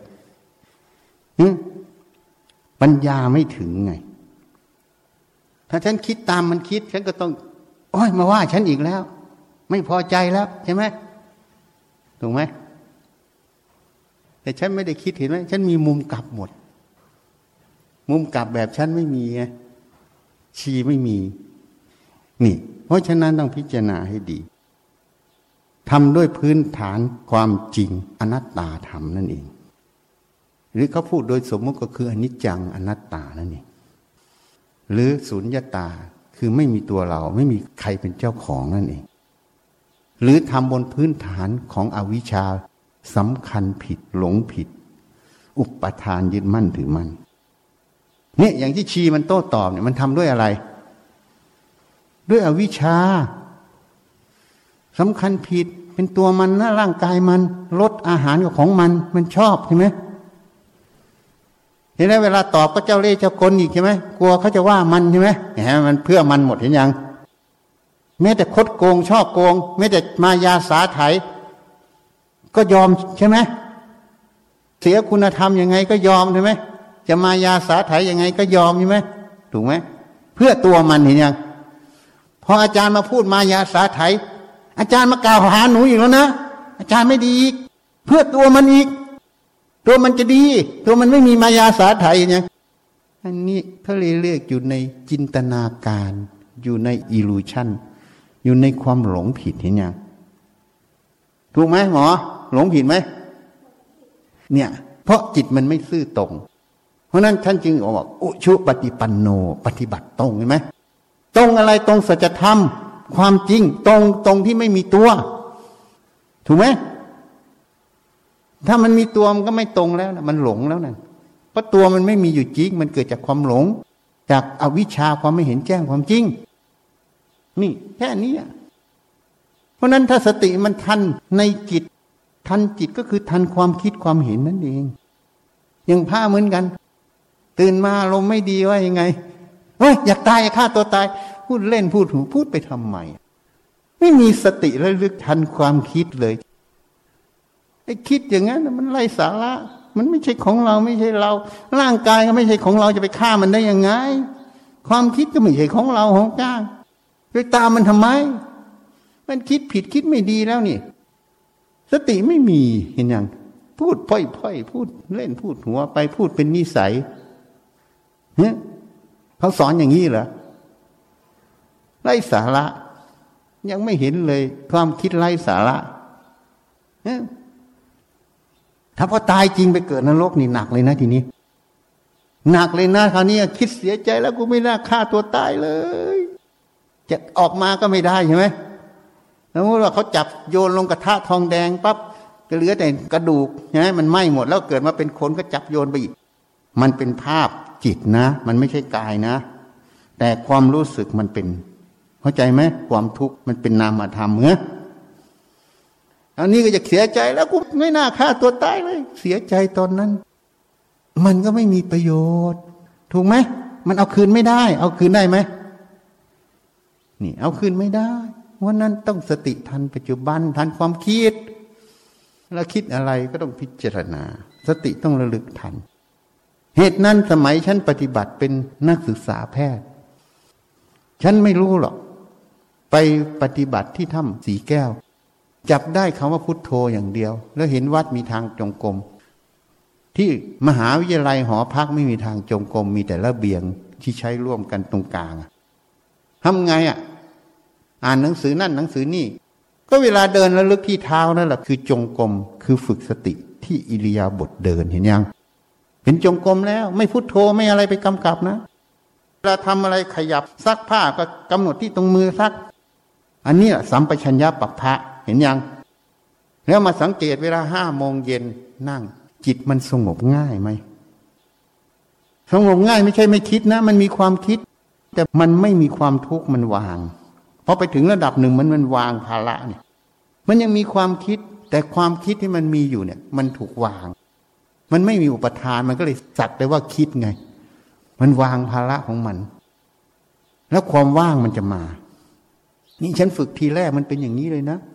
ปัญญาไม่ถึงไงถ้าฉันคิดตามมันคิดฉันก็ต้องโอ้ยมาว่าฉันอีกแล้วไม่พอใจแล้วใช่ไหมถูกไหมแต่ฉันไม่ได้คิดเห็นไหมฉันมีมุมกลับหมดมุมกลับแบบฉันไม่มีไงชีไม่มีนี่เพราะฉะนั้นต้องพิจารณาให้ดีทำด้วยพื้นฐานความจริงอนัตตาธรรมนั่นเองหรือเขาพูดโดยสมมติก็คืออนิจจังอนัตตานั่นเองหรือสุญญตาคือไม่มีตัวเราไม่มีใครเป็นเจ้าของนั่นเองหรือทำบนพื้นฐานของอวิชชาสำคัญผิดหลงผิดอุปทานยึดมั่นถือมั่นเนี่ยอย่างที่ชีมันโต้ตอบเนี่ยมันทำด้วยอะไรด้วยอวิชชาสำคัญผิดเป็นตัวมันนะร่างกายมันลดอาหารของมันชอบใช่ไหมเห็นไหมเวลาตอบก็เจ้าเล่ห์เจ้ากลอีกใช่ไหมกลัวเขาจะว่ามันใช่ไหมเห็นไหมมันเพื่อมันหมดเห็นยังแม้แต่คดโกงชอบโกงแม้แต่มายาสาไถก็ยอมใช่ไหมเสียคุณธรรมยังไงก็ยอมใช่ไหมจะมายาสาไถยังไงก็ยอมใช่ไหมถูกไหมเพื่อตัวมันเห็นยังพออาจารย์มาพูดมายาสาไถอาจารย์มากล่าวหาหนูอีกแล้วนะอาจารย์ไม่ดีอีกเพื่อตัวมันอีกตัวมันจะดีตัวมันไม่มีมายาสาไถเนี่ยอันนี้เขาเรียกอยู่ในจินตนาการอยู่ในอิลูชันอยู่ในความหลงผิดเห็นยังถูกไหมหมอหลงผิดไหมเนี่ยเพราะจิตมันไม่ซื่อตรงเพราะนั้นท่านจึงบอกอุชุปฏิปันโนปฏิบัติตรงเห็นไหมตรงอะไรตรงสัจธรรมความจริงตรงที่ไม่มีตัวถูกไหมถ้ามันมีตัวมันก็ไม่ตรงแล้วนะมันหลงแล้วนะเพราะตัวมันไม่มีอยู่จริงมันเกิดจากความหลงจากอวิชชาความไม่เห็นแจ้งความจริงนี่แค่นี้เพราะนั้นถ้าสติมันทันในจิตทันจิตก็คือทันความคิดความเห็นนั่นเองอย่างพระเหมือนกันตื่นมาลมไม่ดีว่ายังไงเฮ้ยอยากตายฆ่าตัวตายพูดเล่นพูดไปทำไมไม่มีสติระลึกทันความคิดเลยไอ้คิดอย่างนั้นมันไร้สาระมันไม่ใช่ของเราไม่ใช่เราร่างกายก็ไม่ใช่ของเราจะไปฆ่ามันได้ยังไงความคิดก็ไม่ใช่ของเราของก้าไปตามมันทำไมมันคิดผิดคิดไม่ดีแล้วนี่สติไม่มีเห็นยังพูดพ่อยพูดเล่นพูดหัวไปพูดเป็นนิสัยเนี่ยเขาสอนอย่างนี้เหรอไร้สาระยังไม่เห็นเลยความคิดไร้สาระถ้าพอตายจริงไปเกิดนรกนี่หนักเลยนะทีนี้หนักเลยนะคราวนี้คิดเสียใจแล้วกูไม่น่าฆ่าตัวตายเลยจะออกมาก็ไม่ได้ใช่ไหมแล้วว่าเขาจับโยนลงกระทะทองแดงปั๊บก็เหลือแต่กระดูกใช่ไหมมันไหม้หมดแล้วเกิดมาเป็นคนก็จับโยนไปอีกมันเป็นภาพจิตนะมันไม่ใช่กายนะแต่ความรู้สึกมันเป็นเข้าใจไหมความทุกข์มันเป็นนามธรรมเหรออันนี้ก็จะเสียใจแล้วกูไม่น่าฆ่าตัวตายเลยเสียใจตอนนั้นมันก็ไม่มีประโยชน์ถูกไหมมันเอาคืนไม่ได้เอาคืนได้ไหมนี่เอาคืนไม่ได้วันนั้นต้องสติทันปัจจุบันทันความคิดแล้วคิดอะไรก็ต้องพิจารณาสติต้องระลึกทันเหตุนั้นสมัยฉันปฏิบัติเป็นนักศึกษาแพทย์ฉันไม่รู้หรอกไปปฏิบัติที่ถ้ำสีแก้วจับได้คำว่าพุทโธอย่างเดียวแล้วเห็นวัดมีทางจงกรมที่มหาวิทยาลัยหอพักไม่มีทางจงกรมมีแต่ระเบียงที่ใช้ร่วมกันตรงกลางทำไงอ่านหนังสือนั่นหนังสือนี่ก็เวลาเดินระลึกที่เท้านั่นแหละคือจงกรมคือฝึกสติที่อิริยาบถเดินเห็นยังเป็นจงกรมแล้วไม่พุทโธไม่อะไรไปกำกับนะเวลาทำอะไรขยับซักผ้าก็กำหนดที่ตรงมือซักอันนี้สัมปชัญญะปัปพะเห็นยังแล้วมาสังเกตเวลา5 โมงเย็นนั่งจิตมันสงบง่ายไหมสงบง่ายไม่ใช่ไม่คิดนะมันมีความคิดแต่มันไม่มีความทุกข์มันวางพอไปถึงระดับหนึ่งมันวางภาระเนี่ยมันยังมีความคิดแต่ความคิดที่มันมีอยู่เนี่ยมันถูกวางมันไม่มีอุปทานมันก็เลยสักแต่ว่าคิดไงมันวางภาระของมันแล้วความว่างมันจะมานี่ฉันฝึกทีแรกมันเป็นอย่างนี้เลยนะ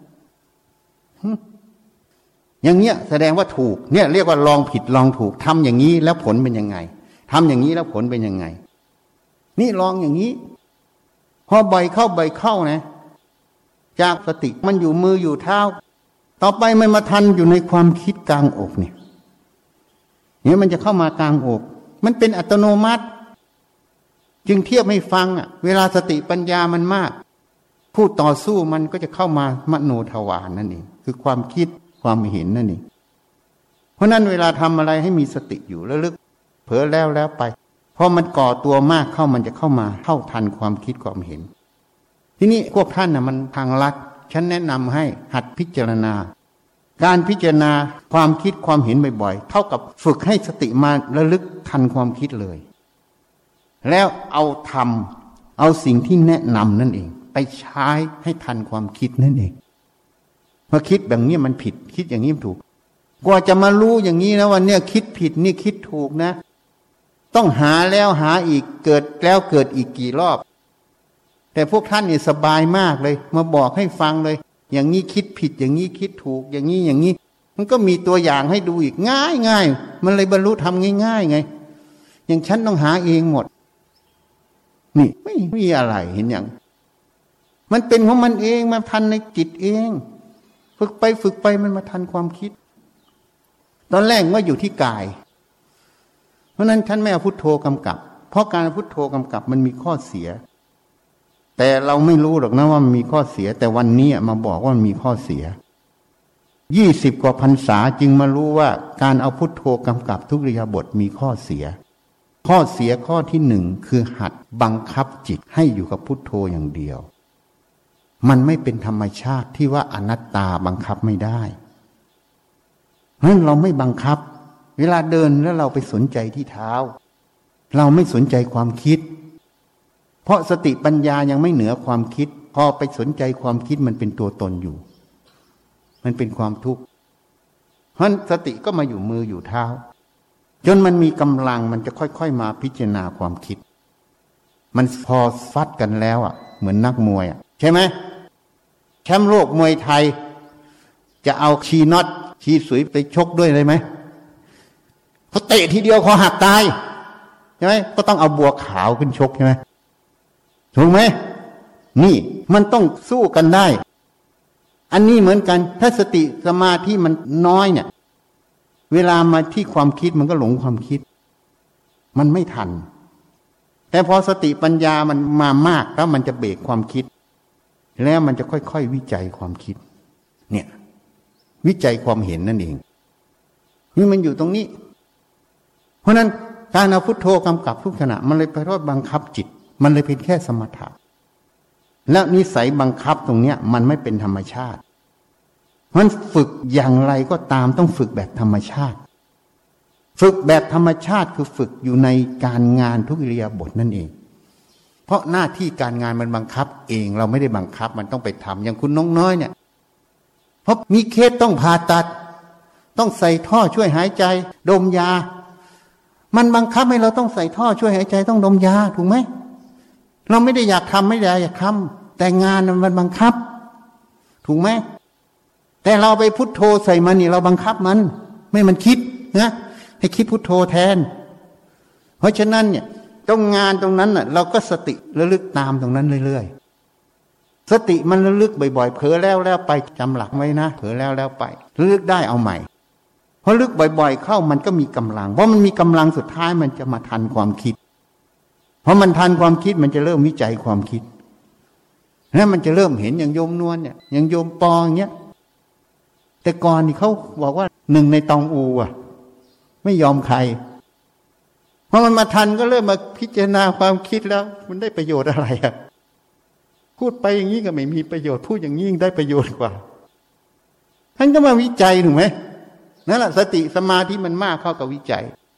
อย่างเงี้ยแสดงว่าถูกเนี่ยเรียกว่าลองผิดลองถูกทำอย่างนี้แล้วผลเป็นยังไงทำอย่างนี้แล้วผลเป็นยังไงนี่ลองอย่างนี้พอใบเข้านะจากสติมันอยู่มืออยู่เท้าต่อไปมันมาทันอยู่ในความคิดกลางอกเนี่ยมันจะเข้ามากลางอกมันเป็นอัตโนมัติจึงเทียบให้ฟังเวลาสติปัญญามันมากผู้ต่อสู้มันก็จะเข้ามามโนทวารนั่นเองคือความคิดความเห็นนั่นเองเพราะนั้นเวลาทำอะไรให้มีสติอยู่ระลึกเผลอแล้วไปพอมันก่อตัวมากเข้ามันจะเข้ามาเท่าทันความคิดความเห็นทีนี้พวกท่านมันทางลัดฉันแนะนำให้หัดพิจารณาการพิจารณาความคิดความเห็นบ่อยๆเท่ากับฝึกให้สติมาระลึกทันความคิดเลยแล้วเอาสิ่งที่แนะนำนั่นเองไปใช้ให้ทันความคิดนั่นเองพอคิดแบบนี้มันผิดคิดอย่างนี้มันถูกกว่าจะมารู้อย่างนี้นะวันนี้คิดผิดนี่คิดถูกนะต้องหาแล้วหาอีกเกิดแล้วเกิดอีกกี่รอบแต่พวกท่านนี่สบายมากเลยมาบอกให้ฟังเลยอย่างนี้คิดผิดอย่างนี้คิดถูกอย่างนี้มันก็มีตัวอย่างให้ดูอีกง่ายมันเลยบรรลุทำง่ายไงอย่างฉันต้องหาเองหมดนี่ไม่มีอะไรเห็นอย่างมันเป็นของมันเองมาทันในจิตเองฝึกไปมันมาทันความคิดตอนแรกว่าอยู่ที่กายเพราะนั้นฉันไม่เอาพุทโธกำกับเพราะการพุทโธกำกับมันมีข้อเสียแต่เราไม่รู้หรอกนะว่ามันมีข้อเสียแต่วันนี้มาบอกว่ามันมีข้อเสีย20 กว่าพรรษาจึงมารู้ว่าการเอาพุทโธกำกับทุกอิริยาบถมีข้อเสียข้อที่1คือหัดบังคับจิตให้อยู่กับพุทโธอย่างเดียวมันไม่เป็นธรรมชาติที่ว่าอนัตตาบังคับไม่ได้เพราะฉะนั้นเราไม่บังคับเวลาเดินแล้วเราไปสนใจที่เท้าเราไม่สนใจความคิดเพราะสติปัญญายังไม่เหนือความคิดพอไปสนใจความคิดมันเป็นตัวตนอยู่มันเป็นความทุกข์เพราะสติก็มาอยู่มืออยู่เท้าจนมันมีกำลังมันจะค่อยๆมาพิจารณาความคิดมันพอฟัดกันแล้วเหมือนนักมวยใช่ไหมแชมป์โลกมวยไทยจะเอาชีน็อตชีสุยไปชกด้วยเลยไหมเขาเตะทีเดียวคอหักตายใช่ไหมก็ต้องเอาบัวขาวขึ้นชกใช่ไหมถูกไหมนี่มันต้องสู้กันได้อันนี้เหมือนกันถ้าสติสมาธิมันน้อยเนี่ยเวลามาที่ความคิดมันก็หลงความคิดมันไม่ทันแต่พอสติปัญญามันมามากแล้วมันจะเบรกความคิดแล้วมันจะค่อยๆวิจัยความคิดเนี่ยวิจัยความเห็นนั่นเองนี่มันอยู่ตรงนี้เพราะนั้นการเอาพุทโธกำกับทุกขณะมันเลยไปโทษบังคับจิตมันเลยเป็นแค่สมถะแล้วนิสัยบังคับตรงเนี้ยมันไม่เป็นธรรมชาติมันฝึกอย่างไรก็ตามต้องฝึกแบบธรรมชาติฝึกแบบธรรมชาติคือฝึกอยู่ในการงานทุกอิริยาบถนั่นเองเพราะหน้าที่การงานมันบังคับเองเราไม่ได้บังคับมันต้องไปทำอย่างคุณน้องน้อยเนี่ยเพราะมีเคสต้องผ่าตัดต้องใส่ท่อช่วยหายใจดมยามันบังคับให้เราต้องใส่ท่อช่วยหายใจต้องดมยาถูกไหมเราไม่ได้อยากทำไม่ได้อยากทำแต่งานมันบังคับถูกไหมแต่เราไปพุทโธใส่มันนี่เราบังคับมันไม่มันคิดนะให้คิดพุทโธแทนเพราะฉะนั้นเนี่ยตรงงานตรงนั้นน่ะเราก็สติระลึกตามตรงนั้นเรื่อยๆสติมันระลึกบ่อยๆเผลอแล้วไปจำหลักไว้นะเผลอแล้วไประลึกได้เอาใหม่พอลึกบ่อยๆเข้ามันก็มีกำลังเพราะมันมีกำลังสุดท้ายมันจะมาทันความคิดเพราะมันทันความคิดมันจะเริ่มวิจัยความคิดแล้วมันจะเริ่มเห็นอย่างโยมนวลเนี่ยอย่างโยมปออย่างเงี้ยแต่ก่อนนี่เขาบอกว่า1 ในตองอูไม่ยอมใครพอมันมาทันก็เริ่มมาพิจารณาความคิดแล้วมันได้ประโยชน์อะไรพูดไปอย่างนี้ก็ไม่มีประโยชน์พูดอย่างนี้ยิ่งได้ประโยชน์กว่าท่านก็มาวิจัยถูกไหมนั่นแหละสติสมาธิมันมากเข้ากับวิจัยพ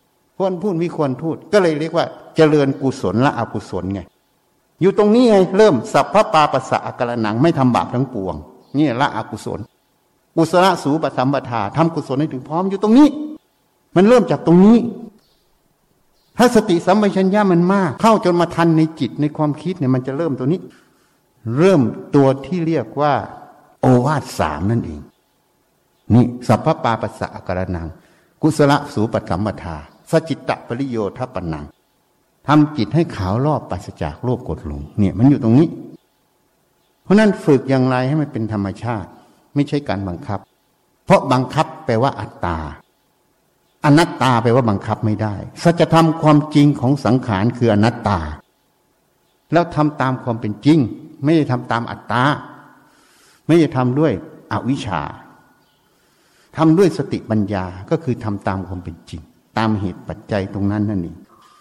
ควรพูดไม่ควรพูดก็เลยเรียกว่าเจริญกุศลละอกุศลไงอยู่ตรงนี้ไงเริ่มสัพพปาปัสสะอาการนังไม่ทำบาปทั้งปวงนี่ละอกุศลกุศลสูปสัมปทาทำกุศลให้ถึงพร้อมอยู่ตรงนี้มันเริ่มจากตรงนี้ถ้าสติสัมปชัญญะมันมากเข้าจนมาทันในจิตในความคิดเนี่ยมันจะเริ่มตัวนี้เริ่มตัวที่เรียกว่าโอวาทสามนั่นเองนี่สัพพปาปัสสะอาการนังกุศลสูปสัมปทาสจิตตปริโยทัปปนังทำจิตให้ขาวรอบปราศจากโลภโกรธหลงเนี่ยมันอยู่ตรงนี้เพราะนั้นฝึกอย่างไรให้มันเป็นธรรมชาติไม่ใช่การบังคับเพราะบังคับแปลว่าอัตตาอนัตตาแปลว่าบังคับไม่ได้สัจธรรมความจริงของสังขารคืออนัตตาแล้วทำตามความเป็นจริงไม่ได้ทำตามอัตตาไม่ได้ทำด้วยอวิชชาทำด้วยสติปัญญาก็คือทำตามความเป็นจริงตามเหตุปัจจัยตรงนั้นนั่นเอง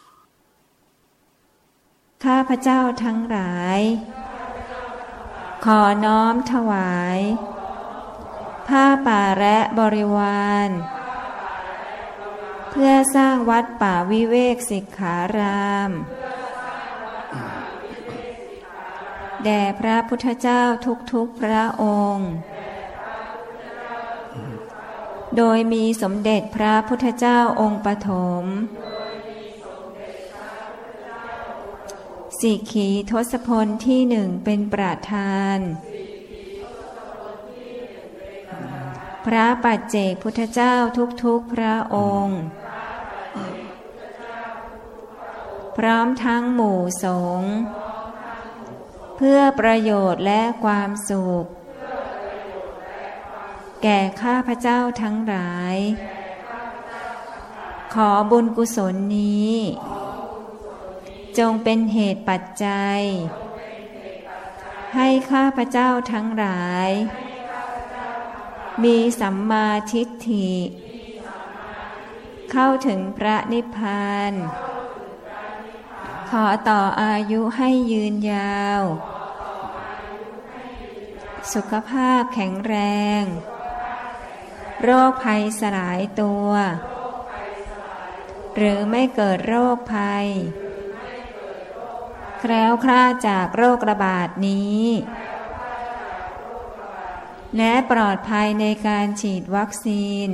ข้าพเจ้าทั้งหลายขอน้อมถวายผ้าป่าและบริวารเพื่อสร้างวัดป่าวิเวกสิกขารามแด่พระพุทธเจ้าทุกๆพระองค์โดยมีสมเด็จพระพุทธเจ้าองค์ปฐมสิกขีทศพลที่หนึ่งเป็นประธานพระปัจเจกพุทธเจ้าทุกๆพระองค์พร้อมทั้งหมู่สงฆ์เพื่อประโยชน์และความสุขแก่ข้าพเจ้าทั้งหลายขอบุญกุศลนี้จงเป็นเหตุปัจจัยให้ข้าพเจ้าทั้งหลายมีสัมมาทิฏฐิเข้าถึงพระนิพพานขอต่ออายุให้ยืนยาวสุขภาพแข็งแรงโรคภัยสลายตัวหรือไม่เกิดโรคภัยแคล้วคลาดจากโรคระบาดนี้และปลอดภัยในการฉีดวัคซีน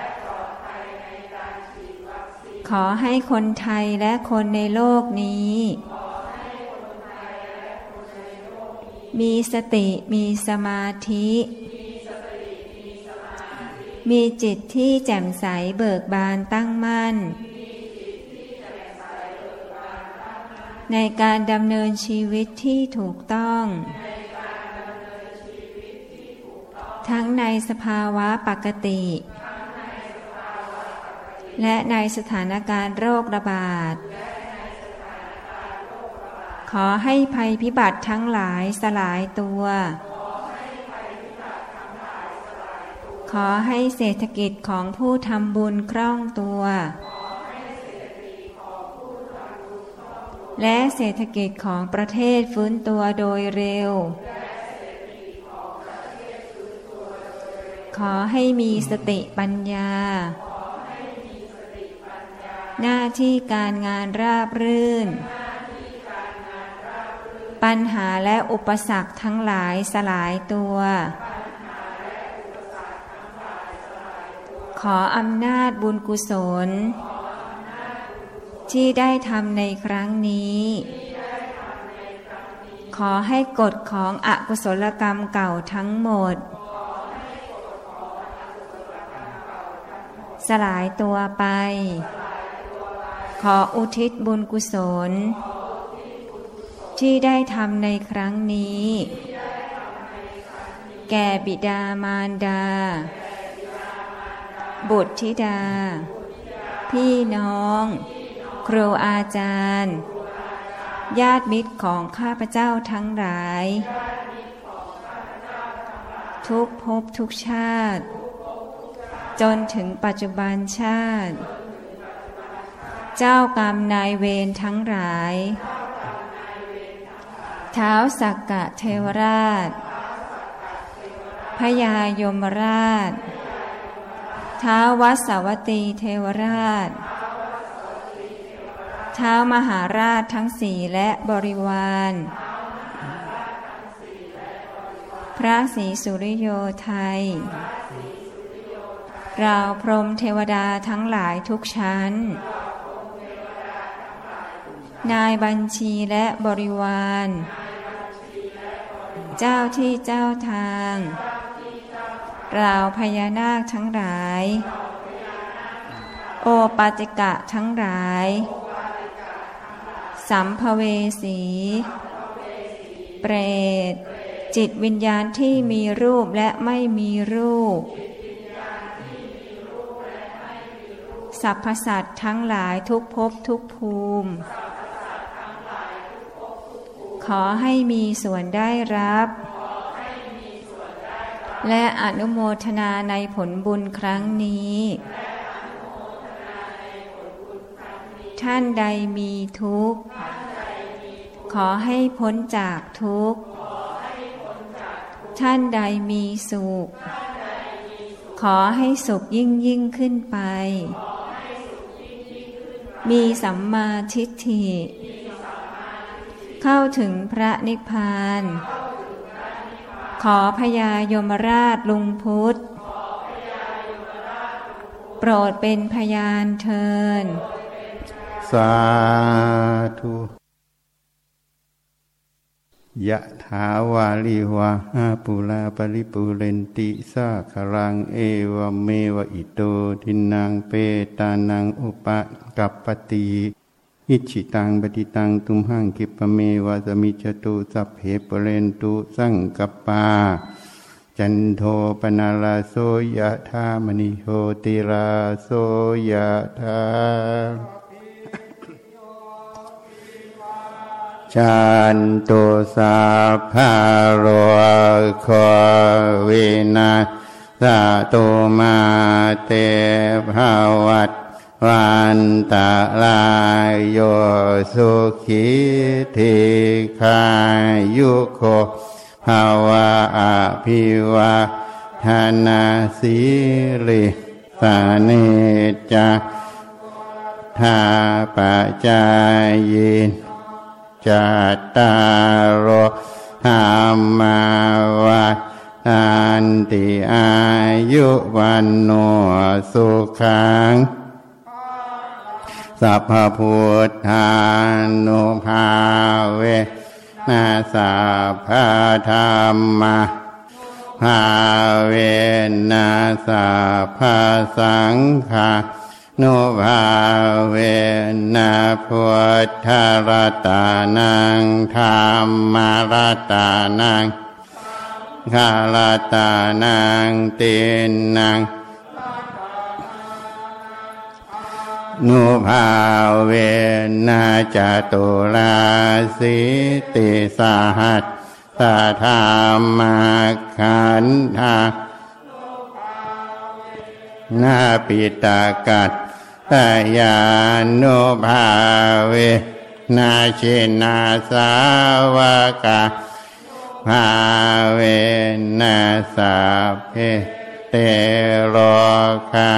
ขอให้คนไทยและคนในโลกนี้มีสติมีสมาธิมีจิตที่แจ่มใสเบิกบานตั้งมั่นในการดำเนินชีวิตที่ถูกต้องทั้งในสภาวะปกติและในสถานการณ์โรคระบาดขอให้ภัยพิบัติทั้งหลายสลายตัวขอให้เศรษฐกิจของผู้ทำบุญคล่องตัวและเศรษฐกิจของประเทศฟื้นตัวโดยเร็วขอให้มีสติปัญญาหน้าที่การงานราบรื่นปัญหาและอุปสรรคทั้งหลายสลายตัวขออำนาจบุญกุศลที่ได้ทำในครั้งนี้ขอให้กฎของอกุศลกรรมเก่าทั้งหมดสลายตัวไปขออุทิศบุญกุศลที่ได้ทำในครั้งนี้แก่บิดามารดาบุตรธิดาพี่น้องครูอาจารย์ญาติมิตรของข้าพเจ้าทั้งหลายทุกภพทุกชาติจนถึงปัจจุบันชาติเจ้ากรรมนายเวรทั้งหลายท้าวสักกะเทวราชพญายมราชท้าววัสสวัตตีเทวราชท้าวมหาราชทั้งสี่และบริวารพระศรีสุริโยไทยเราพรหมเทวดาทั้งหลายทุกชั้นนายบัญชีและบริวารเจ้าที่เจ้าทางเราพญานาคทั้งหลายโอปาติกะทั้งหลายสัมภเวสีเปรตจิตวิญญาณที่มีรูปและไม่มีรูปสรรพสัตว์ทั้งหลายทุกภพทุกภูมิขอให้มีส่วนได้รับและอนุโมทนาในผลบุญครั้งนี้ท่านใดมีทุกข์ขอให้พ้นจากทุกข์ท่านใดมีสุขขอให้สุขยิ่งขึ้นไปมีสัมมาทิฏฐิเข้าถึงพระนิพพานขอพญายมราชลุงพุทธโปรดเป็นพยานเถิดสาธุยะถาวาลิวะหาปุราปริปุเรนติสาครังเอวเมวะอิโตทินังเปตานังอุปกัปปติอิจิตังปฏิตังตุมหังคิปะเมวะสมิจจตุสัพเพปุเรนตุสังกัปปาจันโทปนาลาโสยะธามณิโชติราโสยะธาจันตุสัพพะโรโควินาศตุมาเตภวัตวันตะลายโยสุขิธิขายุโกภาวะอภิวาทนาสิริสานิจาทาปัจจายจัตตารโอธรรมาวัฏันติอายุวันโนสุขังสัพพพุทธานุภาเวนะสัพพธรรมาภาเวนะสัพพสังฆานุภาเวนะพุทธรัตนังธัมมรัตนังฆารัตนังตินังนุภาเวนะจตุราสิติสหัสสะธรรมขันธานาปิตากัตตยานุภาเวนะชินาสาวกะภาเวนะสัพเพเตโลกะ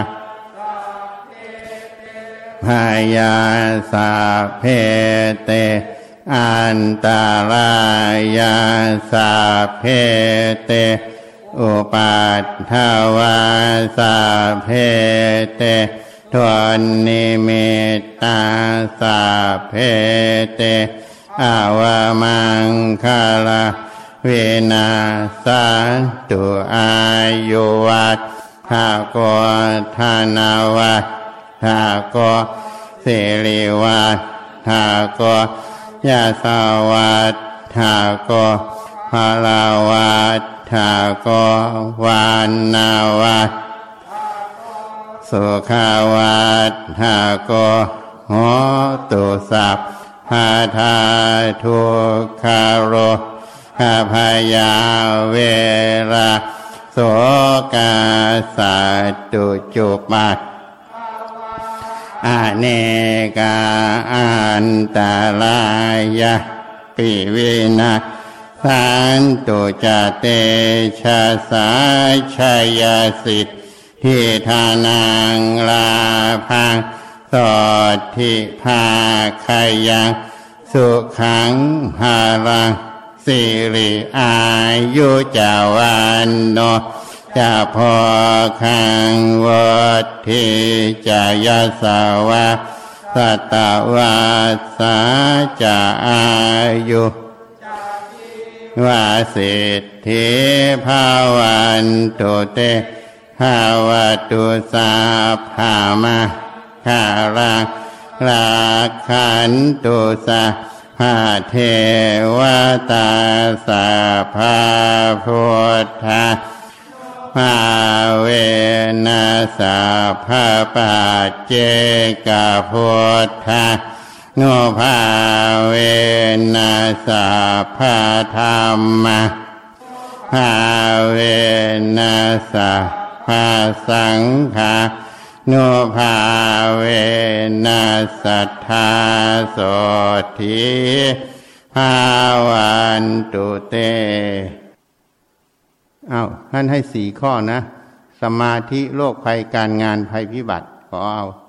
พยาสัพเพเตอันตรายาสัพเพเตอุปัฏฐวาสัพเพเตทวนนิมิตตาสัพเพเตอาวมังคลาเวนัสสันตุอายุวัฏฐโกธนาวัฏฐโกสิริวัฏฐโกยะสาวัฏฐโกภลาวัฏฐโกวานาวัฏสุขาวัฏฐโกโหตุสัพพะทาทุกขโรข้าพยาเวราโสกาสัตตุจุปัฏอเนกาอันตรายะปิวินาสันตุจเตชะสาชัยสิทธิทานังลาภังสสดทิภาคายังสุขังหารังสิริอายุจาวันโนจะพอคังวัฏทิจายสาวะสัตตวาสาจะอายุวาสิทธิภาวันตุเตภาวตุสาภามะคารังราคันตุสาภาเทวตาสาภาพุทธาภาเวนัสสะภาปัจเจกพุทธาโนภาเวนัสสะภาธัมมะภาเวนัสสะภาสังฆาโนภาเวนัสสัทธาโสทิภาวันตุเตท่านให้4 ข้อนะสมาธิโรคภัยการงานภัยพิบัติขอเอา